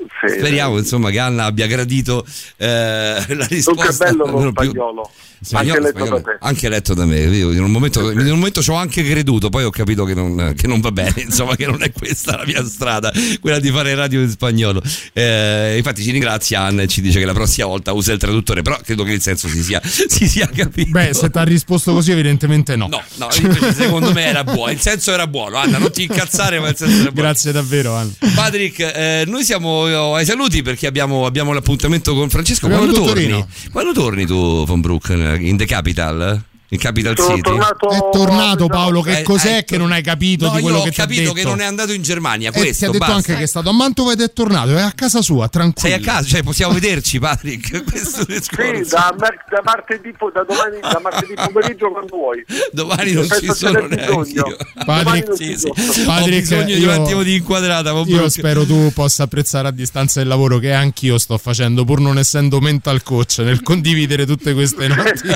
Sì, speriamo insomma che Anna abbia gradito la risposta. Che bello lo spagnolo. Anche letto da me. Io in un momento ci ho anche creduto, poi ho capito che non va bene, insomma, che non è questa la mia strada, quella di fare radio in spagnolo. Infatti ci ringrazia Anna e ci dice che la prossima volta usa il traduttore, però credo che il senso si sia capito. Beh, se ti ha risposto così evidentemente no. No, invece secondo me era buono, il senso era buono. Anna, non ti incazzare, ma il senso era buono. Grazie davvero, Anna. Patrick, noi siamo ai saluti perché abbiamo l'appuntamento con Francesco. Quando torni tu, Von Broek? In The Capital? In Capital City? È tornato Paolo, che cos'è che non hai capito di quello che ti ha detto? Ho capito che non è andato in Germania, questo ti ha detto basta. anche che è stato a Mantova ed è tornato, è a casa sua, tranquillo. Sei a casa, cioè possiamo vederci, Patrick, questo discorso. Sì, da martedì pomeriggio quando vuoi. Domani non ci sono neanche io. Patrick, ho bisogno di un attimo di inquadrata. Io spero tu possa apprezzare a distanza il lavoro che anch'io sto facendo, pur non essendo mental coach, nel condividere tutte queste notti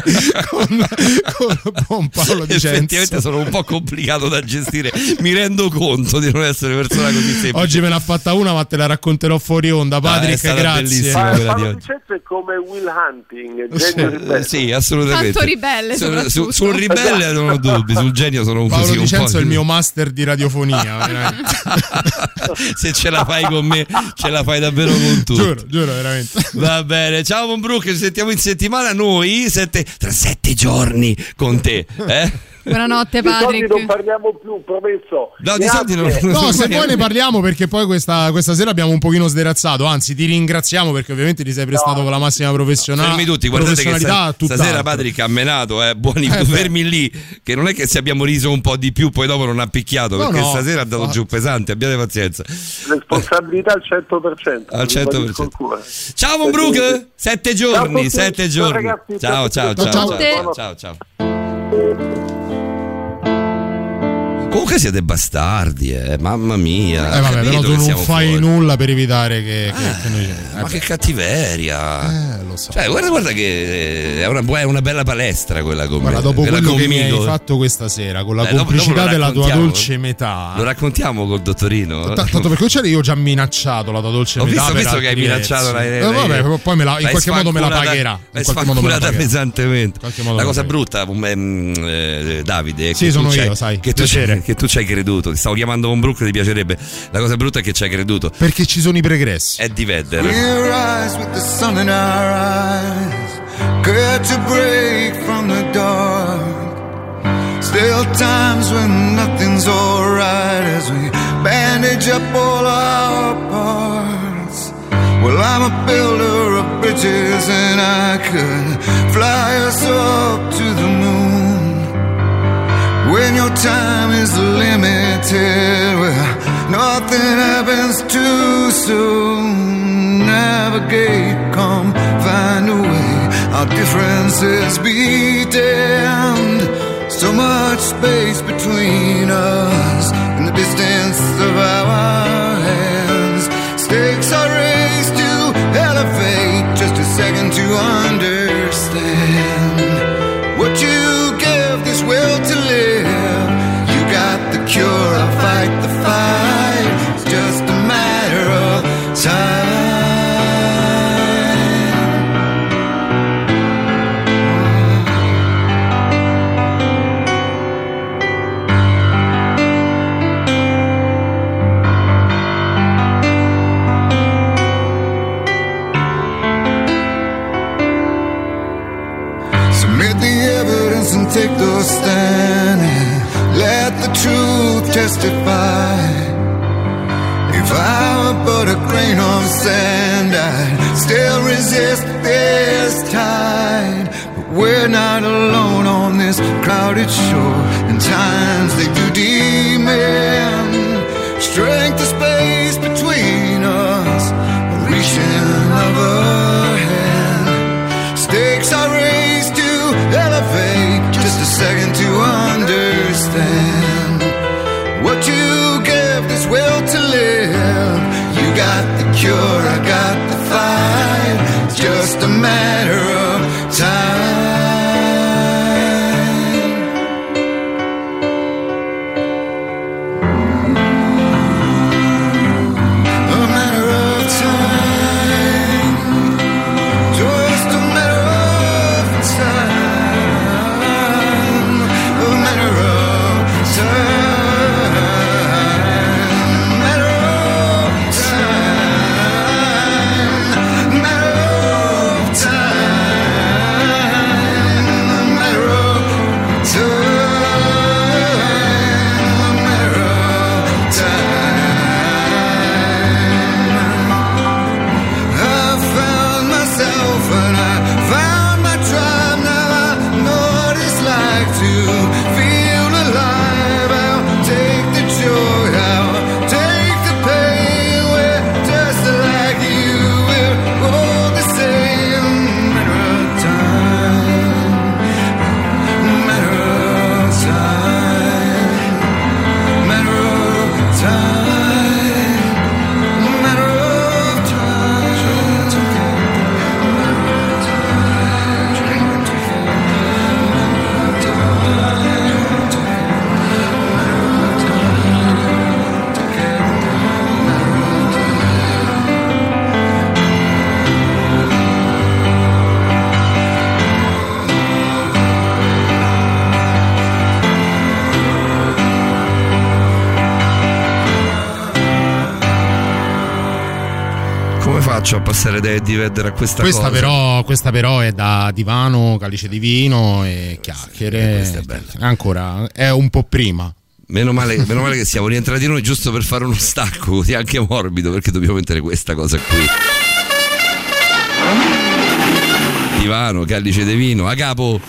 con Paolo Di Cenzo. Effettivamente sono un po' complicato da gestire, mi rendo conto di non essere persona così semplice. Oggi me l'ha fatta una, ma te la racconterò fuori onda. Patrick, grazie. Paolo Di Cenzo è come Will Hunting, genio ribelle. Sì, assolutamente. Tanto ribelle, sul ribelle non ho dubbi, sul genio sono un po'. Paolo Di Cenzo è il mio master di radiofonia, veramente. Se ce la fai con me, ce la fai davvero con tutti. Giuro, veramente. Va bene, ciao Von Broek, ci sentiamo in settimana noi tra 7 giorni con te, Buonanotte Patrick. Di soldi non parliamo più, promesso. No, di soldi no, se poi ne parliamo, perché poi questa sera abbiamo un pochino sderazzato. Anzi, ti ringraziamo perché ovviamente ti sei prestato con la massima professionalità. Fermi tutti, guardate che stasera Patrick ha menato, buoni fermi lì, che non è che se abbiamo riso un po' di più poi dopo non ha picchiato, perché stasera è andato giù pesante, abbiate pazienza. Responsabilità al 100%. Al 100%. Ciao Von Broek, 7 giorni, 7 giorni. Ciao. Comunque siete bastardi, mamma mia. Vabbè, però tu non fai nulla per evitare che noi. Ma che cattiveria. Lo so. Cioè, guarda che è una bella palestra quella con me. Dopo quello che mi hai fatto questa sera, con la complicità della tua dolce metà. Lo raccontiamo col dottorino? Tanto perché io ho già minacciato la tua dolce metà. Ho visto che hai minacciato vabbè, poi in qualche modo me la pagherà. L'hai sfanculata pesantemente. La cosa brutta, Davide, sì, sono io, sai. Che tu ci hai creduto. Ti stavo chiamando Von Broek, ti piacerebbe. La cosa brutta è che ci hai creduto. Perché ci sono i pregressi. È di Vedder. We rise with the sun in our eyes, good to break from the dark. Still times when nothing's alright as we bandage up all our parts. Well, I'm a builder of bridges and I could fly us up to the moon. When your time is limited, well, nothing happens too soon. Navigate, come find a way. Our differences be damned. So much space between us and the distance of our hands. Stakes are raised to elevate, just a second to understand what you give this will to live. You got the cure, I'll fight the fight. It's just a matter of time. Take those stand and let the truth testify. If I were but a grain of sand, I'd still resist this tide. But we're not alone on this crowded shore, and times they do demand strength of space between us, a reaching of a hand. Stakes are raised to elevate, just a second to understand what you give this will to live. You got the cure, I got the fight. It's just a matter of time. A matter of time. faccio a passare da Eddie Vedder a questa cosa? Questa però è da divano, calice di vino e chiacchiere. Questa è bella. Ancora è un po' prima. Meno male che siamo rientrati noi giusto per fare uno stacco così anche morbido, perché dobbiamo mettere questa cosa qui. Divano, calice di vino, a capo.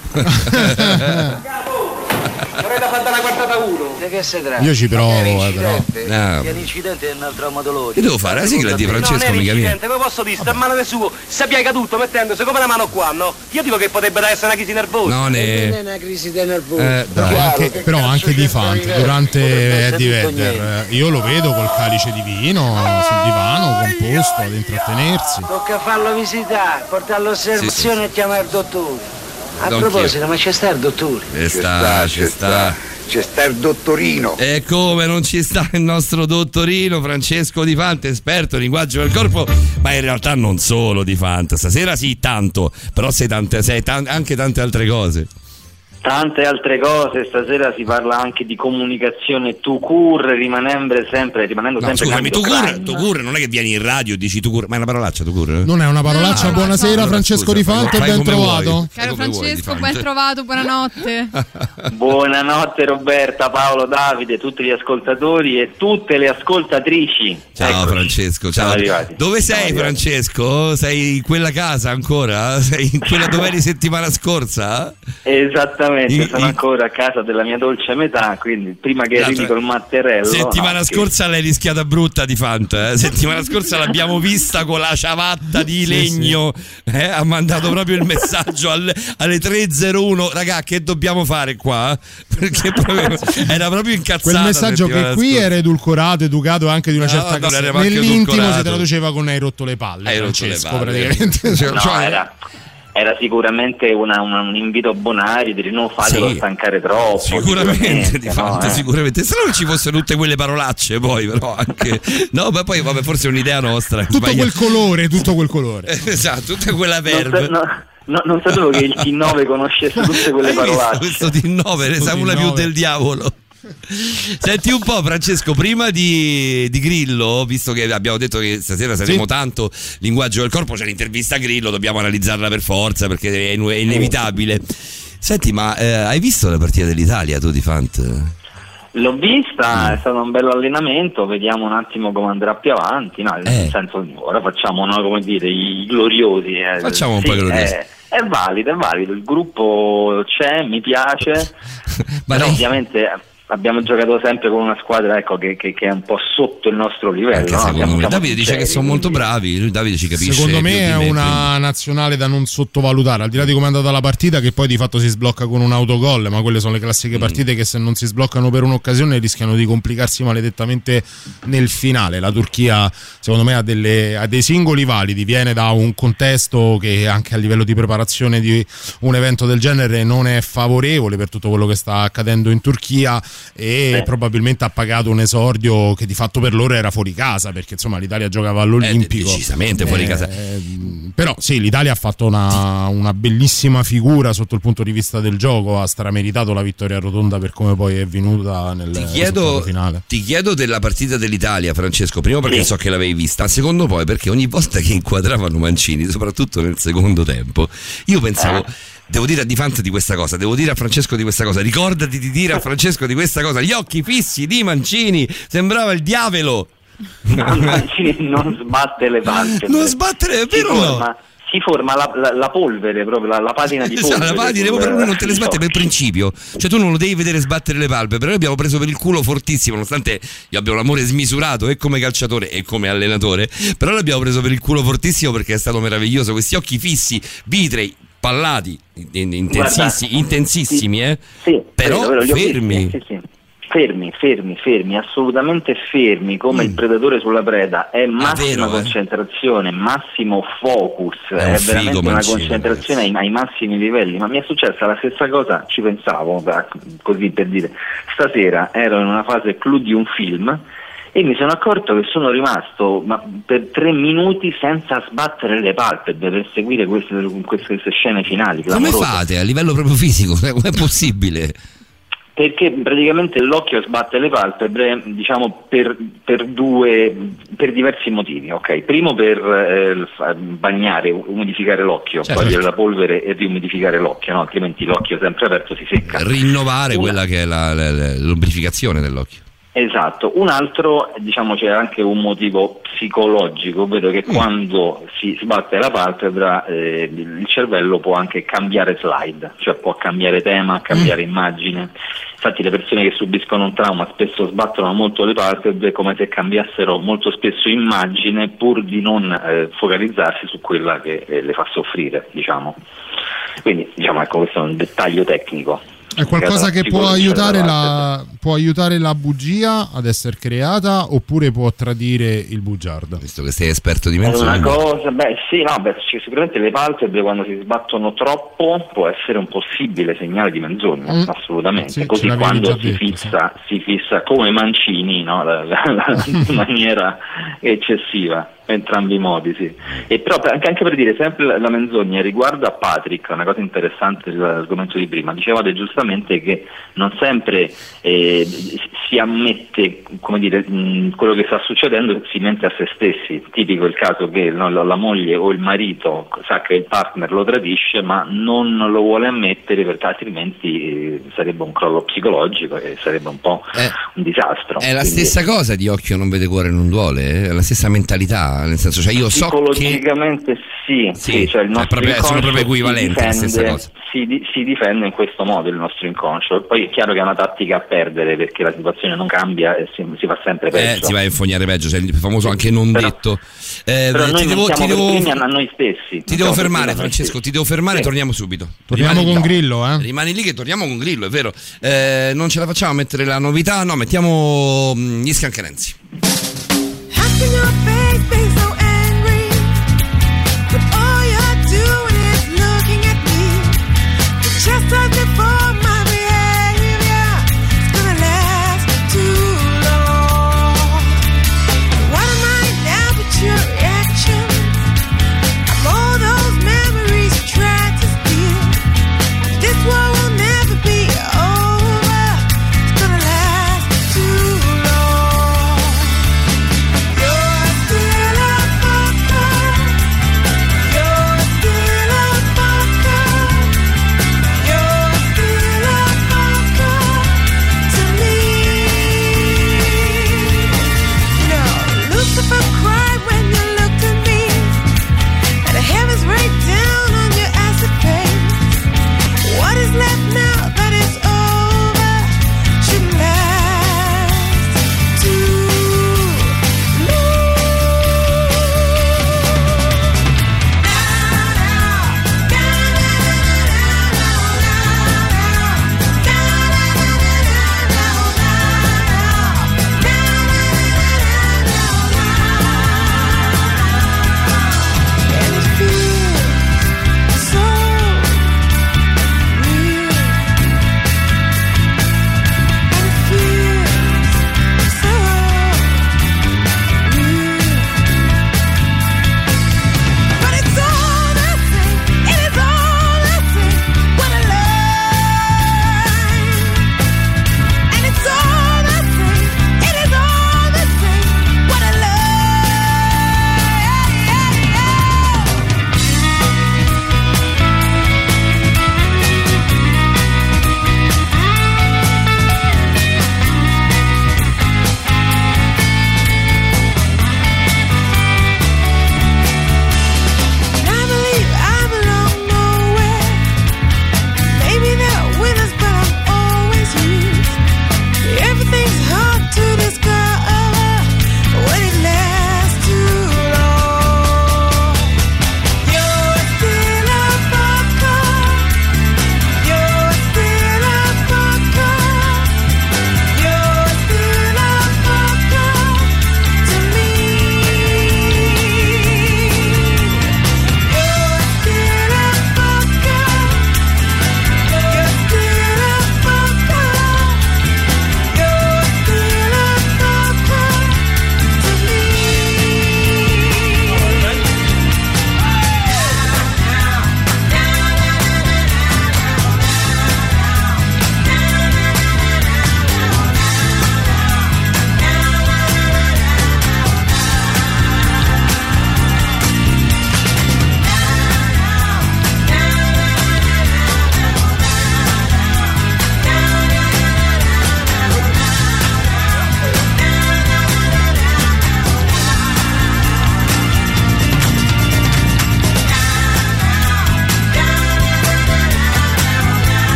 Vorrei da fare la quartata 1. Di che si tratta? Io ci provo, però. È un incidente è un altro modo. Io devo fare la sigla di Francesco, mica mia. Come posso dire, sta male suo, si piega tutto mettendosi come la mano qua, no? Io dico che potrebbe essere una crisi nervosa. Non è una crisi nervosa. Però anche di Fante durante Eddie Vedder io lo vedo col calice di vino sul divano, composto ad intrattenersi. Tocca farlo visitare, portarlo all'osservazione e chiamare il dottore. A proposito, ma c'è sta il dottore? C'è sta il dottorino. E come non ci sta il nostro dottorino Francesco Di Fante, esperto in linguaggio del corpo, ma in realtà non solo Di Fante. Stasera sì, tanto, però sei anche tante altre cose. Tante altre cose, stasera si parla anche di comunicazione tout court, rimanendo sempre scusami, tout court non è che vieni in radio e dici tout court, ma è una parolaccia tout court? Non è una parolaccia. Buonasera Francesco Di Fante, ben trovato. Caro Francesco, ben trovato, buonanotte. Buonanotte Roberta, Paolo, Davide, tutti gli ascoltatori e tutte le ascoltatrici. Ciao Francesco, ciao. Dove sei Francesco? Sei in quella casa ancora? Sei in quella dove eri settimana scorsa? Esattamente. Sono ancora a casa della mia dolce metà, quindi prima che arrivi col matterello. Settimana scorsa l'hai rischiata brutta Di Fante, settimana scorsa l'abbiamo vista con la ciabatta di legno, ha mandato proprio il messaggio alle 3:01, raga, che dobbiamo fare qua? Perché era proprio incazzata. Quel messaggio che qui era edulcorato, educato anche di una certa classe, nell'intimo si traduceva con hai rotto le palle, Francesco, praticamente. Era sicuramente un invito bonario di non farlo stancare troppo. Sicuramente, Di Fante, sicuramente. Se no ci fossero tutte quelle parolacce, poi, però anche. No, ma poi vabbè, forse è un'idea nostra. Tutto quel colore. Esatto, tutta quella verve. Non sapevo che il T9 conoscesse tutte quelle parolacce. Questo T9 ne sa una più del diavolo. Senti un po' Francesco, prima di Grillo, visto che abbiamo detto che stasera saremo tanto linguaggio del corpo, c'è l'intervista a Grillo, dobbiamo analizzarla per forza perché è inevitabile. Senti, ma hai visto la partita dell'Italia tu Di Fante? L'ho vista, è stato un bello allenamento, vediamo un attimo come andrà più avanti, no? Nel senso, ora facciamo, no, come dire, i gloriosi. Facciamo un po' i gloriosi. È valido, il gruppo c'è, mi piace, però ovviamente abbiamo giocato sempre con una squadra, ecco, che è un po' sotto il nostro livello. Secondo me. Davide dice che sono molto bravi, lui Davide ci capisce. Secondo me è una nazionale da non sottovalutare, al di là di come è andata la partita, che poi di fatto si sblocca con un autogol, ma quelle sono le classiche partite che se non si sbloccano per un'occasione rischiano di complicarsi maledettamente nel finale. La Turchia secondo me ha dei singoli validi, viene da un contesto che anche a livello di preparazione di un evento del genere non è favorevole per tutto quello che sta accadendo in Turchia, e probabilmente ha pagato un esordio che di fatto per loro era fuori casa, perché insomma l'Italia giocava all'Olimpico, decisamente fuori casa. Però sì, l'Italia ha fatto una bellissima figura sotto il punto di vista del gioco, ha strameritato la vittoria rotonda per come poi è venuta nel finale. Ti chiedo della partita dell'Italia, Francesco, primo perché so che l'avevi vista, secondo poi perché ogni volta che inquadravano Mancini, soprattutto nel secondo tempo, io pensavo devo dire a Di Fante di questa cosa, devo dire a Francesco di questa cosa, ricordati di dire a Francesco di questa cosa, gli occhi fissi di Mancini, sembrava il diavolo. Mancini non sbatte le palle. Non sbatte, è vero? Si forma la polvere, proprio la patina di polvere. La patina, però lui non te le sbatte per principio, cioè tu non lo devi vedere sbattere le palpebre. Noi abbiamo preso per il culo fortissimo, nonostante io abbia un amore smisurato e come calciatore e come allenatore, però l'abbiamo preso per il culo fortissimo perché è stato meraviglioso, questi occhi fissi, vitrei, pallati, intensissimi, però fermi. Fermi, assolutamente fermi, come il predatore sulla preda. È massima concentrazione, massimo focus, è veramente una concentrazione ai massimi livelli. Ma mi è successa la stessa cosa, ci pensavo, così per dire, stasera ero in una fase clou di un film e mi sono accorto che sono rimasto per 3 minuti senza sbattere le palpebre per seguire queste scene finali. Come fate a livello proprio fisico? Com'è possibile? Perché praticamente l'occhio sbatte le palpebre, diciamo, per diversi motivi, ok? Primo per bagnare, umidificare l'occhio, certo, togliere la polvere e riumidificare l'occhio, no? Altrimenti l'occhio sempre aperto si secca. Rinnovare quella che è l'lubrificazione dell'occhio. Esatto, un altro, diciamo, c'è anche un motivo psicologico, ovvero che quando si sbatte la palpebra il cervello può anche cambiare slide, cioè può cambiare tema, cambiare immagine. Infatti le persone che subiscono un trauma spesso sbattono molto le palpebre, come se cambiassero molto spesso immagine, pur di non focalizzarsi su quella che le fa soffrire, diciamo. Quindi, diciamo, ecco, questo è un dettaglio tecnico. È qualcosa che può aiutare la bugia ad essere creata, oppure può tradire il bugiardo? Visto che sei esperto di menzogne. È una cosa, sicuramente le palpebre quando si sbattono troppo può essere un possibile segnale di menzogna, assolutamente. Sì, così quando si fissa come Mancini, no? In maniera eccessiva. Entrambi i modi, sì. E però anche per dire sempre la menzogna riguardo a Patrick, una cosa interessante dell'argomento di prima, dicevate giustamente che non sempre si ammette, come dire, quello che sta succedendo, si mente a se stessi. Tipico il caso che la moglie o il marito sa che il partner lo tradisce, ma non lo vuole ammettere perché altrimenti sarebbe un crollo psicologico e sarebbe un po' un disastro. È la stessa cosa di occhio non vede, cuore non duole, è la stessa mentalità. Nel senso, cioè io so che psicologicamente sì, cioè il nostro sono proprio equivalenti, la stessa cosa. Si difende in questo modo il nostro inconscio. Poi è chiaro che è una tattica a perdere, perché la situazione non cambia e si fa sempre peggio. Si va a infognare peggio, cioè il famoso anche non detto. Però noi siamo primi a noi stessi. Ti devo fermare, Francesco, torniamo subito. Torniamo con Grillo, Rimani lì che torniamo con Grillo, è vero. Non ce la facciamo a mettere la novità, no, mettiamo gli Scancarenzi. You're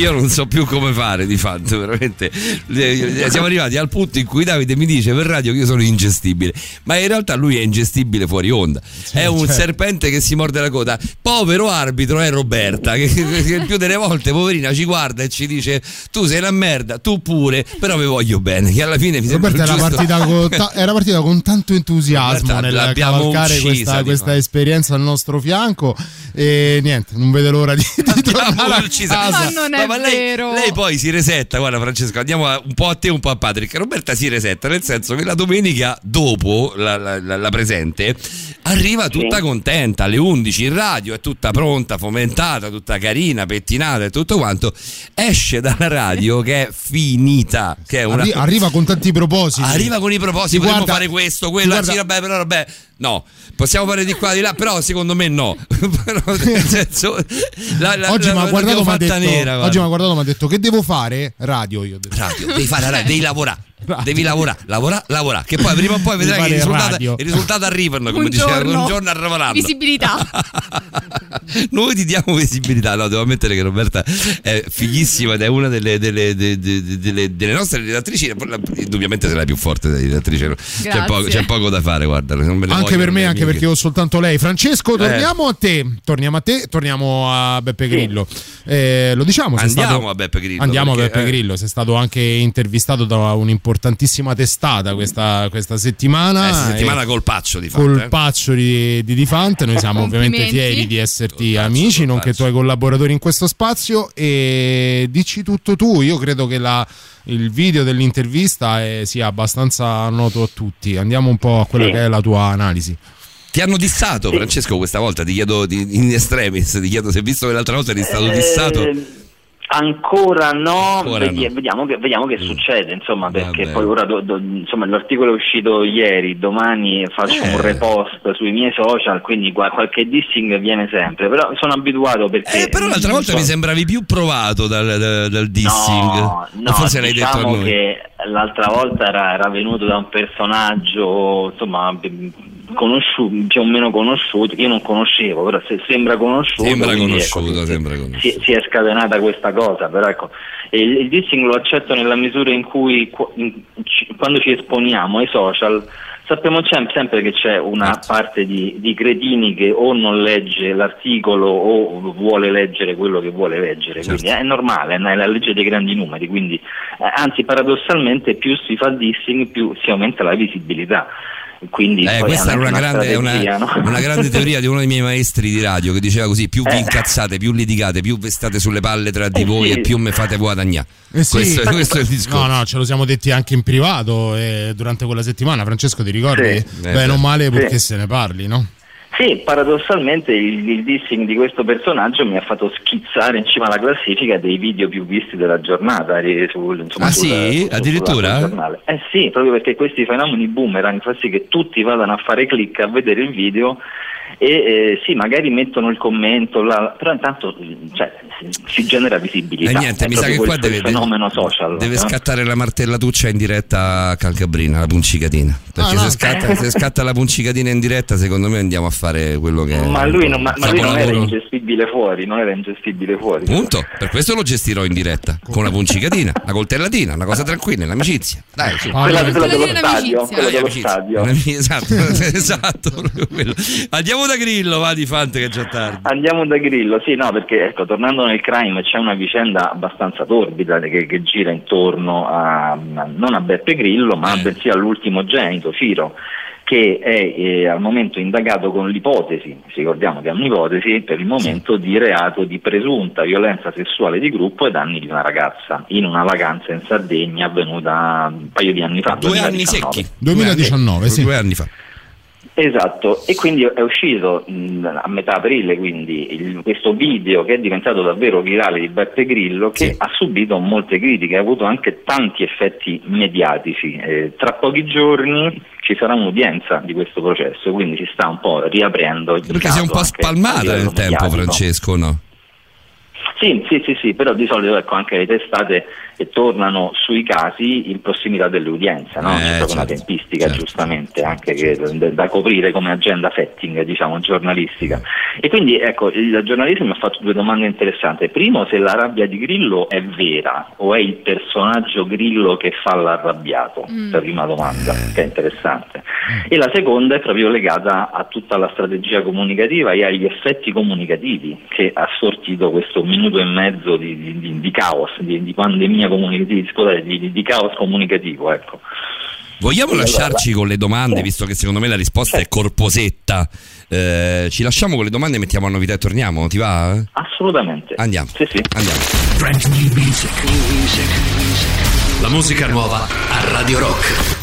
io non so più come fare, di fatto, veramente. Siamo arrivati al punto in cui Davide mi dice per radio che io sono ingestibile, ma in realtà lui è ingestibile fuori onda. È un serpente che si morde la coda. Povero arbitro è Roberta, che il più delle volte, poverina, ci guarda e ci dice: tu sei una merda, tu pure, però vi voglio bene. Che alla fine mi sembra Roberta era partita con tanto entusiasmo nel cavalcare questa esperienza al nostro fianco, e niente, non vede l'ora di tornare a casa. Ma non è vero. Lei poi si resetta. Guarda Francesco, andiamo un po' a te, un po' a Patrick. Roberta si resetta, nel senso che la domenica dopo la presente arriva tutta contenta alle 11 in radio, è tutta pronta, fomentata, tutta carina, pettinata e tutto quanto. Esce dalla radio che è finita, che è arriva con tanti propositi. Arriva con i propositi, potremmo fare questo, quello, sì, vabbè, no, possiamo fare di qua di là, però secondo me no. Però, nel senso, oggi mi ha guardato, mi ha detto: che devo fare? Radio, io ho detto. Radio, devi fare radio, devi lavorare. Devi lavorare, che poi prima o poi vedrai che i risultati arrivano, come diceva, un giorno arriveranno. Visibilità. Noi ti diamo visibilità. No, devo ammettere che Roberta è fighissima ed è una delle nostre redattrici, indubbiamente sei la più forte delle redattrici. C'è poco da fare, guarda. Anche per me, anche perché ho soltanto lei. Francesco, torniamo a te, torniamo a Beppe Grillo. Lo diciamo, a Beppe Grillo. Andiamo a Beppe Grillo, sei stato anche intervistato da un'importantissima testata questa settimana. Settimana colpaccio di Fante. Colpaccio di Fante. Noi siamo ovviamente fieri di esserti amici, nonché tuoi collaboratori in questo spazio, e dici tutto tu. Io credo che il video dell'intervista sia abbastanza noto a tutti. Andiamo un po' a quella che è la tua analisi. Ti hanno dissato, Francesco, questa volta? Ti chiedo in extremis, ti chiedo se, visto che l'altra volta eri stato dissato. Ancora no. Vediamo che succede, insomma, perché poi ora insomma, l'articolo è uscito ieri, domani faccio un repost sui miei social, quindi qualche dissing viene sempre, però sono abituato, perché però l'altra volta mi sembravi più provato dal dissing. No, forse l'hai detto a noi. Che l'altra volta era venuto da un personaggio, insomma, più o meno conosciuto, io non conoscevo, però se sembra conosciuto. Si è scatenata questa cosa, però ecco, il dissing lo accetto nella misura in cui quando ci esponiamo ai social sappiamo sempre che c'è una parte di cretini che o non legge l'articolo o vuole leggere quello che vuole leggere, quindi è normale, è la legge dei grandi numeri, quindi anzi paradossalmente più si fa dissing più si aumenta la visibilità. Quindi questa è una grande teoria di uno dei miei maestri di radio, che diceva così: più vi incazzate, più litigate, più vi state sulle palle tra di voi e più me fate guadagnare. Questo è il discorso. No, ce lo siamo detti anche in privato durante quella settimana. Francesco, ti ricordi? Bene o male, perché se ne parli, no? Sì, paradossalmente il dissing di questo personaggio mi ha fatto schizzare in cima alla classifica dei video più visti della giornata. Addirittura? Sì, proprio perché questi fenomeni boomerang fa sì che tutti vadano a fare click a vedere il video e sì, magari mettono il commento, però intanto si genera visibilità. Niente, mi sa che qua fenomeno social. Deve scattare la martellatuccia in diretta a Calcabrina, la puncicatina. Perché se scatta la puncicatina in diretta, secondo me andiamo a fare quello che ma lui non era ingestibile fuori, Punto, per questo lo gestirò in diretta con una puncicatina, una coltellatina, una cosa tranquilla, un'amicizia. Dai, quella dello stadio. Esatto, quello. Andiamo da Grillo, va, di Fante, che è già tardi. Andiamo da Grillo, sì, no, perché ecco, tornando nel crime, c'è una vicenda abbastanza torbida che gira intorno non a Beppe Grillo, ma bensì all'ultimogenito Ciro, che è al momento indagato con l'ipotesi, ricordiamo che è un'ipotesi per il momento, di reato di presunta violenza sessuale di gruppo ai danni di una ragazza in una vacanza in Sardegna avvenuta un paio di anni fa. 2 anni secchi. 2019, sì. 2 anni fa. Esatto, e quindi è uscito a metà aprile questo video che è diventato davvero virale di Beppe Grillo, che ha subito molte critiche, ha avuto anche tanti effetti mediatici. Tra pochi giorni ci sarà un'udienza di questo processo, quindi si sta un po' riaprendo il perché si è un po' spalmata nel tempo, Francesco, no? Sì, però di solito ecco anche le testate tornano sui casi in prossimità dell'udienza, no? C'è proprio una tempistica giustamente anche che da coprire come agenda setting, diciamo, giornalistica. E quindi ecco, il giornalista mi ha fatto due domande interessanti. Primo, se la rabbia di Grillo è vera o è il personaggio Grillo che fa l'arrabbiato, la prima domanda, che è interessante. E la seconda è proprio legata a tutta la strategia comunicativa e agli effetti comunicativi che ha sortito questo minuto e mezzo di caos, di pandemia comunicativa, scusate, di caos comunicativo, ecco. Vogliamo lasciarci con le domande, visto che secondo me la risposta è corposetta. Ci lasciamo con le domande, mettiamo a novità e torniamo, ti va? Assolutamente. Andiamo. Sì. Andiamo. Brand new music. La musica nuova a Radio Rock.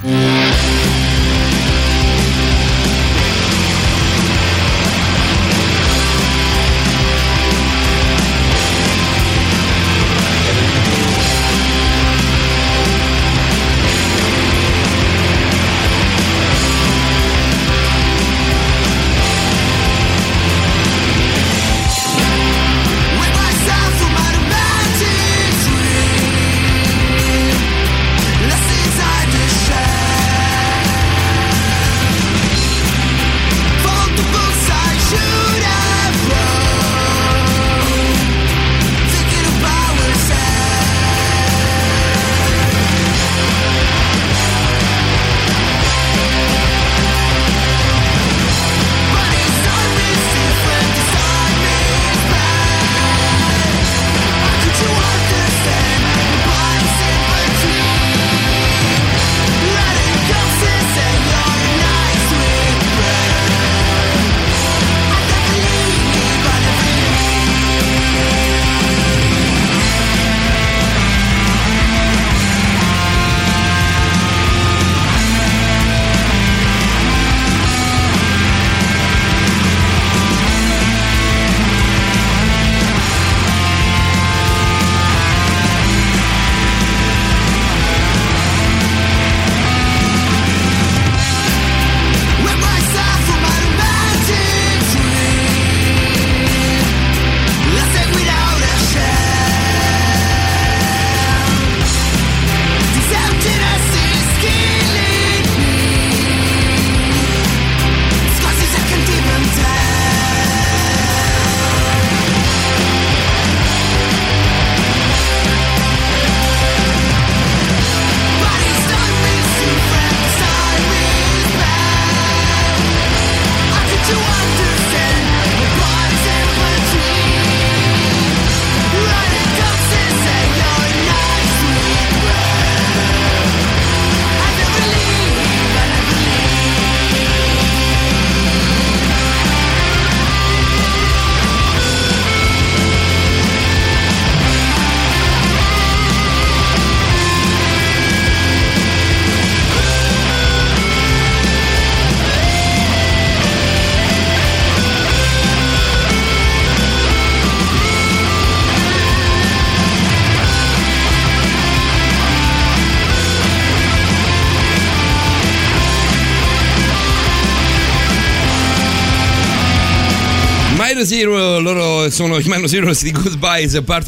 Zero, loro sono i Minor Zeros di Goodbyes Part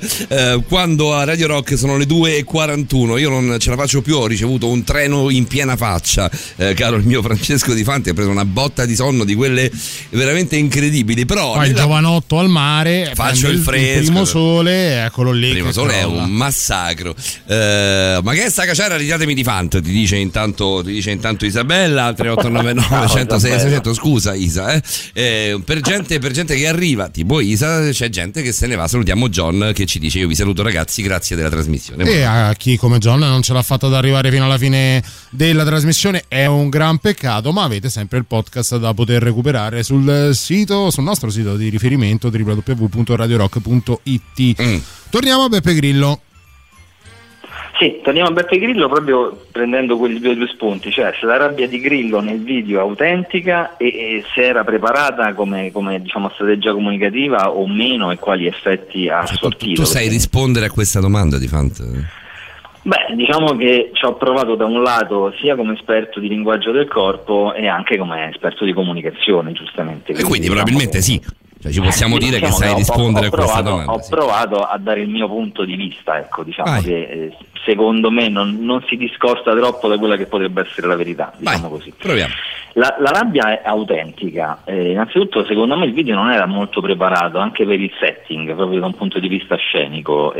1, quando a Radio Rock sono le 2:41. Io non ce la faccio più, ho ricevuto un treno in piena faccia, caro il mio Francesco Di Fanti, ha preso una botta di sonno di quelle veramente incredibili. Però poi il giovanotto al mare, faccio il fresco, il primo sole, eccolo lì. Il primo sole è un massacro. Ma che sta cacciare, ridatemi Di Fanti, ti dice intanto Isabella 3899 106 600. Scusa Isa, per gente che arriva tipo Isa, c'è gente che se ne va. Salutiamo John che ci dice: io vi saluto ragazzi, grazie della trasmissione. E a chi come John non ce l'ha fatta ad arrivare fino alla fine della trasmissione è un gran peccato, ma avete sempre il podcast da poter recuperare sul nostro sito di riferimento www.radiorock.it. Torniamo a Beppe Grillo. Sì, torniamo a Beppe Grillo proprio prendendo quegli due spunti, cioè se la rabbia di Grillo nel video è autentica e se era preparata come diciamo strategia comunicativa o meno, e quali effetti ha sortito. Tu sai rispondere a questa domanda, Di Fanti? Beh, diciamo che ci ho provato da un lato sia come esperto di linguaggio del corpo e anche come esperto di comunicazione, giustamente. E quindi probabilmente sì. Cioè, ci possiamo dire che sai rispondere a questa domanda? Ho provato a dare il mio punto di vista, ecco, diciamo che secondo me non si discosta troppo da quella che potrebbe essere la verità, diciamo così. Proviamo. La rabbia è autentica. Innanzitutto, secondo me il video non era molto preparato anche per il setting, proprio da un punto di vista scenico.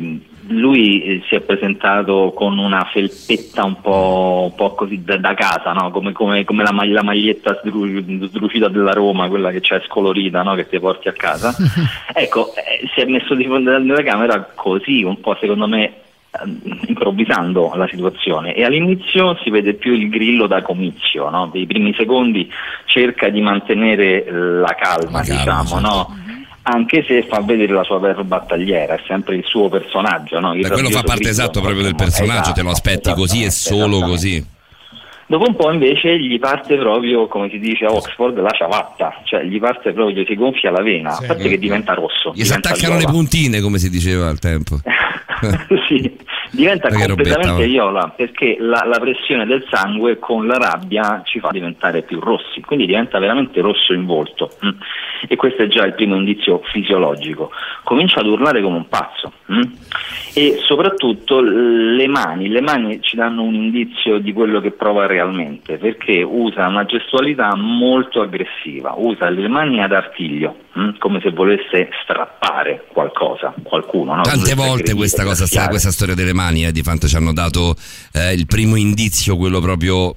Lui si è presentato con una felpetta un po' così da casa, no? come la maglietta sdrucita della Roma, quella che c'è scolorita, no? Che ti porti a casa. Ecco, si è messo di fronte alla camera così, un po' secondo me improvvisando la situazione, e all'inizio si vede più il grillo da comizio, no? Dei primi secondi cerca di mantenere la calma, diciamo, certo. No? Anche se fa vedere la sua battagliera, è sempre il suo personaggio, no? Quello fa parte proprio del personaggio, te lo aspetti così e solo così. Dopo un po' invece gli parte proprio, come si dice a Oxford, la ciabatta, cioè gli parte proprio, si gonfia la vena, a parte che diventa rosso. Gli si attaccano le puntine, come si diceva al tempo. Sì, diventa completamente viola, perché la pressione del sangue con la rabbia ci fa diventare più rossi, quindi diventa veramente rosso in volto, e questo è già il primo indizio fisiologico. Comincia ad urlare come un pazzo, e soprattutto le mani ci danno un indizio di quello che prova realmente, perché usa una gestualità molto aggressiva, usa le mani ad artiglio, come se volesse strappare qualcuno, no? Tante volte questa storia delle mani di fatto ci hanno dato il primo indizio, quello proprio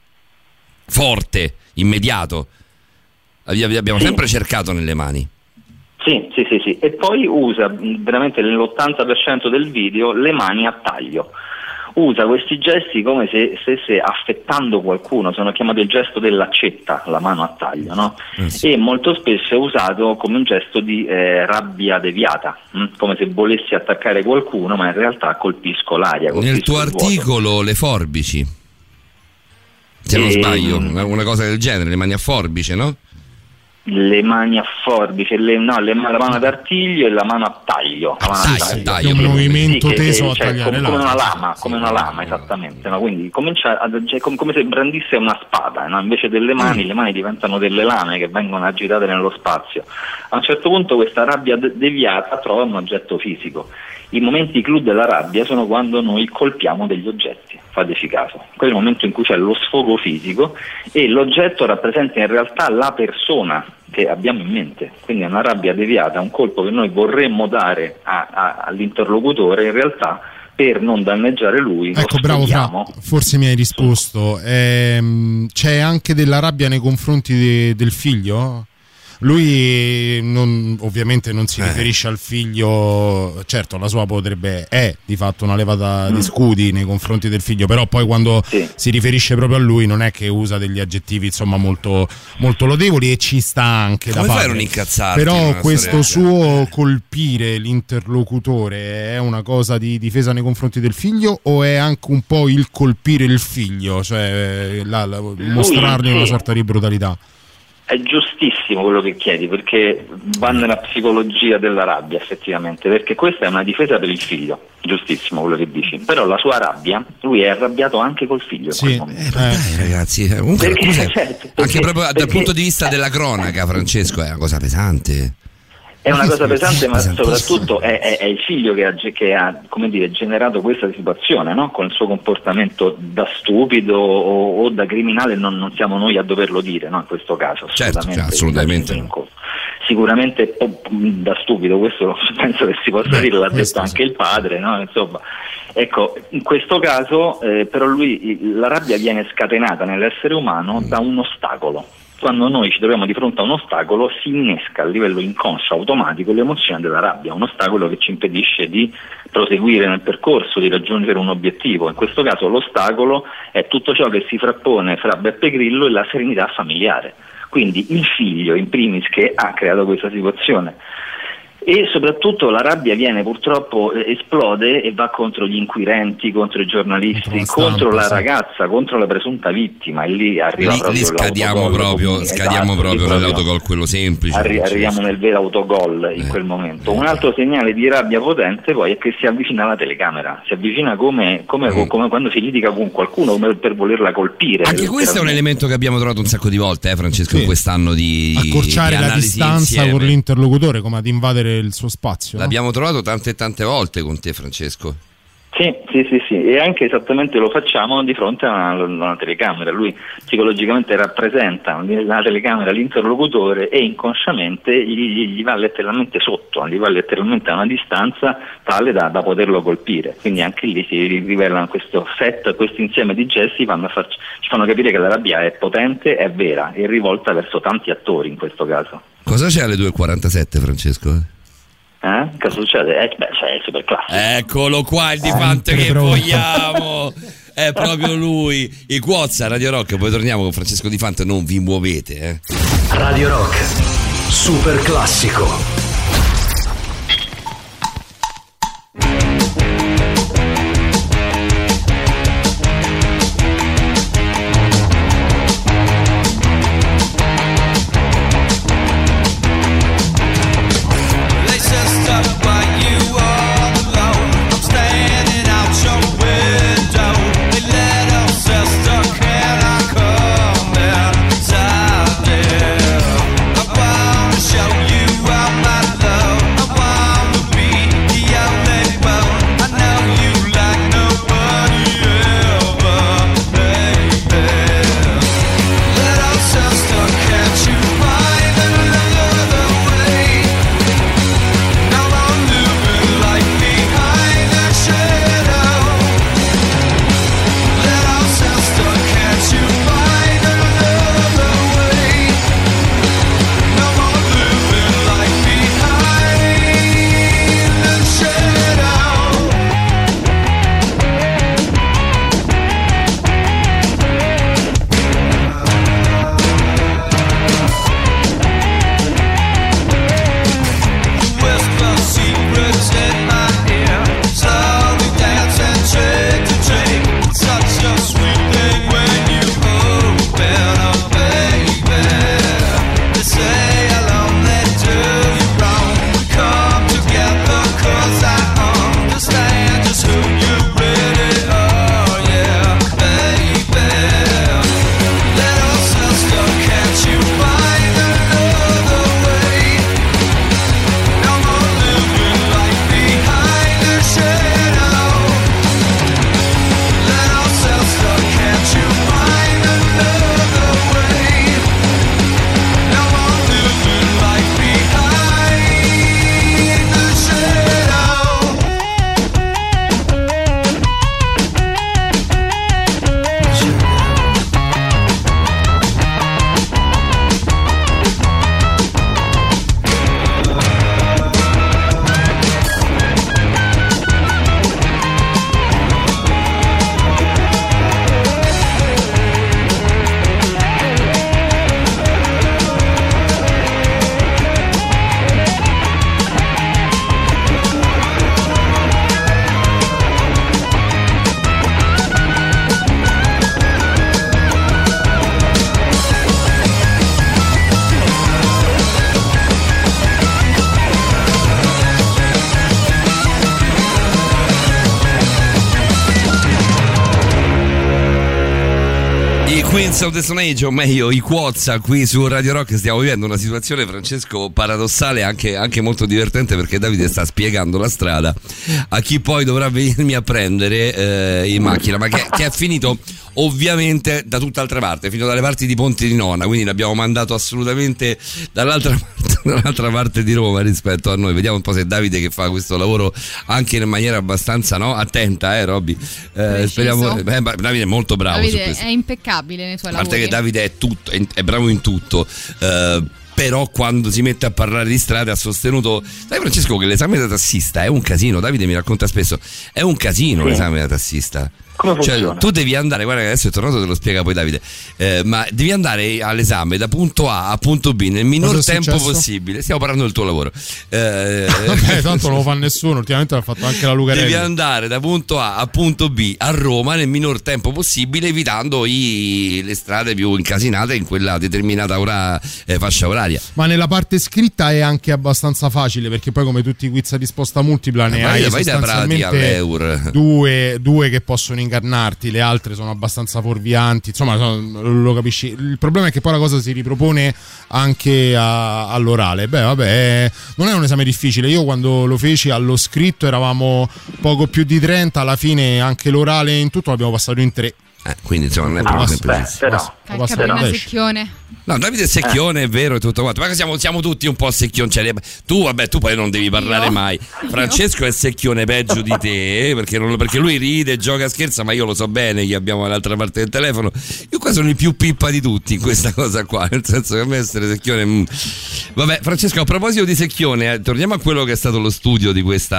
forte, immediato. Abbiamo sempre cercato nelle mani. Sì, e poi usa veramente nell'80% del video le mani a taglio. Usa questi gesti come se stesse affettando qualcuno, sono chiamati il gesto dell'accetta, la mano a taglio, no? Sì. E molto spesso è usato come un gesto di rabbia deviata, come se volessi attaccare qualcuno, ma in realtà colpisco l'aria. Nel tuo articolo le forbici, se non sbaglio, una cosa del genere, le mani a forbice, no? Le mani a forbice, la mano d'artiglio e la mano a taglio. È un movimento teso a tagliare come una lama, esattamente. No? Quindi comincia come se brandisse una spada, no? Invece delle mani, le mani diventano delle lame che vengono agitate nello spazio. A un certo punto questa rabbia deviata trova un oggetto fisico. I momenti clou della rabbia sono quando noi colpiamo degli oggetti, fateci caso. Quello è il momento in cui c'è lo sfogo fisico e l'oggetto rappresenta in realtà la persona che abbiamo in mente, quindi è una rabbia deviata, un colpo che noi vorremmo dare all'interlocutore, in realtà per non danneggiare lui. Ecco, bravo Fra, forse mi hai risposto. C'è anche della rabbia nei confronti del figlio? Lui ovviamente non si riferisce al figlio, certo la sua è di fatto una levata di scudi nei confronti del figlio, però poi quando si riferisce proprio a lui non è che usa degli aggettivi insomma molto, molto lodevoli, e ci sta anche come da fai a non incazzarti? Però questo suo colpire l'interlocutore è una cosa di difesa nei confronti del figlio o è anche un po' il colpire il figlio, cioè mostrargli una sorta di brutalità? È giustissimo quello che chiedi, perché va nella psicologia della rabbia effettivamente, perché questa è una difesa per il figlio, giustissimo quello che dici, però la sua rabbia, lui è arrabbiato anche col figlio in quel momento. Dai ragazzi, comunque, anche proprio dal punto di vista della cronaca, Francesco, è una cosa pesante. È una cosa pesante, ma soprattutto è il figlio che ha come dire, generato questa situazione, no? Con il suo comportamento da stupido o da criminale, non siamo noi a doverlo dire, no? In questo caso assolutamente. Sicuramente da stupido, questo penso che si possa dire, l'ha detto anche il padre, no? Insomma, ecco, in questo caso però la rabbia viene scatenata nell'essere umano da un ostacolo. Quando noi ci troviamo di fronte a un ostacolo si innesca a livello inconscio, automatico, l'emozione della rabbia, un ostacolo che ci impedisce di proseguire nel percorso, di raggiungere un obiettivo. In questo caso l'ostacolo è tutto ciò che si frappone fra Beppe Grillo e la serenità familiare, quindi il figlio in primis che ha creato questa situazione. E soprattutto la rabbia viene purtroppo esplode e va contro gli inquirenti, contro i giornalisti, contro la ragazza, contro la presunta vittima, e lì arriva lì scadiamo proprio nell'autogol, quello semplice. Arriviamo nel vero autogol in quel momento. Un altro segnale di rabbia potente poi è che si avvicina alla telecamera, si avvicina come quando si litiga con qualcuno per volerla colpire. Anche questo è un elemento che abbiamo trovato un sacco di volte, Francesco, in quest'anno di accorciare la distanza insieme con l'interlocutore, come ad invadere il suo spazio. L'abbiamo trovato tante volte con te, Francesco. Sì, e anche esattamente lo facciamo di fronte a una telecamera. Lui psicologicamente rappresenta la telecamera l'interlocutore e inconsciamente gli va letteralmente sotto, gli va letteralmente a una distanza tale da poterlo colpire. Quindi anche lì si rivelano questo set, questo insieme di gesti ci fanno capire che la rabbia è potente, è vera, è rivolta verso tanti attori in questo caso. Cosa c'è alle 2.47, Francesco? Che succede? C'è il super classico. Eccolo qua il Difante che vogliamo. È proprio lui. I Quozza, Radio Rock. Poi torniamo con Francesco Difante. Non vi muovete. Radio Rock, super classico. Queens of the Stone Age, o meglio i Quozza, qui su Radio Rock. Stiamo vivendo una situazione, Francesco, paradossale, anche molto divertente, perché Davide sta spiegando la strada a chi poi dovrà venirmi a prendere in macchina, ma che è finito ovviamente da tutt'altra parte, è finito dalle parti di Ponte di Nona, quindi l'abbiamo mandato assolutamente dall'altra parte di Roma rispetto a noi. Vediamo un po' se Davide, che fa questo lavoro anche in maniera abbastanza attenta, Robby, speriamo. Davide è molto bravo, Davide su questo. È impeccabile nei suoi lavori. A parte che Davide è bravo in tutto, però quando si mette a parlare di strade ha sostenuto, sai Francesco, che l'esame da tassista è un casino. Davide mi racconta spesso, è un casino l'esame da tassista. Come funziona? Cioè, tu devi andare, guarda che adesso è tornato, te lo spiega poi Davide, ma devi andare all'esame da punto A a punto B nel minor tempo possibile. Stiamo parlando del tuo lavoro. Vabbè, tanto non lo fa nessuno, ultimamente l'ha fatto anche la Lucarelli. Devi andare da punto A a punto B a Roma nel minor tempo possibile, evitando le strade più incasinate in quella determinata fascia oraria. Ma nella parte scritta è anche abbastanza facile, perché poi come tutti i quiz a risposta multipla ne hai sostanzialmente due che possono ingannarti, le altre sono abbastanza fuorvianti, insomma lo capisci. Il problema è che poi la cosa si ripropone anche all'orale. Beh, vabbè, non è un esame difficile. Io quando lo feci allo scritto eravamo poco più di 30, alla fine anche l'orale in tutto l'abbiamo passato in 3. Quindi insomma non è proprio semplice. Prima secchione. No, Davide è secchione, è vero, e tutto quanto. Ma siamo tutti un po' secchioncelli. Tu poi non devi parlare mai. Francesco è secchione peggio di te, perché lui ride, gioca, scherza, ma io lo so bene chi abbiamo dall'altra parte del telefono. Io qua sono il più pippa di tutti in questa cosa qua, nel senso che a me essere secchione. Vabbè, Francesco, a proposito di secchione, torniamo a quello che è stato lo studio di questo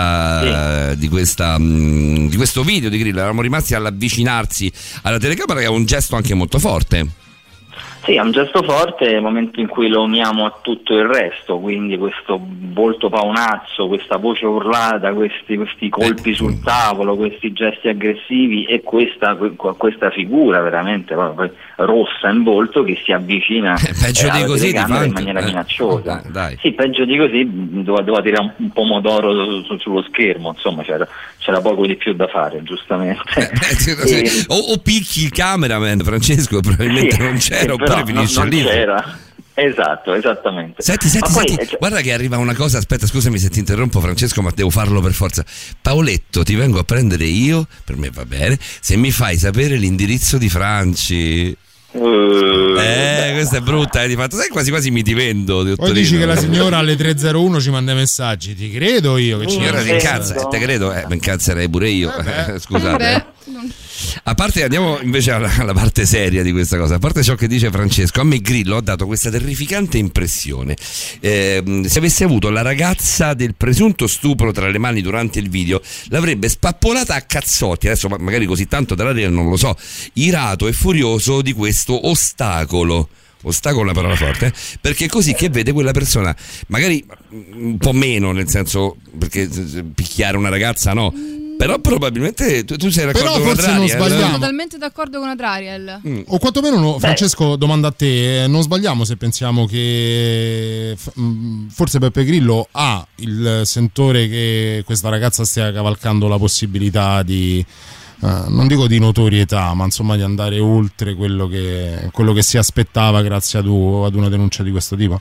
video di Grillo. Eravamo rimasti all'avvicinarsi alla telecamera, che è un gesto anche molto forte. Sì, è un gesto forte nel momento in cui lo uniamo a tutto il resto, quindi questo volto paonazzo, questa voce urlata, questi colpi sul tavolo, questi gesti aggressivi e questa figura veramente poi rossa in volto che si avvicina alla telecamera in maniera minacciosa. Sì, peggio di così doveva tirare un pomodoro sullo schermo, insomma c'era poco di più da fare, giustamente. O picchi il cameraman, Francesco, probabilmente non c'era, oppure finisce non lì. C'era. Esatto, esattamente. Senti, guarda che arriva una cosa, aspetta, scusami se ti interrompo Francesco, ma devo farlo per forza. Paoletto, ti vengo a prendere io, per me va bene, se mi fai sapere l'indirizzo di Franci. Questa è brutta, di fatto, sai, quasi quasi mi divendo. Poi dici che la signora alle 3:01 ci manda i messaggi, ti credo io che signora si incazza, te credo, mi incazzerei pure io. Scusate. A parte, andiamo invece alla parte seria di questa cosa. A parte ciò che dice Francesco, a me Grillo ha dato questa terrificante impressione. Se avesse avuto la ragazza del presunto stupro tra le mani durante il video, l'avrebbe spappolata a cazzotti. Adesso magari così tanto della real non lo so, irato e furioso di questo ostacolo è una parola forte, perché così che vede quella persona, magari un po' meno, nel senso, perché picchiare una ragazza no, però probabilmente tu sei d'accordo con Adriel? Sono totalmente d'accordo con Adriel. O quantomeno Francesco, domanda a te, non sbagliamo se pensiamo che forse Beppe Grillo ha il sentore che questa ragazza stia cavalcando la possibilità di non dico di notorietà, ma insomma di andare oltre quello che si aspettava grazie ad una denuncia di questo tipo?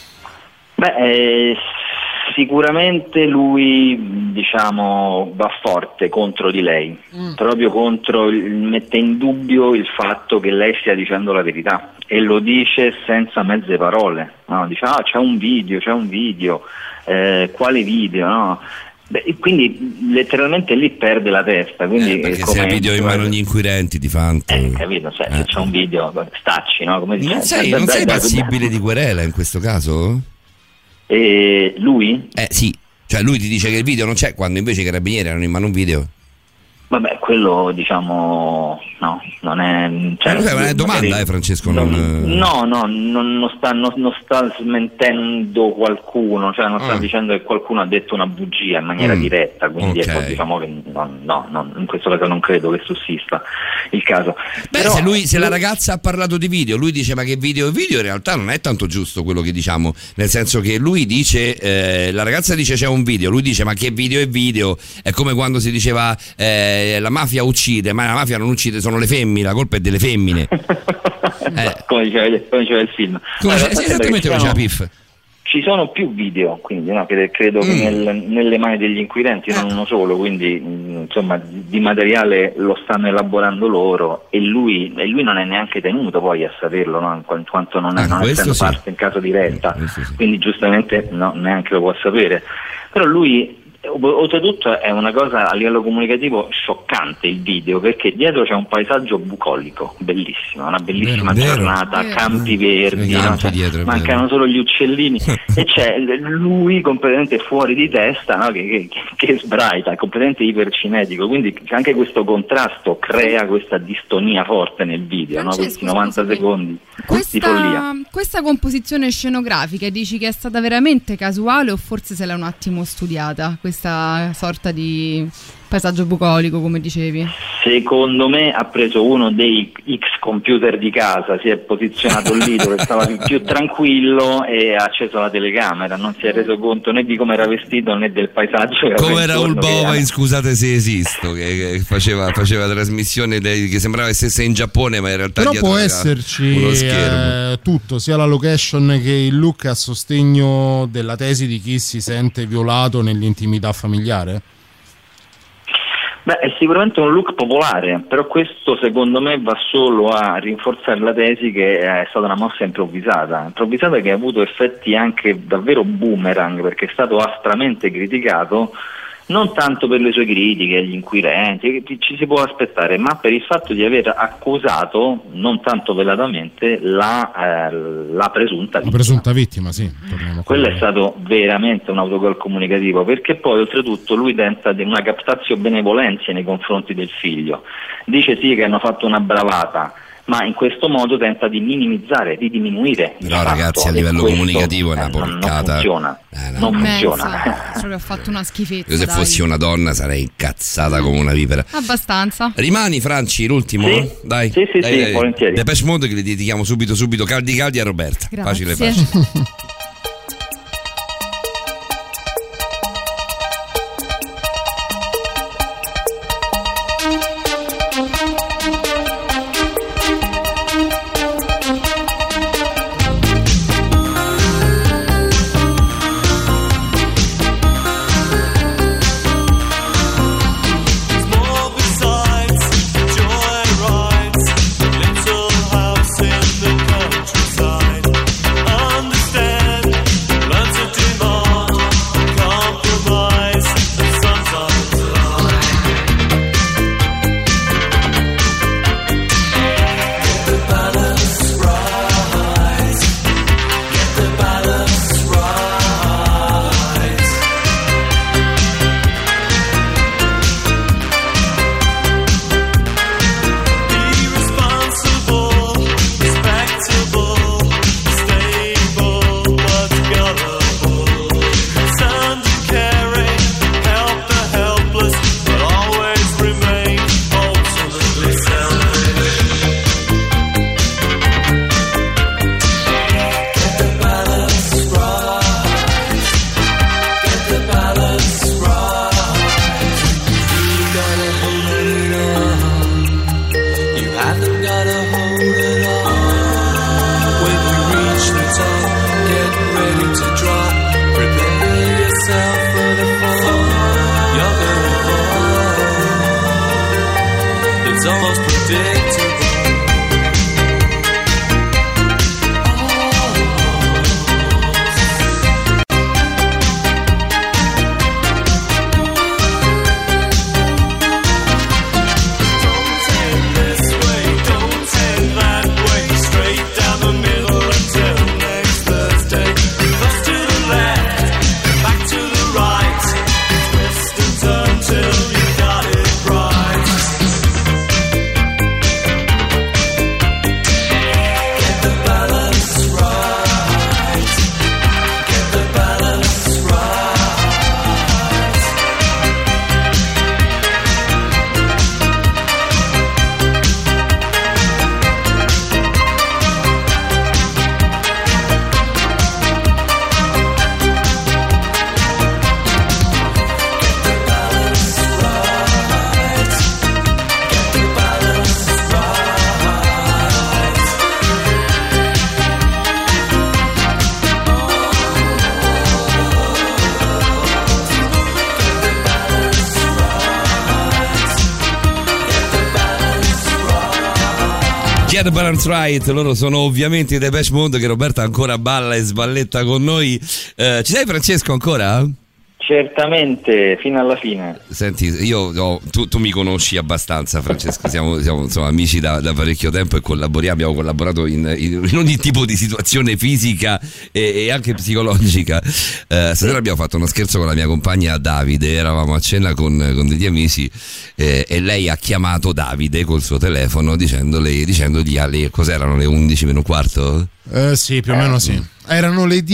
Sicuramente lui, diciamo, va forte contro di lei, proprio mette in dubbio il fatto che lei stia dicendo la verità, e lo dice senza mezze parole, no? Dice c'è un video, quale video, no? Quindi letteralmente lì perde la testa, quindi perché se il video in mano agli inquirenti di fatto capito, se c'è un video stacci, no? Come non sei passibile di querela in questo caso? Lui? Sì, cioè lui ti dice che il video non c'è, quando invece i carabinieri hanno in mano un video. Vabbè, quello diciamo no, non è. Cioè, è una domanda, Francesco. Non sta smentendo qualcuno, cioè non sta dicendo che qualcuno ha detto una bugia in maniera diretta, quindi ecco, diciamo che no, in questo caso non credo che sussista il caso. Però, se la ragazza ha parlato di video, lui dice ma che video è video, in realtà non è tanto giusto quello che diciamo, nel senso che lui dice, la ragazza dice c'è un video, lui dice ma che video è video, è come quando si diceva la mafia uccide, ma la mafia non uccide, sono le femmine, la colpa è delle femmine. Come diceva il film. Esattamente come diceva Piff. Ci sono più video, quindi credo che nelle mani degli inquirenti, non uno solo, quindi insomma di materiale lo stanno elaborando loro, e lui non è neanche tenuto poi a saperlo, no? In quanto non essendo parte in caso diretta, quindi giustamente neanche lo può sapere. Però lui oltretutto è una cosa a livello comunicativo scioccante il video, perché dietro c'è un paesaggio bucolico bellissimo, una bellissima giornata, campi verdi, mancano solo gli uccellini e c'è lui completamente fuori di testa, no? che sbraita, completamente ipercinetico, quindi anche questo contrasto crea questa distonia forte nel video, no? Questi 90 secondi di follia. Questa composizione scenografica dici che è stata veramente casuale o forse se l'è un attimo studiata, questa sorta di paesaggio bucolico come dicevi? Secondo me ha preso uno dei X computer di casa, si è posizionato lì dove stava più tranquillo e ha acceso la telecamera, non si è reso conto né di come era vestito né del paesaggio come Raul Bova in Scusate se esisto, che faceva trasmissione che sembrava che stesse in Giappone ma in realtà però può esserci uno schermo. Tutto, sia la location che il look a sostegno della tesi di chi si sente violato nell'intimità familiare? Beh, è sicuramente un look popolare, però questo secondo me va solo a rinforzare la tesi che è stata una mossa improvvisata che ha avuto effetti anche davvero boomerang, perché è stato aspramente criticato, non tanto per le sue critiche, gli inquirenti, che ci si può aspettare, ma per il fatto di aver accusato, non tanto velatamente, la presunta vittima. Sì. Quello è stato veramente un autogol comunicativo, perché poi oltretutto lui tenta di una captatio benevolenza nei confronti del figlio, dice sì che hanno fatto una bravata, ma in questo modo tenta di minimizzare, di diminuire. Però ragazzi, a livello comunicativo è una porcata. Non funziona. Proprio ha fatto una schifezza. Io se fossi una donna sarei incazzata come una vipera. Abbastanza. Rimani, Franci, l'ultimo? Sì? Dai. Sì, volentieri. Depeche Mode, che li dedichiamo subito caldi a Roberta. Grazie. Facile. Get the Balance Right, loro sono ovviamente i Depeche Mode, che Roberta ancora balla e sballetta con noi. Ci sei, Francesco, ancora? Certamente, fino alla fine. Senti, tu mi conosci abbastanza, Francesco, siamo insomma, amici da parecchio tempo e abbiamo collaborato in ogni tipo di situazione fisica e anche psicologica. Stasera abbiamo fatto uno scherzo con la mia compagna Davide, eravamo a cena con degli amici e lei ha chiamato Davide col suo telefono dicendogli alle cos'erano le 11 meno un quarto? Sì, più o meno sì. Erano le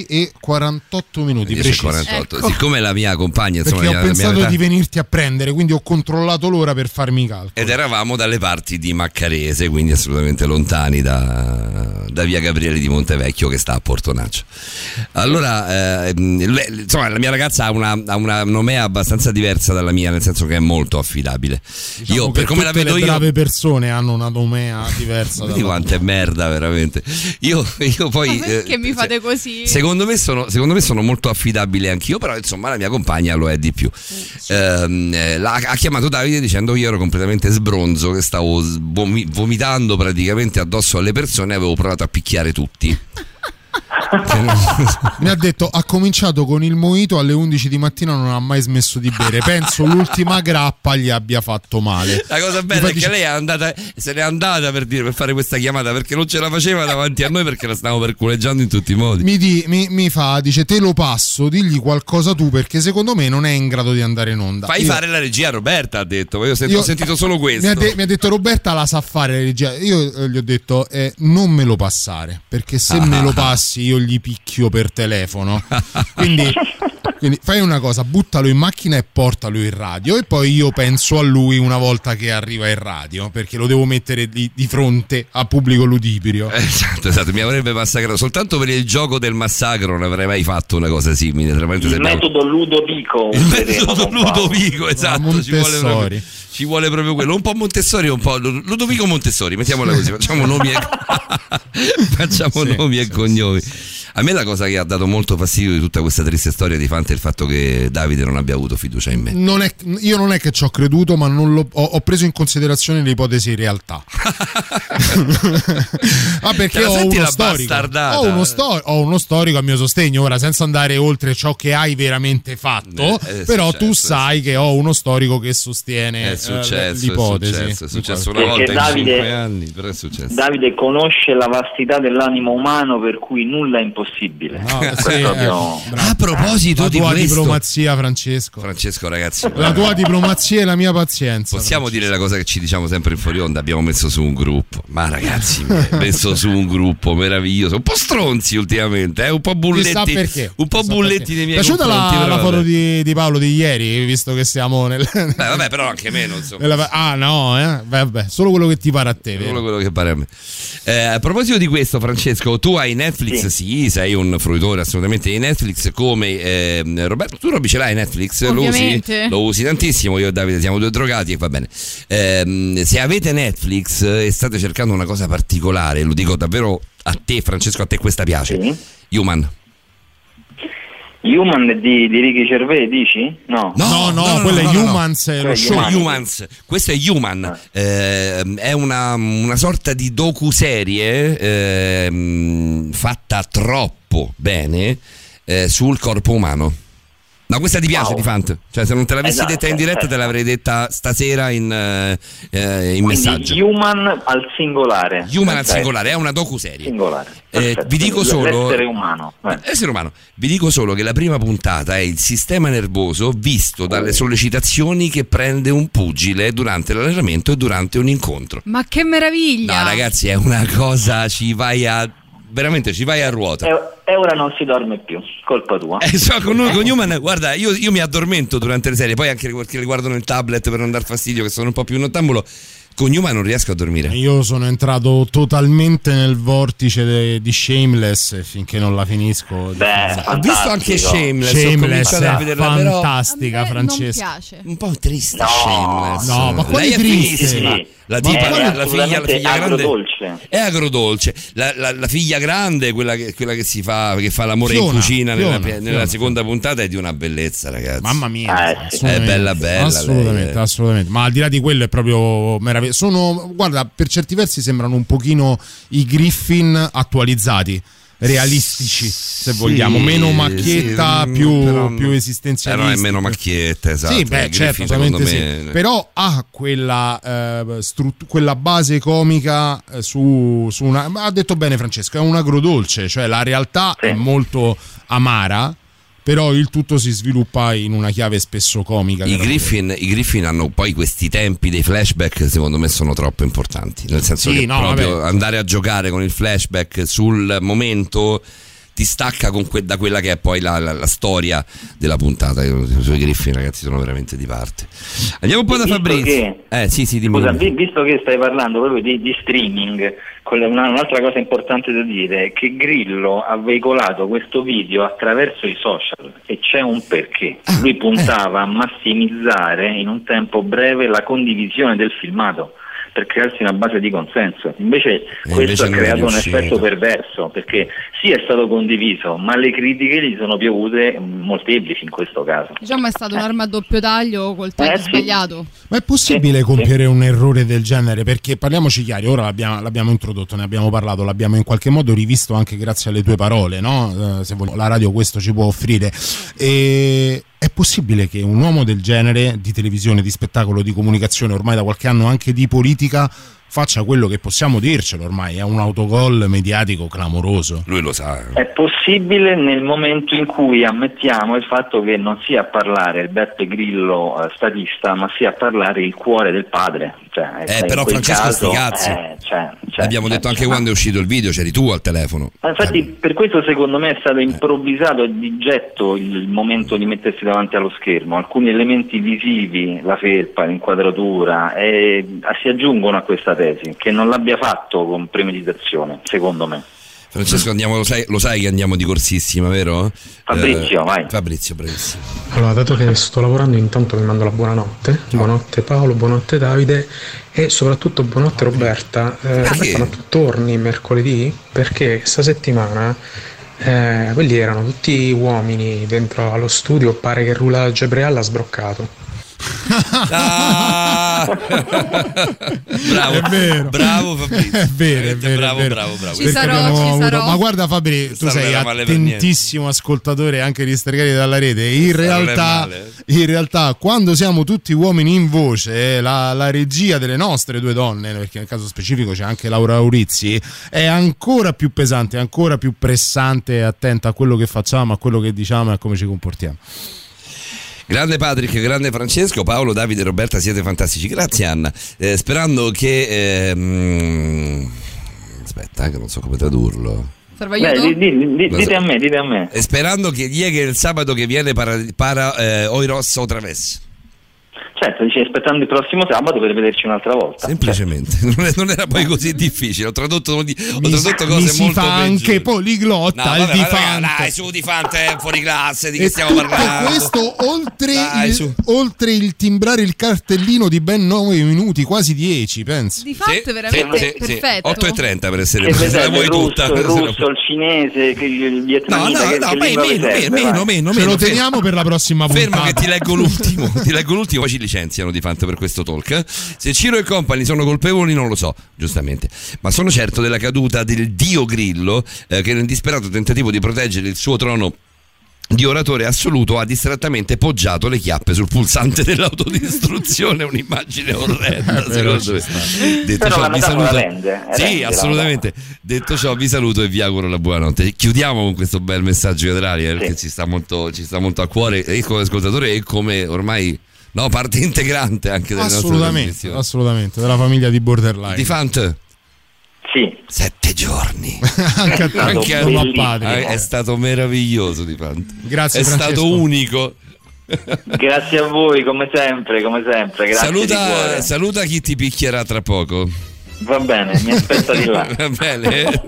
10:48 precisi. Ecco. Siccome la mia compagna, insomma, perché ho pensato di venirti a prendere, quindi ho controllato l'ora per farmi i calcoli. Ed eravamo dalle parti di Maccarese, quindi assolutamente lontani da via Gabriele di Montevecchio, che sta a Portonaccio. Allora, insomma, la mia ragazza ha una nomea abbastanza diversa dalla mia, nel senso che è molto affidabile. Diciamo io, per come la vedo le io, brave persone hanno una nomea diversa. Vedi quanta è merda, veramente. Io poi. Perché mi fate così? Secondo me sono molto affidabile anch'io, però insomma la mia compagna lo è di più. Ha chiamato Davide dicendo che io ero completamente sbronzo, che stavo vomitando praticamente addosso alle persone e avevo provato a picchiare tutti. Mi ha detto ha cominciato con il mojito alle 11 di mattina, non ha mai smesso di bere, penso l'ultima grappa gli abbia fatto male. La cosa bella è che lei se n'è andata per fare questa chiamata, perché non ce la faceva davanti a noi, perché la stavamo perculeggiando in tutti i modi. Dice te lo passo, digli qualcosa tu, perché secondo me non è in grado di andare in onda. Fai fare la regia a Roberta, ha detto. Io ho sentito solo questo. Mi ha detto Roberta la sa fare la regia. Io gli ho detto non me lo passare, perché se me lo passi io gli picchio per telefono. Quindi fai una cosa, buttalo in macchina e portalo in radio, e poi io penso a lui una volta che arriva in radio, perché lo devo mettere di fronte a pubblico ludibrio. Esatto, mi avrebbe massacrato. Soltanto per il gioco del massacro non avrei mai fatto una cosa simile. Il metodo Ludovico. Esatto. Ci vuole proprio quello, un po' Montessori, un po' Ludovico Montessori, mettiamola così, facciamo nomi e cognomi. A me la cosa che ha dato molto fastidio di tutta questa triste storia di Fante è il fatto che Davide non abbia avuto fiducia in me. Io non è che ci ho creduto, ma ho preso in considerazione le ipotesi in realtà. Perché ho uno storico a mio sostegno, ora senza andare oltre ciò che hai veramente fatto, però tu sai che ho uno storico che sostiene l'ipotesi. È successo una volta in 5 anni, però è successo. Davide conosce la vastità dell'animo umano, per cui nulla è impossibile. A proposito di questo, diplomazia, Francesco, ragazzi, la tua diplomazia e la mia pazienza. Possiamo dire la cosa che ci diciamo sempre in fuori onda? Abbiamo messo su un gruppo, ma ragazzi, messo su un gruppo meraviglioso, un po' stronzi ultimamente, un po' bulletti, un po' bulletti nei miei confronti. È piaciuta la foto di Paolo di ieri, visto che siamo vabbè, però anche meno, insomma. Vabbè, solo quello che ti pare a te, solo quello che pare a me. A proposito di questo, Francesco, tu hai Netflix? Sì, sei un fruitore assolutamente di Netflix, come Roberto. Tu Roby ce l'hai Netflix? Ovviamente. Lo usi tantissimo. Io e Davide siamo due drogati e va bene. Se avete Netflix e state cercando una cosa particolare, lo dico davvero a te, Francesco, a te questa piace? Sì. Human di Ricky Gervais, dici? No, quello è Humans, è lo show. Humans. Questo è Human. È una sorta di docuserie fatta troppo bene sul corpo umano. No, questa ti piace, di Fant? Cioè, se non te l'avessi detta in diretta, te l'avrei detta stasera in messaggio. Human al singolare. Al singolare, è una docuserie. Singolare. Vi dico solo. L'essere umano. Essere umano. Vi dico solo che la prima puntata è il sistema nervoso visto dalle sollecitazioni che prende un pugile durante l'allenamento e durante un incontro. Ma che meraviglia! No, ragazzi, è una cosa, veramente ci vai a ruota. E ora non si dorme più, colpa tua. Con Human, guarda, io mi addormento durante le serie, poi anche perché le guardo nel tablet per non dar fastidio, che sono un po' più nottambulo. Con Human non riesco a dormire. Io sono entrato totalmente nel vortice di Shameless, finché non la finisco. Ho visto anche Shameless è fantastica, Francesca. Non piace. Un po' triste Shameless. No, ma quale triste? La figlia grande è agrodolce. La figlia grande, quella che si fa, che fa l'amore in cucina nella seconda puntata, è di una bellezza, ragazzi. Mamma mia, è bella. Assolutamente. Ma al di là di quello è proprio meraviglioso. Guarda, per certi versi sembrano un pochino i Griffin attualizzati. realistici, se vogliamo, meno macchietta, più esistenzialisti. Non è meno macchietta, esatto. Sì, beh, certo, ovviamente sì. Però ha quella base comica su una. Ha detto bene Francesco, è un agrodolce, cioè la realtà è molto amara, però il tutto si sviluppa in una chiave spesso comica. I Griffin hanno poi questi tempi dei flashback, secondo me sono troppo importanti, nel senso che proprio andare a giocare con il flashback sul momento ti stacca da quella che è poi la storia della puntata. I suoi Griffin, ragazzi, sono veramente di parte. Andiamo un po' da Fabrizio. Scusa, visto che stai parlando proprio di streaming, un'altra cosa importante da dire è che Grillo ha veicolato questo video attraverso i social e c'è un perché. Lui puntava a massimizzare in un tempo breve la condivisione del filmato per crearsi una base di consenso. Invece questo ha creato un effetto perverso, perché sì, è stato condiviso, ma le critiche gli sono piovute molteplici in questo caso. Diciamo è stato un'arma a doppio taglio col taglio sbagliato. Ma è possibile compiere un errore del genere? Perché parliamo chiari, ora l'abbiamo introdotto, ne abbiamo parlato, l'abbiamo in qualche modo rivisto anche grazie alle tue parole, no? Se la radio questo ci può offrire. E è possibile che un uomo del genere, di televisione, di spettacolo, di comunicazione, ormai da qualche anno anche di politica, faccia quello che possiamo dircelo ormai, è un autogol mediatico clamoroso? Lui lo sa. È possibile nel momento in cui ammettiamo il fatto che non sia a parlare il Beppe Grillo statista, ma sia a parlare il cuore del padre. Però Francesco, sti cazzi. L'abbiamo detto anche quando è uscito il video, c'eri tu al telefono. Infatti per questo secondo me è stato improvvisato e di getto il momento di mettersi davanti allo schermo. Alcuni elementi visivi, la felpa, l'inquadratura, si aggiungono a questa tesi, che non l'abbia fatto con premeditazione, secondo me. Francesco, lo sai che andiamo di corsissima, vero? Fabrizio, vai. Fabrizio, bravissimo. Allora, dato che sto lavorando, intanto vi mando la buonanotte. Buonanotte Paolo, buonanotte Davide e soprattutto buonanotte Roberta. Roberta, ma tu torni mercoledì? Perché sta settimana quelli erano tutti uomini dentro allo studio, pare che Rula Gebreal ha sbroccato. Bravo Fabrizio, è vero, bravo. Ci sarò. Ma guarda Fabri, tu sei attentissimo ascoltatore anche di Stregati dalla rete. In realtà quando siamo tutti uomini in voce, la regia delle nostre due donne, perché nel caso specifico c'è anche Laura Aurizzi, è ancora più pesante, ancora più pressante e attenta a quello che facciamo, a quello che diciamo e a come ci comportiamo. Grande Patrick, grande Francesco, Paolo, Davide e Roberta, siete fantastici. Grazie Anna. Sperando che aspetta, che non so come tradurlo. Dite a me. Sperando che il sabato che viene para Oiros otra vez. Certo, dice aspettando il prossimo sabato per vederci un'altra volta. Semplicemente, non era poi così difficile. Ho tradotto cose molto si fa anche poliglotta al Difante. Dai, su Difante, fuori classe, di che stiamo parlando? Questo oltre il timbrare il cartellino di ben 9 minuti, quasi 10, penso. Difante veramente perfetto. 8:30 per essere se vuoi tutta. Il russo, il cinese, il vietnamita. No, meno. Ce lo teniamo per la prossima puntata. Fermo che ti leggo l'ultimo, poi ci licenziano di Fante per questo talk. Se Ciro e compagni sono colpevoli non lo so, giustamente, ma sono certo della caduta del dio Grillo, che nel disperato tentativo di proteggere il suo trono di oratore assoluto ha distrattamente poggiato le chiappe sul pulsante dell'autodistruzione. Un'immagine orrenda, secondo me. Detto ciò, vi saluto. Sì, assolutamente. Detto ciò, vi saluto e vi auguro la buonanotte. Chiudiamo con questo bel messaggio generale, perché ci sta molto a cuore, e come ascoltatore e come ormai parte integrante anche delle nostre trasmissioni. Assolutamente, della famiglia di Borderline. Di Fante? Sì. 7 giorni. anche a padre. È stato meraviglioso di Fante. Grazie, è Francesco. Stato unico. Grazie a voi, come sempre. Grazie. Saluta chi ti picchierà tra poco. Va bene, mi aspetta di là. Va bene.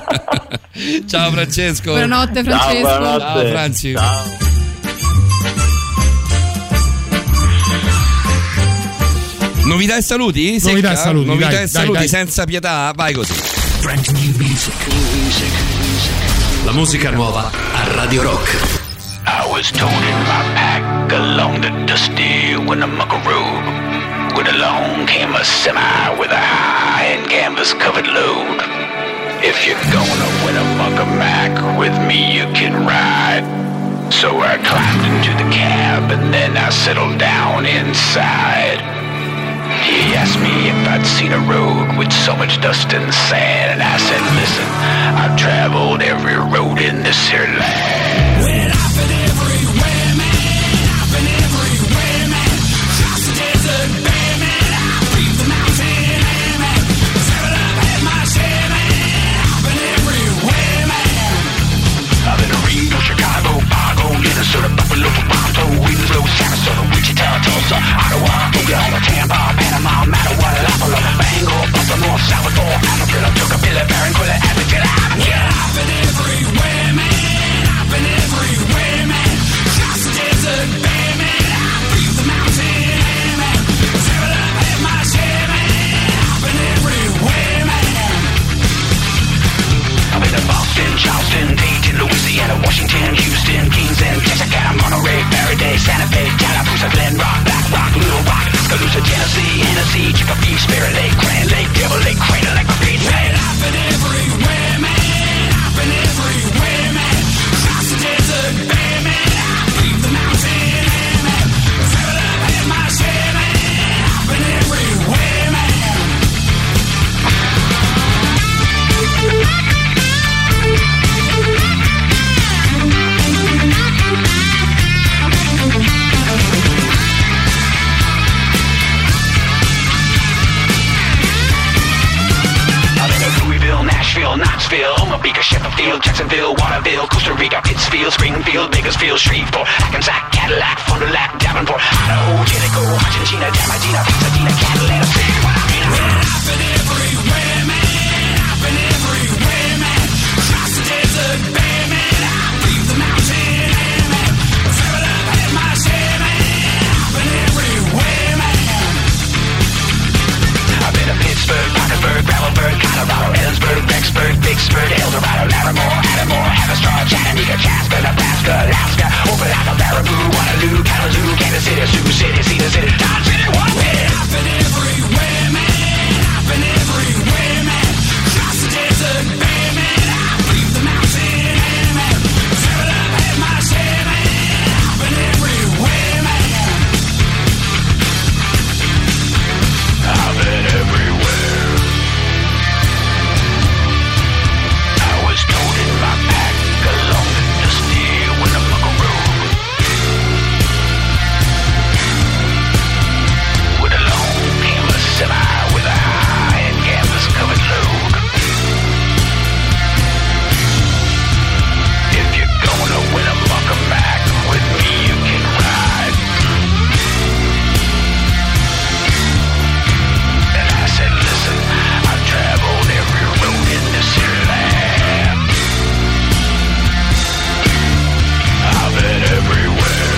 Ciao Francesco. Buonanotte Francesco. Ciao Franci. Ciao. Novità e saluti? Novità e saluti, dai. Senza pietà, vai così. Brand new music. La musica nuova a Radio Rock. I was toting my pack along the dusty Winnemucca Road. When along came a semi with a high and canvas covered load. If you're gonna win a mug of Mac, with me you can ride. So I climbed into the cab and then I settled down inside. He asked me if I'd seen a road with so much dust and sand, and I said, listen, I've traveled every road in this here land. Well, I've been everywhere, man. I've been everywhere, man. Across the desert, bare, man. I've breathed the mountain air, man. Traveled up, had my share, man. I've been everywhere, man. I've been to Reno, Chicago, Fargo, Minnesota, Buffalo, Toronto, Winslow, Sarasota, Wichita, Tulsa, Ottawa, Oklahoma, Tampa, Panama, Mattawa, Bangor, Baltimore, Salvador, Amarillo, Tucapilla, Barranquilla, Atlanta. Yeah, I've been everywhere, man. I've been everywhere, man. Across the desert, bare, man. I've breathed the mountain air, man. Traveled up, had my share, man. I've been everywhere, man. I've been to Boston, Charleston, Dayton, Louisiana, Washington, Houston, Kingston, Texarkana, Monterey, Faraday, Santa Fe, Tallapoosa, Glen Rock, Black Rock, Little Rock, Tuscaloosa, Tennessee, Hennessy, Chicopee, Spirit Lake, Grand Lake, Devil Lake, Crater Lake, Repeat, man. I've been everywhere, man. I've been everywhere, man. Across the desert, bare, man. I've breathed the mountain air, man. Traveled up, had my share, man. I've been everywhere, man. Nashville, Knoxville, Omaha, Sheffield, Jacksonville, Waterville, Costa Rica, Pittsfield, Springfield, Bakersfield, Shreveport, Hackensack, Cadillac, Fond du Lac, Davenport, Idaho, Jericho, Argentina, Diamantina, Pasadena, Catalina, City. I've been everywhere, man. I've been everywhere, man. Across the desert, bare, man. I've breathed the mountain air, man. Traveled up, had my share, man. I've been everywhere, man. I've been to Pittsburgh, Parkersburg, Gravelburg, Colorado, Ellensburg, Rexburg, Vicksburg, Eldorado, Larimore, Adamore, Haverstraw, Chattanooga, Jasper, Nebraska, Alaska, Opelika, Baraboo, Waterloo, Kalamazoo, Kansas City, Sioux City, Cedar City, Dodge City, one man. I've been everywhere, man. I've been everywhere, man. Across the desert, bare, man. I've breathed the mountain air, man. Traveled up, had my share, man. I've been everywhere, man. I've been everywhere. I was toting my pack along the dusty Winnemucca Road with a long canvas semi with a high and canvas covered load. If you're gonna Winnemucca Mac, with me you can ride. And I said, listen, I've traveled every road in this here land. I've been everywhere.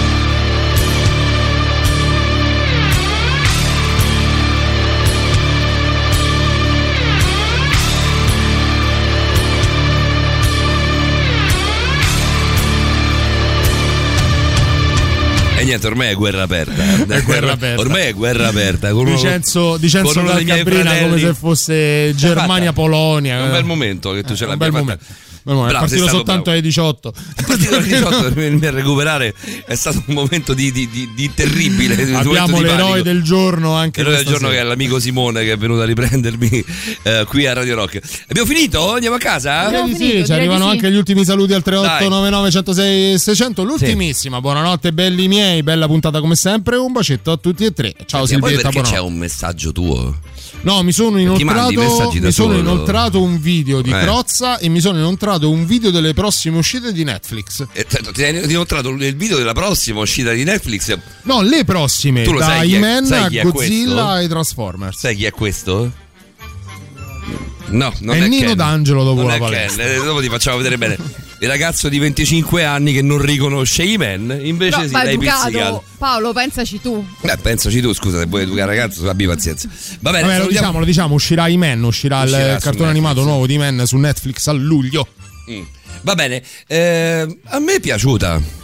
E niente, ormai è guerra aperta. È guerra aperta. Ormai è guerra aperta. Con Dicenzo con uno la dei miei Cabrina fratelli. come se fosse Germania-Polonia. È un bel momento che tu ce l'abbia bel fatta. momento. È partito soltanto alle 18. È partito alle 18 per recuperare. È stato un momento di terribile. Abbiamo di l'eroe panico. del giorno anche L'eroe del questa giorno sera. che è l'amico Simone che è venuto a riprendermi qui a Radio Rock. Abbiamo finito? Andiamo a casa? Direi di sì, ci arrivano anche gli ultimi saluti al 3899 106 600. L'ultimissima, buonanotte belli miei, bella puntata come sempre. Un bacetto a tutti e tre. Ciao Senti, Silvietta, perché c'è buonanotte. un messaggio tuo? No, mi sono Ti mandi i messaggi da solo? inoltrato un video di Crozza e mi sono inoltrato un video delle prossime uscite di Netflix. Ti hai inoltrato il video della prossima uscita di Netflix? No, le prossime, Tu lo da sai chi è- He-Man sai a chi è Godzilla questo? ai Transformers. Sai chi è questo? No, non È è Nino Ken. D'Angelo dopo Non la è palestra. Ken. Dopo ti facciamo vedere bene. Il ragazzo di 25 anni che non riconosce He-Man, invece No, si ma dai educato, pizzicato. Paolo, pensaci tu. Pensaci tu, scusa, se vuoi educare il ragazzo, abbi pazienza. Va bene, Vabbè, salutiamo- lo diciamo, uscirà He-Man, uscirà il Uscirà su cartone Netflix. animato nuovo di He-Man su Netflix a luglio. Va bene, a me è piaciuta.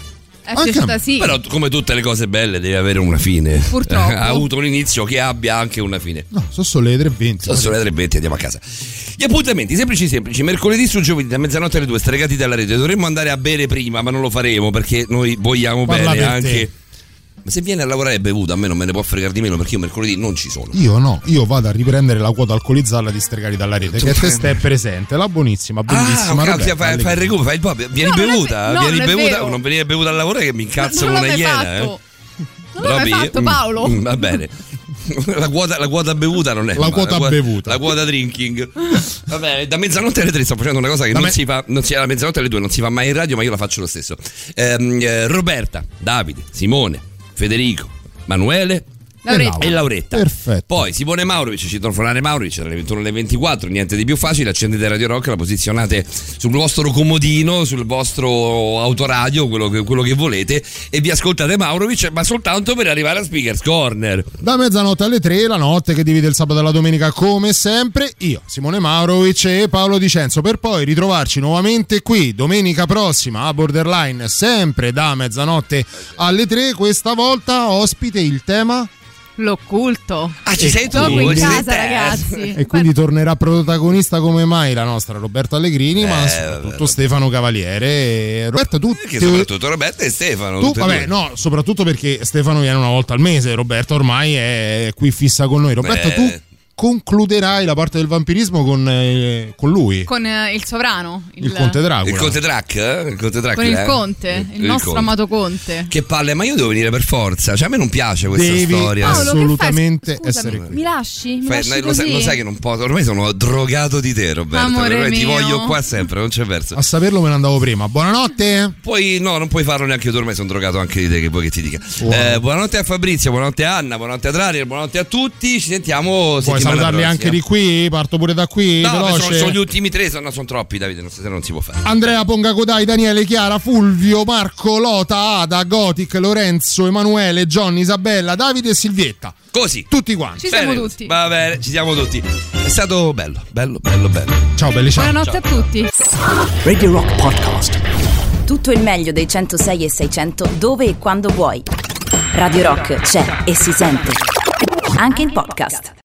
Sì. Però come tutte le cose belle deve avere una fine. Purtroppo. Ha avuto un inizio che abbia anche una fine. No, sono solo le 3:20. Sono solo le 3:20, andiamo a casa. Gli appuntamenti semplici. Mercoledì su giovedì da mezzanotte alle 2, stregati dalla rete. Dovremmo andare a bere prima, ma non lo faremo perché noi vogliamo bene anche. Ma se viene a lavorare bevuto, a me non me ne può fregare di meno perché io mercoledì non ci sono. Io no, io vado a riprendere la quota alcolizzata di Stregati dalla rete, che a te è presente, la buonissima, bellissima. Roberta, fai il recupero, fai il pop. Vieni bevuta, non venire bevuta al lavoro che mi incazzo come una iena. Non l'hai fatto, Paolo. Va bene. La quota bevuta non è la quota bevuta, la quota drinking. Vabbè, da mezzanotte alle 3 sto facendo una cosa che non si fa da mezzanotte alle 2 non si fa mai in radio, ma io la faccio lo stesso. Roberta, Davide, Simone, Federico, Manuele e Lauretta. Perfetto. Poi Simone Maurovic, citofonare Maurovic dalle 21 alle 24, niente di più facile, accendete Radio Rock, la posizionate sul vostro comodino, sul vostro autoradio, quello che volete, e vi ascoltate Maurovic, ma soltanto per arrivare a Speakers Corner. Da mezzanotte alle 3, la notte che divide il sabato e la domenica come sempre, io, Simone Maurovic e Paolo Dicenzo, per poi ritrovarci nuovamente qui domenica prossima a Borderline, sempre da mezzanotte alle 3, questa volta ospite il tema l'occulto. Ci sei tu in casa, ragazzi. E quindi tornerà protagonista come mai la nostra Roberta Allegrini, ma soprattutto Stefano Cavaliere. Roberta, tu soprattutto Roberta e Stefano. No, soprattutto perché Stefano viene una volta al mese, Roberta ormai è qui fissa con noi. Roberta, tu concluderai la parte del vampirismo con lui, con il sovrano, il conte Dracula, il conte Drac, con il conte, il nostro amato conte. Che palle, ma io devo venire per forza, cioè a me non piace questa storia. Paolo, assolutamente essere qui. Mi lasci lo sai che non posso, ormai sono drogato di te, Roberto. Amore mio. Ti voglio qua sempre, non c'è verso. A saperlo me ne andavo prima. Buonanotte. Poi no, non puoi farlo neanche tu, ormai sono drogato anche di te, che vuoi che ti dica. Wow. Buonanotte a Fabrizio, buonanotte a Anna, buonanotte a Drari, buonanotte a tutti, ci sentiamo salutarli anche di qui? Parto pure da qui? No, sono gli ultimi 3, sono troppi, Davide, non si può fare. Andrea Pongagodai, Daniele, Chiara, Fulvio, Marco, Lota, Ada, Gothic, Lorenzo, Emanuele, Johnny, Isabella, Davide e Silvietta. Così. Tutti quanti. Ci siamo tutti. Va bene, ci siamo tutti. È stato bello. Ciao belli, ciao. Buonanotte a tutti. Radio Rock Podcast. Tutto il meglio dei 106 e 600 dove e quando vuoi. Radio Rock c'è e si sente. Anche in podcast.